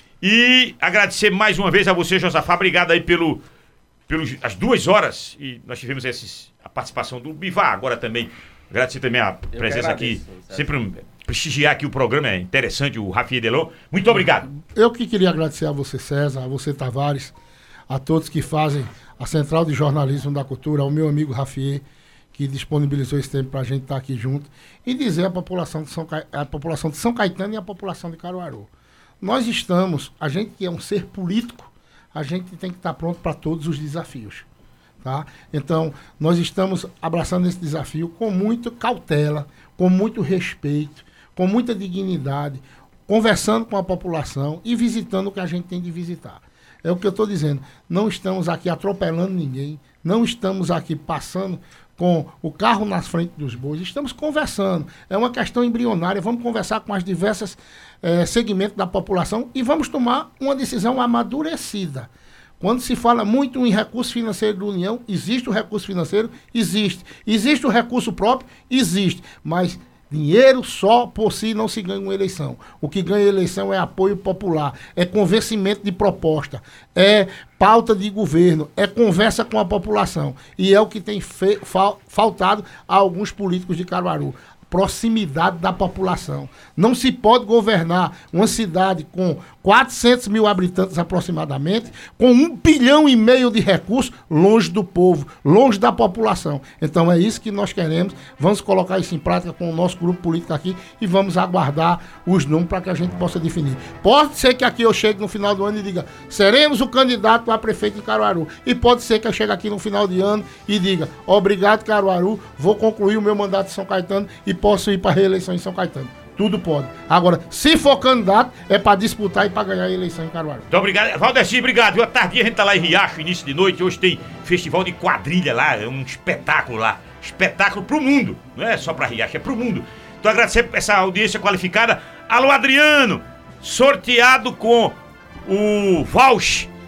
e agradecer mais uma vez a você, Josafá. Obrigado aí pelo, pelos, as duas horas, e nós tivemos esses, a participação do Bivar agora também. Agradecer também a presença aqui, sempre um... prestigiar aqui o programa, é interessante, o Rafier Delon. Muito obrigado. Eu que queria agradecer a você, César, a você, Tavares, a todos que fazem a Central de Jornalismo da Cultura, ao meu amigo Rafier, que disponibilizou esse tempo para a gente estar aqui junto, e dizer à população de São, Ca... a população de São Caetano e a população de Caruaru. Nós estamos, a gente que é um ser político, a gente tem que estar pronto para todos os desafios. Tá? Então, nós estamos abraçando esse desafio com muita cautela, com muito respeito, com muita dignidade, conversando com a população e visitando o que a gente tem de visitar. É o que eu estou dizendo. Não estamos aqui atropelando ninguém, não estamos aqui passando com o carro na frente dos bois, estamos conversando. É uma questão embrionária, vamos conversar com as diversas eh, segmentos da população e vamos tomar uma decisão amadurecida. Quando se fala muito em recurso financeiro da União, existe o recurso financeiro? Existe. Existe o recurso próprio? Existe. Mas dinheiro só por si não se ganha uma eleição. O que ganha eleição é apoio popular, é convencimento de proposta, é pauta de governo, é conversa com a população. E é o que tem fe- fal- faltado a alguns políticos de Caruaru. Proximidade da população. Não se pode governar uma cidade com quatrocentos mil habitantes aproximadamente, com um bilhão e meio de recursos, longe do povo, longe da população. Então é isso que nós queremos. Vamos colocar isso em prática com o nosso grupo político aqui e vamos aguardar os números para que a gente possa definir. Pode ser que aqui eu chegue no final do ano e diga, seremos o candidato a prefeito em Caruaru. E pode ser que eu chegue aqui no final de ano e diga, obrigado Caruaru, vou concluir o meu mandato em São Caetano e posso ir para a reeleição em São Caetano. Tudo pode. Agora, se for candidato, é para disputar e para ganhar a eleição em Caruaru. Muito obrigado. Valdeci, obrigado. Boa tarde, a gente tá lá em Riacho, início de noite. Hoje tem festival de quadrilha lá, é um espetáculo lá. Espetáculo pro mundo. Não é só pra Riacho, é pro mundo. Então agradecer essa audiência qualificada. Alô, Adriano, sorteado com o voucher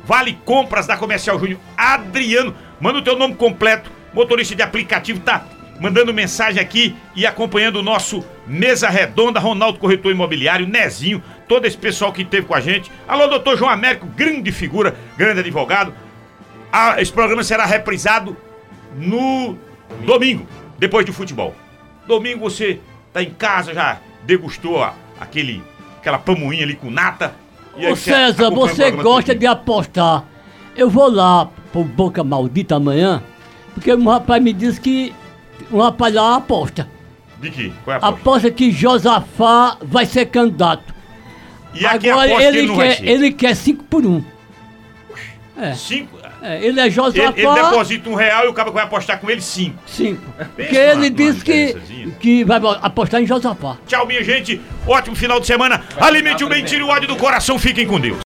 Vale Compras da Comercial Júnior. Adriano, manda o teu nome completo. Motorista de aplicativo tá mandando mensagem aqui e acompanhando o nosso Mesa Redonda. Ronaldo Corretor Imobiliário, Nezinho, todo esse pessoal que esteve com a gente. Alô, doutor João Américo, grande figura, grande advogado. Ah, esse programa será reprisado no domingo, depois do futebol. Domingo você tá em casa, já degustou a, aquele, aquela pamonha ali com nata. E aí Ô César, você gosta de apostar. Eu vou lá pro Boca Maldita amanhã, porque um rapaz me disse que um rapaz lá aposta. De que? Qual é a aposta? Aposta que Josafá vai ser candidato. E aqui agora aposta ele, ele não vai quer, ser. ele quer cinco por um. É. Cinco? É, ele é Josafá. Ele, ele deposita um real e o cara vai apostar com ele cinco. Cinco. Porque Pensa ele numa- disse numa que, diferençazinha. que vai apostar em Josafá. Tchau, minha gente. Ótimo final de semana. Alimente o bem, tire o ódio do coração. Fiquem com Deus.